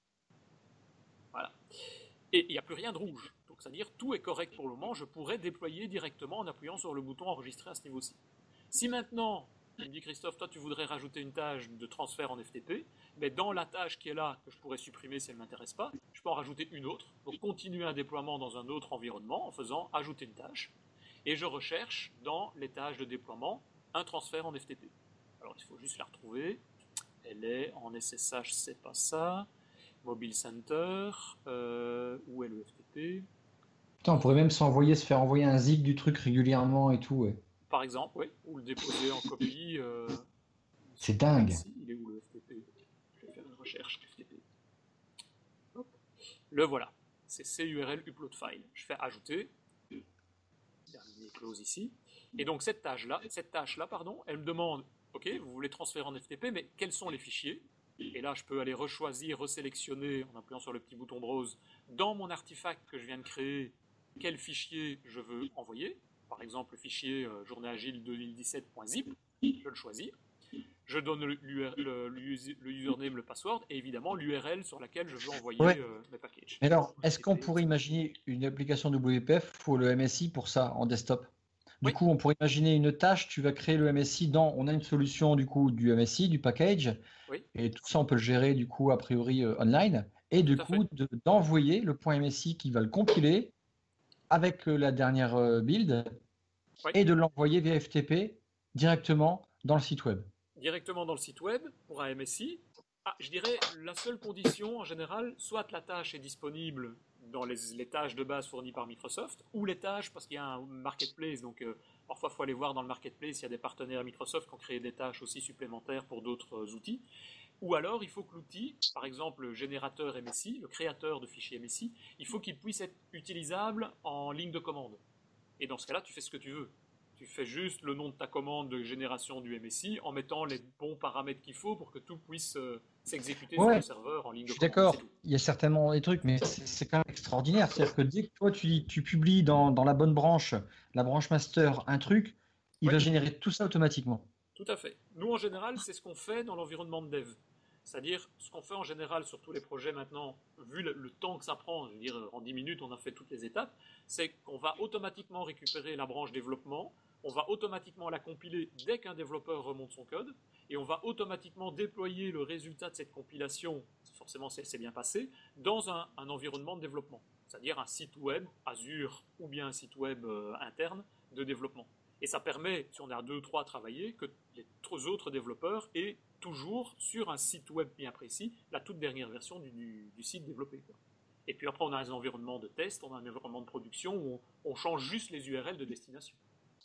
Voilà. Et il n'y a plus rien de rouge. Donc c'est-à-dire tout est correct pour le moment, je pourrais déployer directement en appuyant sur le bouton enregistrer à ce niveau-ci. Si maintenant, il me dit Christophe, toi tu voudrais rajouter une tâche de transfert en F T P, mais dans la tâche qui est là, que je pourrais supprimer si elle ne m'intéresse pas, je peux en rajouter une autre, donc continuer un déploiement dans un autre environnement en faisant ajouter une tâche, et je recherche dans les tâches de déploiement un transfert en F T P. Alors il faut juste la retrouver, elle est en S S H, c'est pas ça, Mobile Center, euh, où est le F T P? Putain, on pourrait même s'envoyer, se faire envoyer un zip du truc régulièrement et tout, ouais. Par exemple, oui, ou le déposer en copie. Euh, c'est dingue. Ici, il est où le F T P? Je vais faire une recherche F T P. Hop. Le voilà, c'est C U R L upload file. Je fais ajouter. terminé, close ici. Et donc cette tâche-là, cette tâche-là, pardon, elle me demande, ok, vous voulez transférer en F T P, mais quels sont les fichiers? Et là, je peux aller rechoisir, resélectionner, en appuyant sur le petit bouton browse, dans mon artefact que je viens de créer, quel fichier je veux envoyer. Par exemple, le fichier euh, journée agile deux mille dix-sept.zip, je le choisis. Je donne le, le, le username, le password, et évidemment l'U R L sur laquelle je veux envoyer ouais. euh, mes packages. Alors, est-ce qu'on pourrait imaginer une application W P F ou le M S I pour ça en desktop? Du oui. coup, on pourrait imaginer une tâche, tu vas créer le M S I dans, on a une solution du coup du M S I, du package, oui. et tout ça on peut le gérer du coup a priori euh, online, et du coup de, d'envoyer le point M S I qui va le compiler avec euh, la dernière euh, build, oui. et de l'envoyer via F T P directement dans le site web. Directement dans le site web pour un M S I. Ah, je dirais la seule condition en général, soit la tâche est disponible dans les, les tâches de base fournies par Microsoft, ou les tâches, parce qu'il y a un marketplace, donc euh, parfois il faut aller voir dans le marketplace, il y a des partenaires Microsoft qui ont créé des tâches aussi supplémentaires pour d'autres euh, outils, ou alors il faut que l'outil, par exemple le générateur M S I, le créateur de fichiers M S I, il faut qu'il puisse être utilisable en ligne de commande. Et dans ce cas-là, tu fais ce que tu veux. Tu fais juste le nom de ta commande de génération du M S I en mettant les bons paramètres qu'il faut pour que tout puisse euh, s'exécuter ouais, sur le serveur en ligne de commande. Je suis d'accord, il y a certainement des trucs, mais c'est, c'est quand même extraordinaire. C'est-à-dire que dès que toi tu, tu publies dans, dans la bonne branche, la branche master, un truc, il ouais. va générer tout ça automatiquement. Tout à fait. Nous, en général, c'est ce qu'on fait dans l'environnement de dev. C'est-à-dire, ce qu'on fait en général sur tous les projets maintenant, vu le, le temps que ça prend, je veux dire, en dix minutes, on a fait toutes les étapes, c'est qu'on va automatiquement récupérer la branche développement, on va automatiquement la compiler dès qu'un développeur remonte son code, et on va automatiquement déployer le résultat de cette compilation, forcément c'est, c'est bien passé, dans un, un environnement de développement, c'est-à-dire un site web, Azure, ou bien un site web euh, interne de développement. Et ça permet, si on a deux ou trois à travailler, que les autres développeurs aient toujours sur un site web bien précis la toute dernière version du, du, du site développé, quoi. Et puis après, on a un environnement de test, on a un environnement de production où on, on change juste les U R L de destination.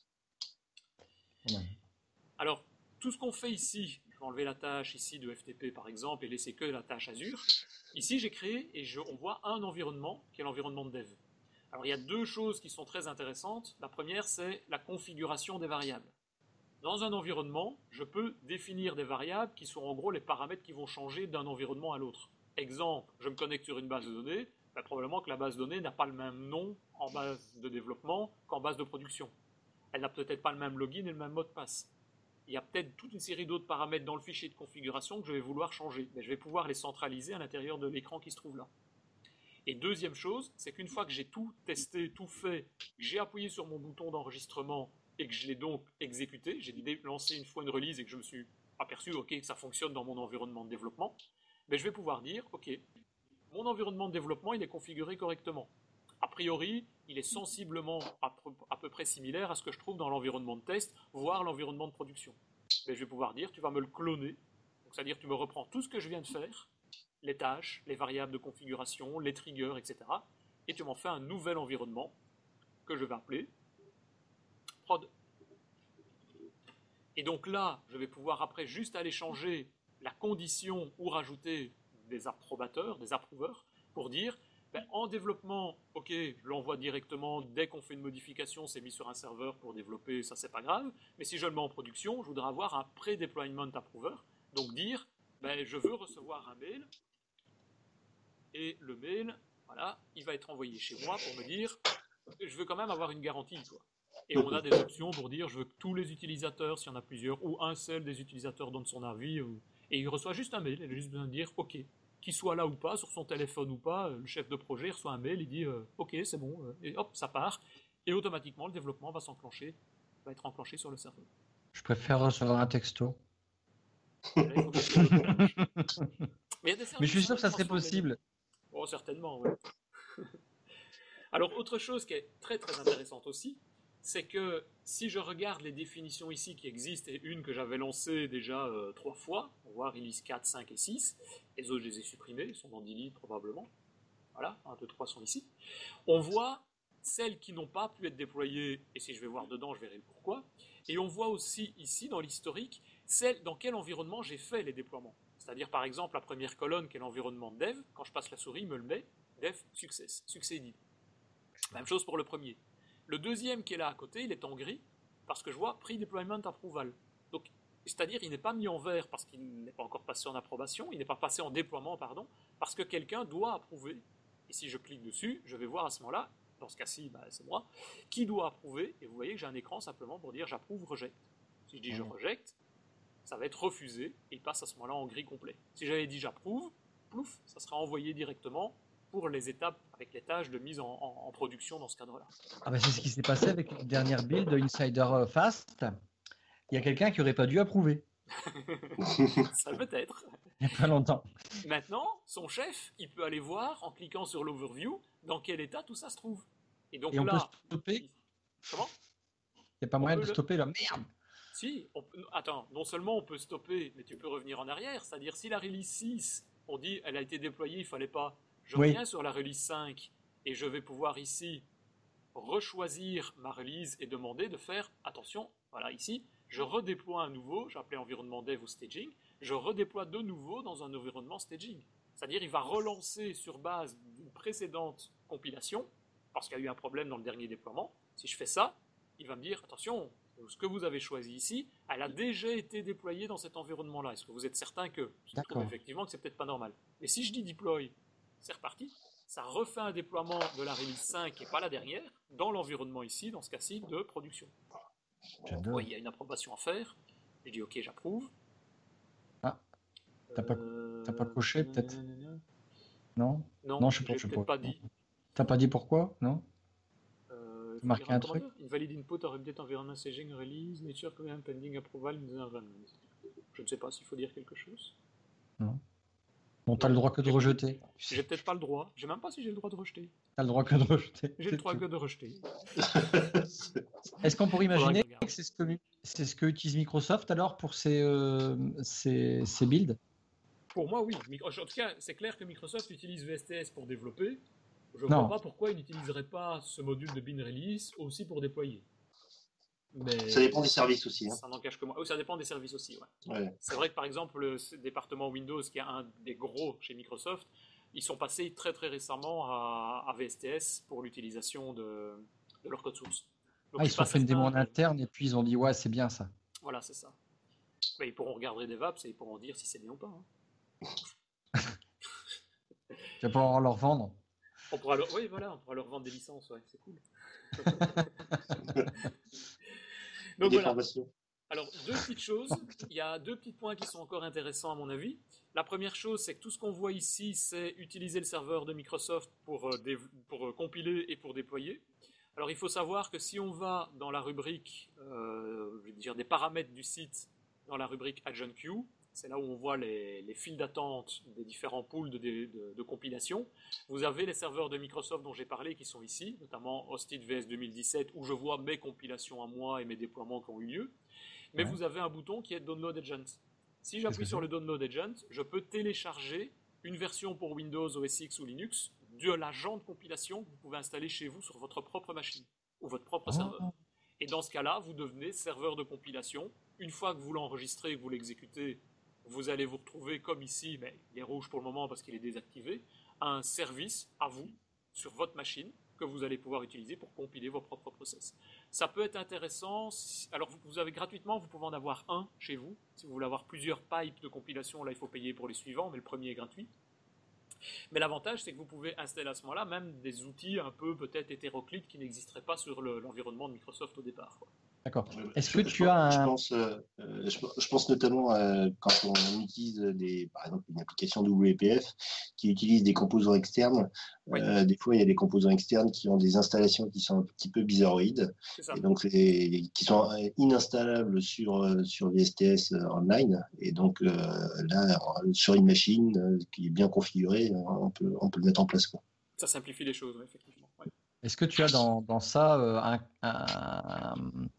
Ouais. Alors, tout ce qu'on fait ici, je vais enlever la tâche ici de F T P par exemple et laisser que la tâche Azure. Ici, j'ai créé et je, on voit un environnement qui est l'environnement de dev. Alors, il y a deux choses qui sont très intéressantes. La première, c'est la configuration des variables. Dans un environnement, je peux définir des variables qui sont en gros les paramètres qui vont changer d'un environnement à l'autre. Exemple, je me connecte sur une base de données, ben, probablement que la base de données n'a pas le même nom en base de développement qu'en base de production. Elle n'a peut-être pas le même login et le même mot de passe. Il y a peut-être toute une série d'autres paramètres dans le fichier de configuration que je vais vouloir changer, mais je vais pouvoir les centraliser à l'intérieur de l'écran qui se trouve là. Et deuxième chose, c'est qu'une fois que j'ai tout testé, tout fait, j'ai appuyé sur mon bouton d'enregistrement et que je l'ai donc exécuté, j'ai lancé une fois une release et que je me suis aperçu okay, que ça fonctionne dans mon environnement de développement, ben je vais pouvoir dire, ok, mon environnement de développement il est configuré correctement. A priori, il est sensiblement à peu, à peu près similaire à ce que je trouve dans l'environnement de test, voire l'environnement de production. Ben, je vais pouvoir dire, tu vas me le cloner, donc, c'est-à-dire tu me reprends tout ce que je viens de faire, les tâches, les variables de configuration, les triggers, et cetera. Et tu m'en fais un nouvel environnement que je vais appeler prod. Et donc là, je vais pouvoir après juste aller changer la condition ou rajouter des approbateurs, des approuveurs, pour dire, ben, en développement, ok, je l'envoie directement, dès qu'on fait une modification, c'est mis sur un serveur pour développer, ça c'est pas grave, mais si je le mets en production, je voudrais avoir un pré-deployment approver, donc dire, ben, je veux recevoir un mail, et le mail, voilà, il va être envoyé chez moi pour me dire, je veux quand même avoir une garantie, quoi. Et on a des options pour dire, je veux que tous les utilisateurs, s'il y en a plusieurs, ou un seul des utilisateurs donne son avis, ou... et il reçoit juste un mail, il a juste besoin de dire, ok, qu'il soit là ou pas, sur son téléphone ou pas, le chef de projet il reçoit un mail, il dit, euh, ok, c'est bon, euh, et hop, ça part, et automatiquement, le développement va s'enclencher, va être enclenché sur le serveur. Je préfère recevoir un texto. Là, il faut que je le Mais, Mais je suis sûr que ça serait possible. Oh, certainement, oui. Alors, autre chose qui est très très intéressante aussi, c'est que si je regarde les définitions ici qui existent, et une que j'avais lancée déjà euh, trois fois, on voit release quatre, cinq et six, les autres je les ai supprimées, ils sont dans delete probablement, voilà, un, deux, trois sont ici, on voit celles qui n'ont pas pu être déployées, et si je vais voir dedans, je verrai le pourquoi, et on voit aussi ici dans l'historique, celles dans quel environnement j'ai fait les déploiements. C'est-à-dire par exemple la première colonne qui est l'environnement dev, quand je passe la souris, il me le met, dev, success, succédé. Même chose pour le premier. Le deuxième qui est là à côté, il est en gris, parce que je vois Pre-Deployment Approval. Donc, c'est-à-dire, il n'est pas mis en vert parce qu'il n'est pas encore passé en approbation, il n'est pas passé en déploiement, pardon, parce que quelqu'un doit approuver. Et si je clique dessus, je vais voir à ce moment-là, dans ce cas-ci, bah, c'est moi, qui doit approuver, et vous voyez que j'ai un écran simplement pour dire j'approuve, rejecte. Si je dis je rejecte, ça va être refusé, et il passe à ce moment-là en gris complet. Si j'avais dit j'approuve, plouf, ça sera envoyé directement pour les étapes avec les tâches de mise en, en, en production dans ce cadre-là. Ah bah c'est ce qui s'est passé avec une dernière build de Insider Fast. Il y a quelqu'un qui n'aurait pas dû approuver. Ça peut être. Il n'y a pas longtemps. Maintenant, son chef, il peut aller voir en cliquant sur l'overview dans quel état tout ça se trouve. Et donc Et on là, peut stopper. Il... Comment ? Il n'y a pas moyen de le... stopper la merde. Si, on peut... attends, non seulement on peut stopper, mais tu peux revenir en arrière. C'est-à-dire, si la release six, on dit elle a été déployée, il ne fallait pas. Je oui. reviens sur la release cinq et je vais pouvoir ici rechoisir ma release et demander de faire, attention, voilà ici, je redéploie à nouveau, j'ai appelé environnement dev ou staging, je redéploie de nouveau dans un environnement staging. C'est-à-dire il va relancer sur base d'une précédente compilation, parce qu'il y a eu un problème dans le dernier déploiement. Si je fais ça, il va me dire, attention, ce que vous avez choisi ici, elle a déjà été déployée dans cet environnement-là. Est-ce que vous êtes certain que je trouve effectivement que c'est peut-être pas normal. Mais si je dis deploy, c'est reparti, ça refait un déploiement de la release cinq et pas la dernière, dans l'environnement ici, dans ce cas-ci, de production. Oui, il y a une approbation à faire. Je dis ok, j'approuve. Ah, t'as pas, euh... pas coché peut-être? Non, non, non, je sais pas. Je peut-être pas dit. T'as pas dit pourquoi? Non. Euh, T'as marqué un truc? Invalid input or update environment staging release nature command pending approval in the environment. Je ne sais pas s'il faut dire quelque chose. Non. Bon, t'as le droit que de rejeter. J'ai peut-être pas le droit. Je sais même pas si j'ai le droit de rejeter. T'as le droit que de rejeter. J'ai le droit que de rejeter. Est-ce qu'on pourrait imaginer que c'est ce que c'est ce que utilise Microsoft alors pour ses, euh, ses, ses builds? Pour moi, oui. En tout cas, c'est clair que Microsoft utilise V S T S pour développer. Je ne vois pas pourquoi il n'utiliserait pas ce module de bin release aussi pour déployer. Mais ça dépend des services aussi. Hein. Ça n'en cache que moi. Oh, ça dépend des services aussi, ouais. ouais. C'est vrai que par exemple, le département Windows, qui est un des gros chez Microsoft, ils sont passés très très récemment à, à V S T S pour l'utilisation de, de leur code source. Donc, ah, ils ont fait une démo en interne et puis ils ont dit ouais, c'est bien ça. Voilà, c'est ça. Mais ils pourront regarder des V A P S et ils pourront dire si c'est bien ou pas. Hein. Tu vas pouvoir leur vendre. On pourra leur... Oui, voilà, on pourra leur vendre des licences, ouais, c'est cool. Donc voilà. Alors, deux petites choses. Il y a deux petits points qui sont encore intéressants à mon avis. La première chose, c'est que tout ce qu'on voit ici, c'est utiliser le serveur de Microsoft pour, euh, dé... pour euh, compiler et pour déployer. Alors, il faut savoir que si on va dans la rubrique, euh, je veux dire, des paramètres du site, dans la rubrique Agent Queue, c'est là où on voit les, les files d'attente des différents pools de, de, de, de compilation. Vous avez les serveurs de Microsoft dont j'ai parlé qui sont ici, notamment Hosted V S deux mille dix-sept, où je vois mes compilations à moi et mes déploiements qui ont eu lieu. Mais ouais. Vous avez un bouton qui est Download Agent. Si j'appuie sur le Download Agent, je peux télécharger une version pour Windows, O S X ou Linux de l'agent de compilation que vous pouvez installer chez vous sur votre propre machine ou votre propre oh. serveur. Et dans ce cas-là, vous devenez serveur de compilation. Une fois que vous l'enregistrez et que vous l'exécutez, vous allez vous retrouver comme ici, mais il est rouge pour le moment parce qu'il est désactivé, un service à vous, sur votre machine, que vous allez pouvoir utiliser pour compiler vos propres process. Ça peut être intéressant, alors vous avez gratuitement, vous pouvez en avoir un chez vous. Si vous voulez avoir plusieurs pipes de compilation, là il faut payer pour les suivants, mais le premier est gratuit. Mais l'avantage, c'est que vous pouvez installer à ce moment-là même des outils un peu peut-être hétéroclites qui n'existeraient pas sur le, l'environnement de Microsoft au départ, quoi. D'accord. Est-ce que tu as un... je, pense, euh, je, je pense notamment euh, quand on utilise des, par exemple une application W P F qui utilise des composants externes. Oui. Euh, des fois, il y a des composants externes qui ont des installations qui sont un petit peu bizarroïdes, et donc les, qui sont ininstallables sur sur V S T S online. Et donc euh, là, sur une machine euh, qui est bien configurée, on peut on peut le mettre en place, quoi. Ça simplifie les choses, effectivement. Ouais. Est-ce que tu as dans, dans ça euh, un, un,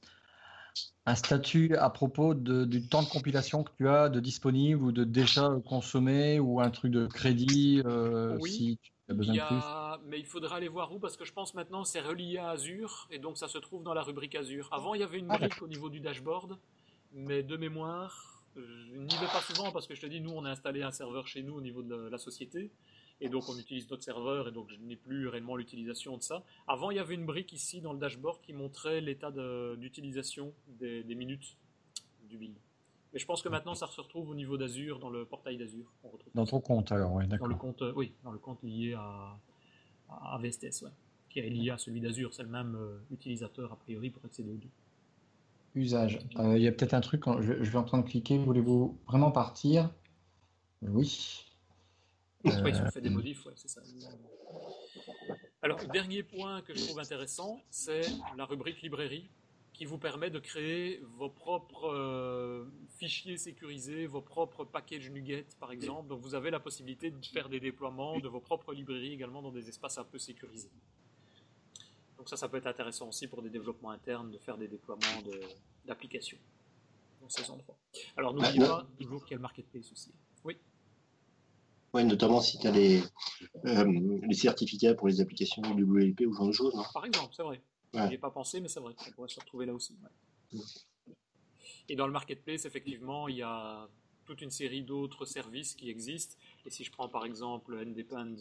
un statut à propos de, du temps de compilation que tu as de disponible ou de déjà consommé ou un truc de crédit euh, oui, si tu as besoin il y a... de plus? Mais il faudra aller voir où parce que je pense maintenant c'est relié à Azure et donc ça se trouve dans la rubrique Azure. Avant il y avait une brique ah, au niveau du dashboard, mais de mémoire, je n'y vais pas souvent parce que je te dis, nous on a installé un serveur chez nous au niveau de la société. et donc on utilise notre serveur, et donc je n'ai plus réellement l'utilisation de ça. Avant, il y avait une brique ici dans le dashboard qui montrait l'état de, d'utilisation des, des minutes du build. Mais je pense que maintenant, ça se retrouve au niveau d'Azure, dans le portail d'Azure. On retrouve dans ton ça. compte, alors, oui, d'accord. Dans le compte, euh, oui, dans le compte lié à, à V S T S, ouais, qui est lié à celui d'Azure. C'est le même euh, utilisateur, a priori, pour accéder aux deux. Usage. Il euh, y a peut-être un truc, je, je vais en train de cliquer. Voulez-vous vraiment partir? Oui. Euh... Oui, si on fait des modifs, ouais, c'est ça. Alors, dernier point que je trouve intéressant, c'est la rubrique librairie, qui vous permet de créer vos propres euh, fichiers sécurisés, vos propres packages NuGet, par exemple. Donc, vous avez la possibilité de faire des déploiements de vos propres librairies également dans des espaces un peu sécurisés. Donc ça, ça peut être intéressant aussi pour des développements internes, de faire des déploiements de, d'applications dans ces endroits. Alors, n'oubliez pas toujours qu'il y a le marketplace aussi. Oui. Oui, notamment si tu as les, euh, les certificats pour les applications W L P ou genre de choses, non? Par exemple, c'est vrai. Ouais. J'y ai pas pensé, mais c'est vrai. Ça pourrait se retrouver là aussi. Ouais. Ouais. Et dans le marketplace, effectivement, il y a toute une série d'autres services qui existent. Et si je prends par exemple Ndepend,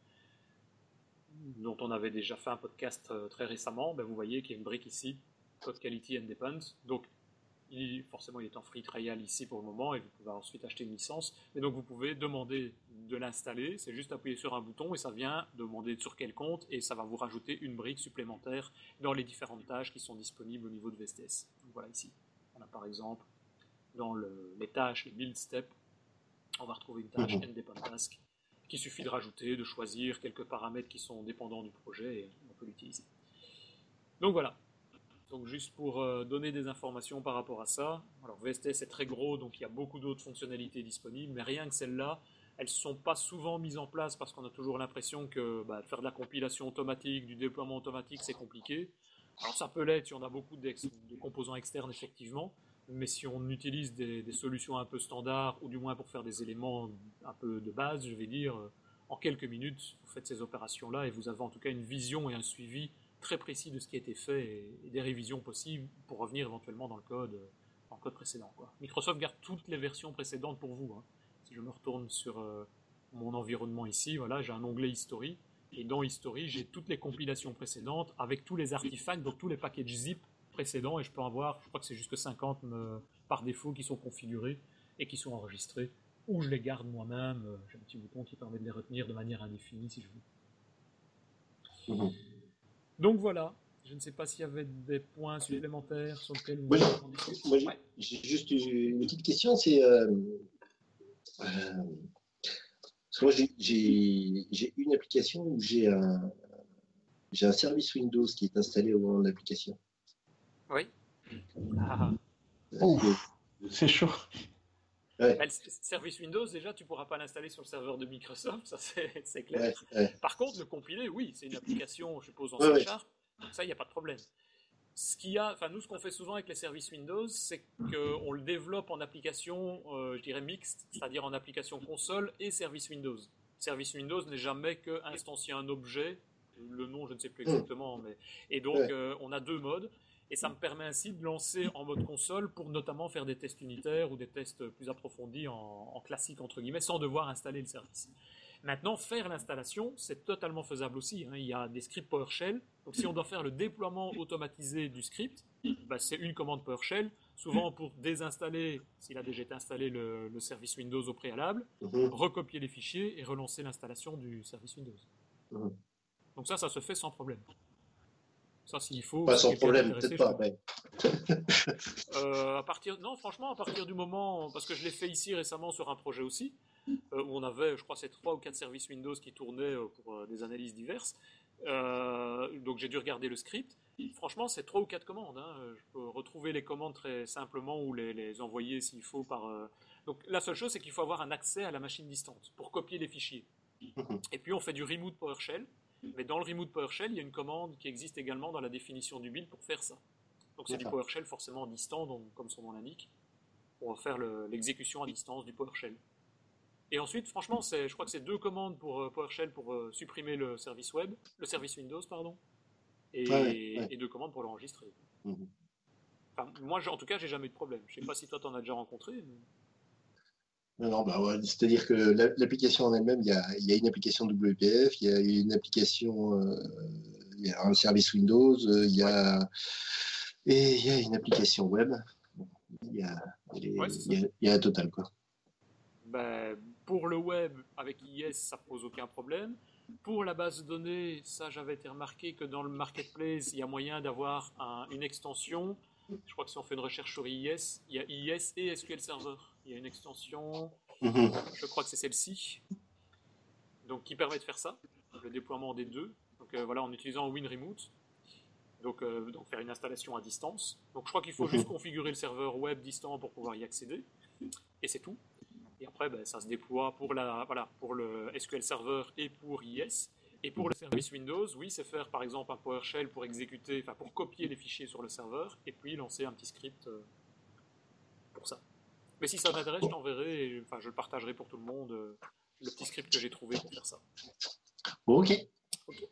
dont on avait déjà fait un podcast très récemment, ben vous voyez qu'il y a une brique ici, Code Quality Ndepend. Donc, il, forcément, il est en free trial ici pour le moment et vous pouvez ensuite acheter une licence. Mais donc, vous pouvez demander de l'installer. C'est juste appuyer sur un bouton et ça vient demander sur quel compte et ça va vous rajouter une brique supplémentaire dans les différentes tâches qui sont disponibles au niveau de V S T S. Donc, voilà ici. On a par exemple dans le, les tâches, les build steps, on va retrouver une tâche Ndepend Task qu'il suffit de rajouter, de choisir quelques paramètres qui sont dépendants du projet et on peut l'utiliser. Donc voilà. Donc juste pour euh, donner des informations par rapport à ça, alors V S T S est très gros, donc il y a beaucoup d'autres fonctionnalités disponibles, mais rien que celles-là, elles ne sont pas souvent mises en place parce qu'on a toujours l'impression que bah, faire de la compilation automatique, du déploiement automatique, c'est compliqué. Alors ça peut l'être si on a beaucoup de composants externes, effectivement, mais si on utilise des, des solutions un peu standards, ou du moins pour faire des éléments un peu de base, je vais dire, en quelques minutes, vous faites ces opérations-là et vous avez en tout cas une vision et un suivi très précis de ce qui a été fait et, et des révisions possibles pour revenir éventuellement dans le code, dans le code précédent, quoi. Microsoft garde toutes les versions précédentes pour vous. Hein. Si je me retourne sur euh, mon environnement ici, voilà, j'ai un onglet History, et dans History, j'ai toutes les compilations précédentes avec tous les artefacts, donc tous les packages zip précédents, et je peux en avoir, je crois que c'est jusque cinquante me, par défaut qui sont configurés et qui sont enregistrés, ou je les garde moi-même, j'ai un petit bouton qui permet de les retenir de manière indéfinie si je veux. Mmh. Donc voilà, je ne sais pas s'il y avait des points supplémentaires sur lesquels vous voulez en discuter. Moi, j'ai ouais. juste une petite question, c'est... Euh, euh, parce que moi, j'ai une application où j'ai un, j'ai un service Windows qui est installé au moment de l'application. Oui. Ah. Oh, c'est chaud. Ouais. Bah, le service Windows, déjà, tu ne pourras pas l'installer sur le serveur de Microsoft, ça c'est clair. Ouais, ouais. Par contre, le compiler, oui, c'est une application, je suppose, en C Sharp, ouais. Ça, il n'y a pas de problème. Ce qu'il y a, enfin, nous, ce qu'on fait souvent avec les services Windows, c'est qu'on le développe en application, euh, je dirais, mixte, c'est-à-dire en application console et service Windows. Service Windows n'est jamais qu'instancier un objet, le nom, je ne sais plus exactement, mais... et donc, ouais. euh, on a deux modes. Et ça me permet ainsi de lancer en mode console pour notamment faire des tests unitaires ou des tests plus approfondis en, en classique, entre guillemets, sans devoir installer le service. Maintenant, faire l'installation, c'est totalement faisable aussi. Hein. Il y a des scripts PowerShell. Donc, si on doit faire le déploiement automatisé du script, bah, c'est une commande PowerShell, souvent pour désinstaller, s'il a déjà été installé, le, le service Windows au préalable, mm-hmm. recopier les fichiers et relancer l'installation du service Windows. Mm-hmm. Donc ça, ça se fait sans problème. Ça, s'il faut. Pas sans problème, peut-être pas. Mais... euh, à partir, non, franchement, à partir du moment, parce que je l'ai fait ici récemment sur un projet aussi, euh, où on avait, je crois, c'est trois ou quatre services Windows qui tournaient pour euh, des analyses diverses. Euh, donc j'ai dû regarder le script. Franchement, c'est trois ou quatre commandes. Hein. Je peux retrouver les commandes très simplement ou les, les envoyer s'il faut par. Euh... Donc la seule chose, c'est qu'il faut avoir un accès à la machine distante pour copier les fichiers. Et puis on fait du remove PowerShell. Mais dans le remove PowerShell, il y a une commande qui existe également dans la définition du build pour faire ça. Donc c'est du PowerShell forcément distant, donc, comme son nom l'indique, pour faire l'exécution le, à distance du PowerShell. Et ensuite, franchement, je crois que c'est deux commandes pour euh, PowerShell pour euh, supprimer le service web, le service Windows, pardon, et, ouais, ouais. et deux commandes pour l'enregistrer. Mm-hmm. Enfin, moi, en tout cas, j'ai jamais eu de problème. Je sais pas si toi, t'en as déjà rencontré. Mais... Non, non, bah ouais, c'est-à-dire que l'application en elle-même, il y a, il y a une application W P F, il y a une application, euh, il y a un service Windows, euh, il y a, ouais. Et il y a une application web. Il y a, il y a, Ouais, il y a, il y a un total, quoi. Ben, pour le web, avec I S, ça pose aucun problème. Pour la base de données, ça j'avais été remarqué que dans le marketplace, il y a moyen d'avoir un, une extension. Je crois que si on fait une recherche sur I S, il y a I S et S Q L Server. Il y a une extension, mm-hmm. je crois que c'est celle-ci, donc qui permet de faire ça, le déploiement des deux. Donc euh, voilà, en utilisant WinRemote, donc, euh, donc faire une installation à distance. Donc je crois qu'il faut mm-hmm. juste configurer le serveur web distant pour pouvoir y accéder, et c'est tout. Et après, ben, ça se déploie pour, la, voilà, pour le S Q L Server et pour I S. Et pour le service Windows, oui, c'est faire par exemple un PowerShell pour exécuter, enfin pour copier les fichiers sur le serveur et puis lancer un petit script euh, pour ça. Mais si ça t'intéresse, je t'enverrai, et, enfin je le partagerai pour tout le monde, euh, le petit script que j'ai trouvé pour faire ça. Ok. okay.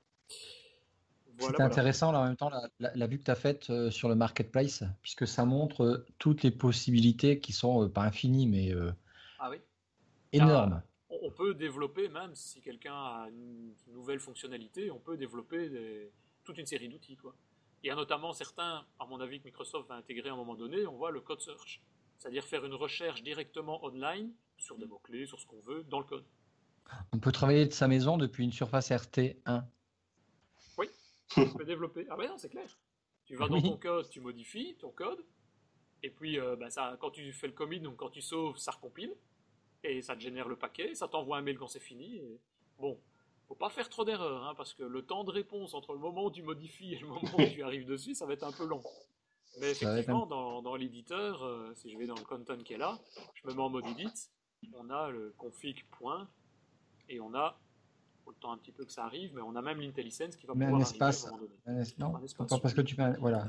Voilà, c'est intéressant voilà. Là, en même temps la, la, la vue que tu as faite euh, sur le marketplace, puisque ça montre euh, toutes les possibilités qui sont euh, pas infinies, mais euh, ah oui. énormes. Ah, on peut développer, même si quelqu'un a une nouvelle fonctionnalité, on peut développer des, toute une série d'outils, quoi. Il y a notamment certains, à mon avis, que Microsoft va intégrer à un moment donné, on voit le code search. C'est-à-dire faire une recherche directement online, sur des mots-clés, sur ce qu'on veut, dans le code. On peut travailler de sa maison depuis une Surface R T un. Oui, tu peux développer. Ah ouais, non, c'est clair. Tu vas dans oui. ton code, tu modifies ton code, et puis euh, bah, ça, quand tu fais le commit, donc quand tu sauves, ça recompile, et ça te génère le paquet, ça t'envoie un mail quand c'est fini. Et... Bon, faut pas faire trop d'erreurs, hein, parce que le temps de réponse entre le moment où tu modifies et le moment où tu arrives dessus, ça va être un peu long. Mais effectivement, un... dans, dans l'éditeur, euh, si je vais dans le content qui est là, je me mets en mode edit, on a le config point, et on a, faut le temps un petit peu que ça arrive, mais on a même l'IntelliSense qui va mais pouvoir un espace, arriver à un moment donné. Un es... Non, un espace, pas parce que tu peux... Voilà.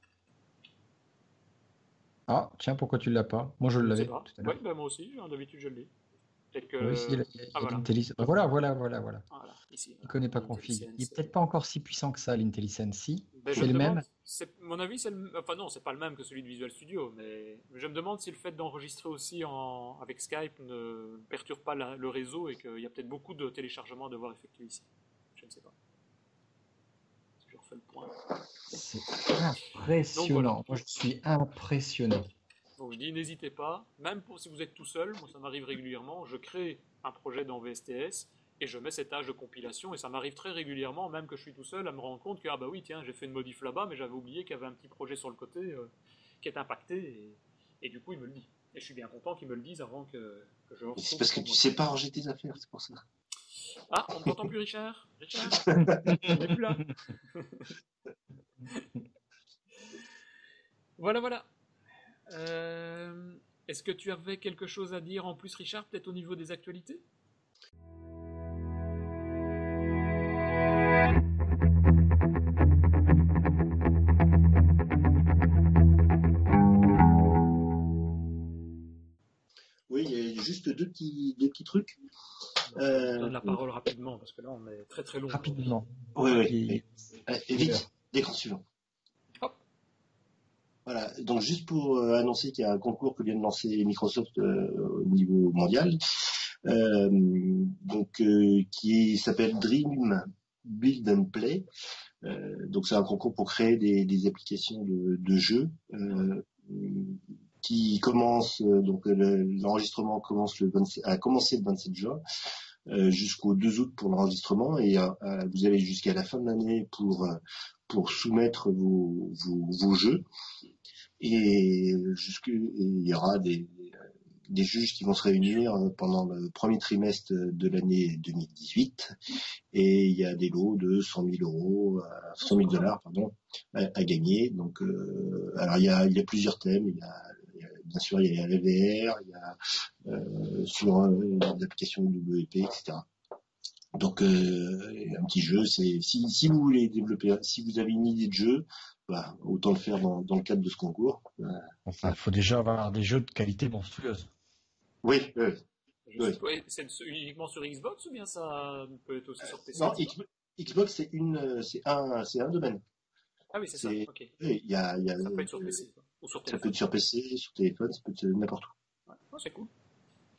Ah, tiens, pourquoi tu l'as pas? Moi, je, je l'avais tout à l'heure. Oui, ben moi aussi, d'habitude, je l'ai. Que... Oui, si, il y a, il y a ah, voilà. l'IntelliSense. Voilà, voilà, voilà, voilà. voilà ici, il ne connaît pas config. Il n'est peut-être pas encore si puissant que ça, l'IntelliSense. Si, ben, c'est le demande, même. C'est, mon avis, c'est le... Enfin non, c'est pas le même que celui de Visual Studio, mais je me demande si le fait d'enregistrer aussi en... avec Skype ne perturbe pas la... le réseau et qu'il y a peut-être beaucoup de téléchargements à devoir effectuer ici. Je ne sais pas. Je refais le point. C'est impressionnant. Voilà. Moi, je suis impressionné. Donc je dis, n'hésitez pas, même pour, si vous êtes tout seul, moi ça m'arrive régulièrement, je crée un projet dans V S T S et je mets cet âge de compilation et ça m'arrive très régulièrement, même que je suis tout seul, à me rendre compte que, ah bah oui, tiens, j'ai fait une modif là-bas, mais j'avais oublié qu'il y avait un petit projet sur le côté euh, qui est impacté et, et du coup il me le dit. Et je suis bien content qu'ils me le disent avant que, que je... C'est parce que tu sais pas ranger tes affaires, c'est pour ça. Ah, on ne t'entend plus Richard Richard il n'est plus là. Voilà, voilà. Euh, est-ce que tu avais quelque chose à dire en plus, Richard, peut-être au niveau des actualités ? Oui, il y a juste deux petits, deux petits trucs. Donc, euh... donne la parole rapidement, parce que là, on est très très long. Rapidement. Oui, oui. Et, et vite, l'écran suivant. Voilà, donc juste pour euh, annoncer qu'il y a un concours que vient de lancer Microsoft euh, au niveau mondial, euh, donc euh, qui s'appelle Dream Build and Play. Euh, donc c'est un concours pour créer des, des applications de, de jeux euh, qui commence euh, donc le, l'enregistrement commence le vingt-sept, a commencé le vingt-sept juin euh, jusqu'au deux août pour l'enregistrement et euh, vous avez jusqu'à la fin de l'année pour pour soumettre vos, vos, vos jeux. Et jusque, il y aura des, des juges qui vont se réunir pendant le premier trimestre de l'année deux mille dix-huit. Et il y a des lots de cent mille euros, cent mille dollars, pardon, à, à gagner. Donc, euh, alors il y a, il y a plusieurs thèmes. Il y a, il y a bien sûr, il y a la V R, il y a euh, sur euh, l'application W P, et cetera. Donc, euh, un petit jeu, c'est si, si vous voulez développer, si vous avez une idée de jeu, bah, autant le faire dans, dans le cadre de ce concours. Enfin, il faut déjà avoir des jeux de qualité monstrueuse. Oui, oui. oui. oui. C'est uniquement sur Xbox ou bien ça peut être aussi sur P C? Non, Xbox c'est une, c'est un, c'est un domaine. Ah oui, c'est, c'est ça. Ok. Il y a, il y a. Ça peut être sur P C ou sur téléphone. Ça peut être sur P C, sur téléphone, ça peut être n'importe où. Ouais. Oh, c'est cool.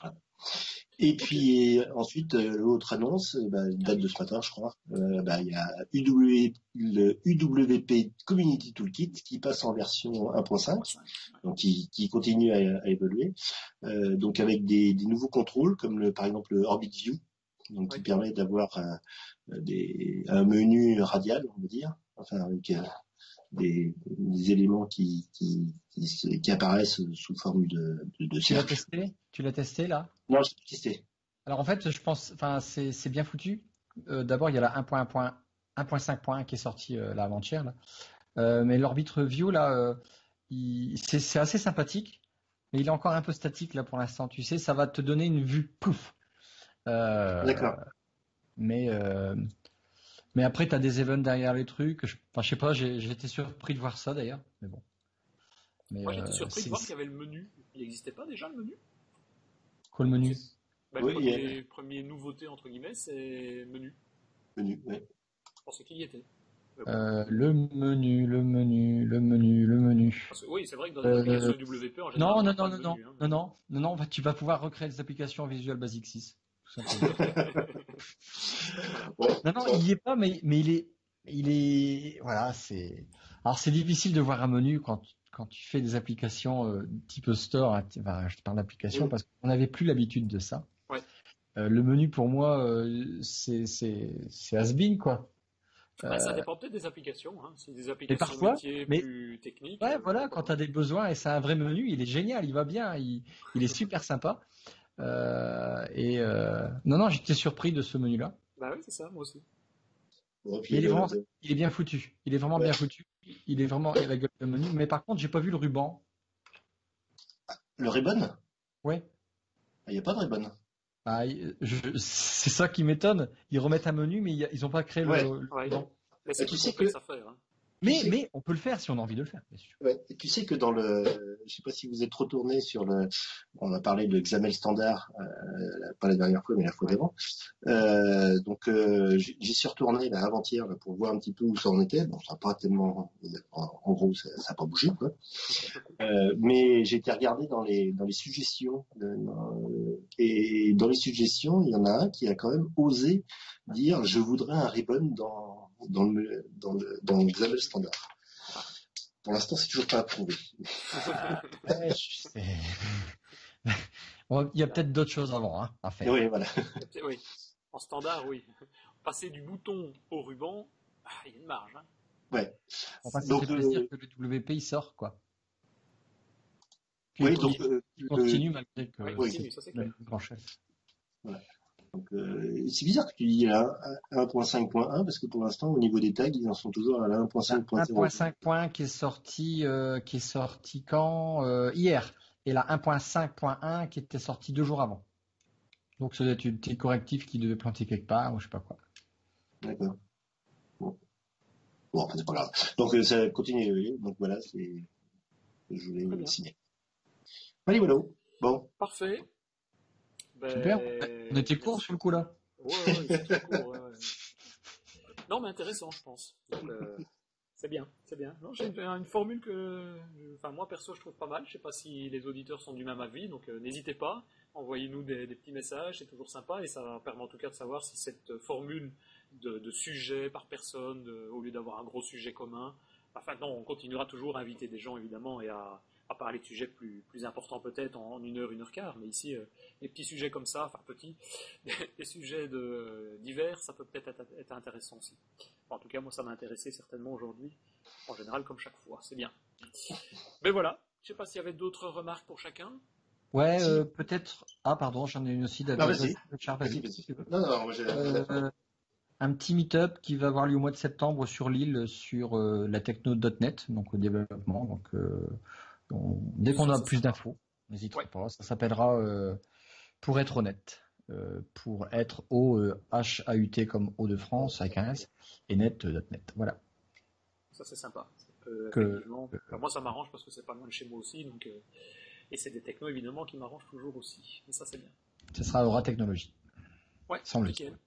Voilà. Et puis okay. ensuite, euh, l'autre annonce, bah, date de ce matin, je crois. Euh, bah, il y a U W, le U W P Community Toolkit qui passe en version un point cinq, donc qui, qui continue à, à évoluer. Euh, donc avec des, des nouveaux contrôles, comme le, par exemple le Orbit View, donc ouais. qui permet d'avoir euh, des, un menu radial, on va dire, enfin avec euh, des, des éléments qui, qui, qui, qui apparaissent sous forme de, de, de cercle. Tu l'as testé ? Tu l'as testé là ? Non, je l'ai testé. Alors en fait, je pense, enfin c'est c'est bien foutu. Euh, D'abord, il y a la un point cinq point un qui est sorti euh, là avant-hier là. Euh, mais l'Orbit View là, euh, c'est c'est assez sympathique, mais il est encore un peu statique là pour l'instant. Tu sais, ça va te donner une vue pouf. Euh, D'accord. Mais euh, mais après, tu as des events derrière les trucs. Je, enfin, je sais pas, j'ai été surpris de voir ça d'ailleurs. Mais bon. Mais, Moi, j'étais euh, surpris de voir qu'il y avait le menu. Il n'existait pas déjà le menu ? Quoi le menu ? Bah, oui, le premier, il y a... premier nouveauté entre guillemets, c'est menu. Menu, oui. Je pensais qu'il y était. Bon. Euh, le menu, le menu, le menu, le menu. Parce que, oui, c'est vrai que dans les euh, applications W P en général. Non, non, non, non, non, hein, mais... non, non, non, non, tu vas pouvoir recréer des applications en Visual Basic six. Tout simplement. non, non, il y est pas, mais mais il est, il est, voilà, c'est. Alors c'est difficile de voir un menu quand quand tu fais des applications euh, type store. Enfin, je te parle d'applications oui. parce qu'on n'avait plus l'habitude de ça. Ouais. Euh, le menu pour moi, euh, c'est c'est c'est has-been quoi. Bah, ça dépend peut-être des applications. Hein. C'est des applications parfois, métiers mais, plus techniques. Ouais, euh, voilà, quand tu as des besoins et c'est un vrai menu, il est génial, il va bien, il, il est super sympa. Euh, et euh, non, non, j'étais surpris de ce menu-là. Bah oui, c'est ça, moi aussi. Bon, il, est vraiment, il est bien foutu. Il est vraiment ouais. bien foutu. Il est vraiment la gueule de menu. Mais par contre, j'ai pas vu le ruban. Le ribbon ? Ouais. Il n'y a pas de ribbon. Ah, c'est ça qui m'étonne. Ils remettent un menu, mais ils n'ont pas créé ouais. le, le ouais. ruban. Mais c'est tu sais que ça fait. Hein. Mais, mais on peut le faire si on a envie de le faire, bien sûr. Ouais. Et tu sais que dans le, je sais pas si vous êtes retourné sur le, on a parlé de X A M L standard, euh, pas la dernière fois, mais la fois ouais. d'avant. Euh, donc euh, j'y suis retourné là avant-hier là, pour voir un petit peu où ça en était. Bon, ça n'a pas tellement, en gros, ça n'a pas bougé quoi. Euh, mais j'ai été regardé dans les dans les suggestions de, dans, et dans les suggestions, il y en a un qui a quand même osé dire je voudrais un ribbon dans dans le dans le dans le X A M L standard. Pour l'instant, c'est toujours pas approuvé. ouais, je sais. Bon, il y a peut-être d'autres choses avant hein, à faire. Oui, voilà. Oui. En standard, oui. Passer du bouton au ruban, ah, il y a une marge. Hein. Ouais. Enfin, ça fait plaisir euh... que le W P il sort quoi. Oui, il donc continue, euh, il continue malgré que oui, il continue, ça c'est clair. Le grand chef. Voilà. Donc, euh, c'est bizarre que tu dis là un point cinq point un parce que pour l'instant au niveau des tags ils en sont toujours à la un point cinq point zéro. un point cinq point un qui est sorti euh, qui est sorti quand euh, hier et la un point cinq point un qui était sorti deux jours avant. Donc ça doit être une petite correctif qui devait planter quelque part ou je sais pas quoi. D'accord. Bon. Bon, enfin, c'est pas grave. Donc euh, ça continue. Donc voilà, c'est je voulais le signer. Allez voilà. Bon. Parfait. Ben... Super. On était court sur le coup là. Ouais, ouais, c'était court. Ouais, ouais. Non, mais intéressant, je pense. Donc, euh, c'est bien, c'est bien. J'ai une, une formule que, enfin, moi perso, je trouve pas mal. Je sais pas si les auditeurs sont du même avis, donc euh, n'hésitez pas. Envoyez-nous des, des petits messages, c'est toujours sympa et ça permet en tout cas de savoir si cette formule de, de sujet par personne, de, au lieu d'avoir un gros sujet commun. Enfin, non, on continuera toujours à inviter des gens évidemment et à à parler de sujets plus, plus importants peut-être en une heure, une heure quart, mais ici, euh, des petits sujets comme ça, enfin petits, des, des sujets de, euh, divers, ça peut peut-être être, être intéressant aussi. Enfin, en tout cas, moi, ça m'a intéressé certainement aujourd'hui, en général, comme chaque fois, c'est bien. Mais voilà, je sais pas s'il y avait d'autres remarques pour chacun. Ouais, euh, peut-être... Ah, pardon, j'en ai une aussi. Non, vas-y. Vas-y, vas-y. Non, non, moi j'ai... Euh, un petit meet-up qui va avoir lieu au mois de septembre sur l'île, sur euh, la techno point net, donc au développement, donc... Euh, On, dès qu'on a plus d'infos, n'hésitez ouais. pas. Ça s'appellera euh, Pour être honnête. Euh, pour être O H A U T comme O de France avec un S et net euh, .net. Voilà. Ça c'est sympa. Euh, que, enfin, moi ça m'arrange parce que c'est pas loin de chez moi aussi, donc euh, et c'est des technos évidemment qui m'arrangent toujours aussi. Mais ça c'est bien. Ce sera Aura Technologie. Ouais. Sans le nickel.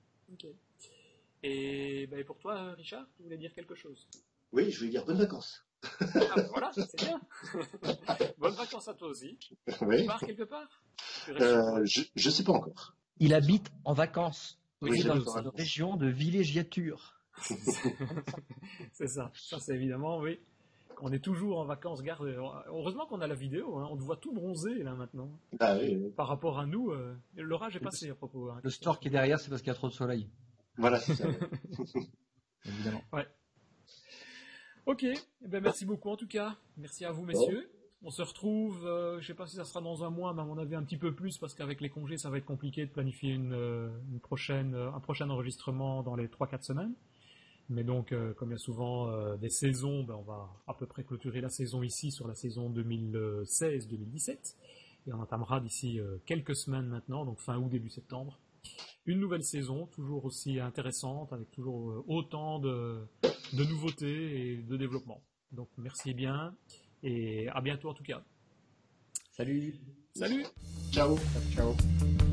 nickel. Et, bah, et pour toi, Richard, tu voulais dire quelque chose? Oui, je voulais dire bonnes vacances. Ah, voilà, c'est bien. Bonnes vacances à toi aussi. Oui. Tu pars quelque part? euh, Je ne sais pas encore. Il habite en vacances. Oui, Oui, c'est dans aussi. la région de villégiature. C'est ça. Ça, c'est évidemment, oui. On est toujours en vacances, garde. Heureusement qu'on a la vidéo, hein. On te voit tout bronzé là maintenant. Ah, oui, oui. Par rapport à nous, euh... l'orage est passé à propos. Hein, le store qui est derrière, c'est parce qu'il y a trop de soleil. Voilà, c'est ça. Évidemment. Ouais. Ok, eh ben, merci beaucoup en tout cas. Merci à vous, messieurs. On se retrouve, euh, je sais pas si ça sera dans un mois, mais à mon avis un petit peu plus, parce qu'avec les congés, ça va être compliqué de planifier une, une prochaine, un prochain enregistrement dans les trois quatre semaines. Mais donc, euh, comme il y a souvent euh, des saisons, ben, on va à peu près clôturer la saison ici sur la saison deux mille seize deux mille dix-sept. Et on entamera d'ici euh, quelques semaines maintenant, donc fin août, début septembre, une nouvelle saison, toujours aussi intéressante, avec toujours euh, autant de, de nouveautés et de développement. Donc merci bien, et à bientôt en tout cas. Salut. Salut. Ciao. Ciao.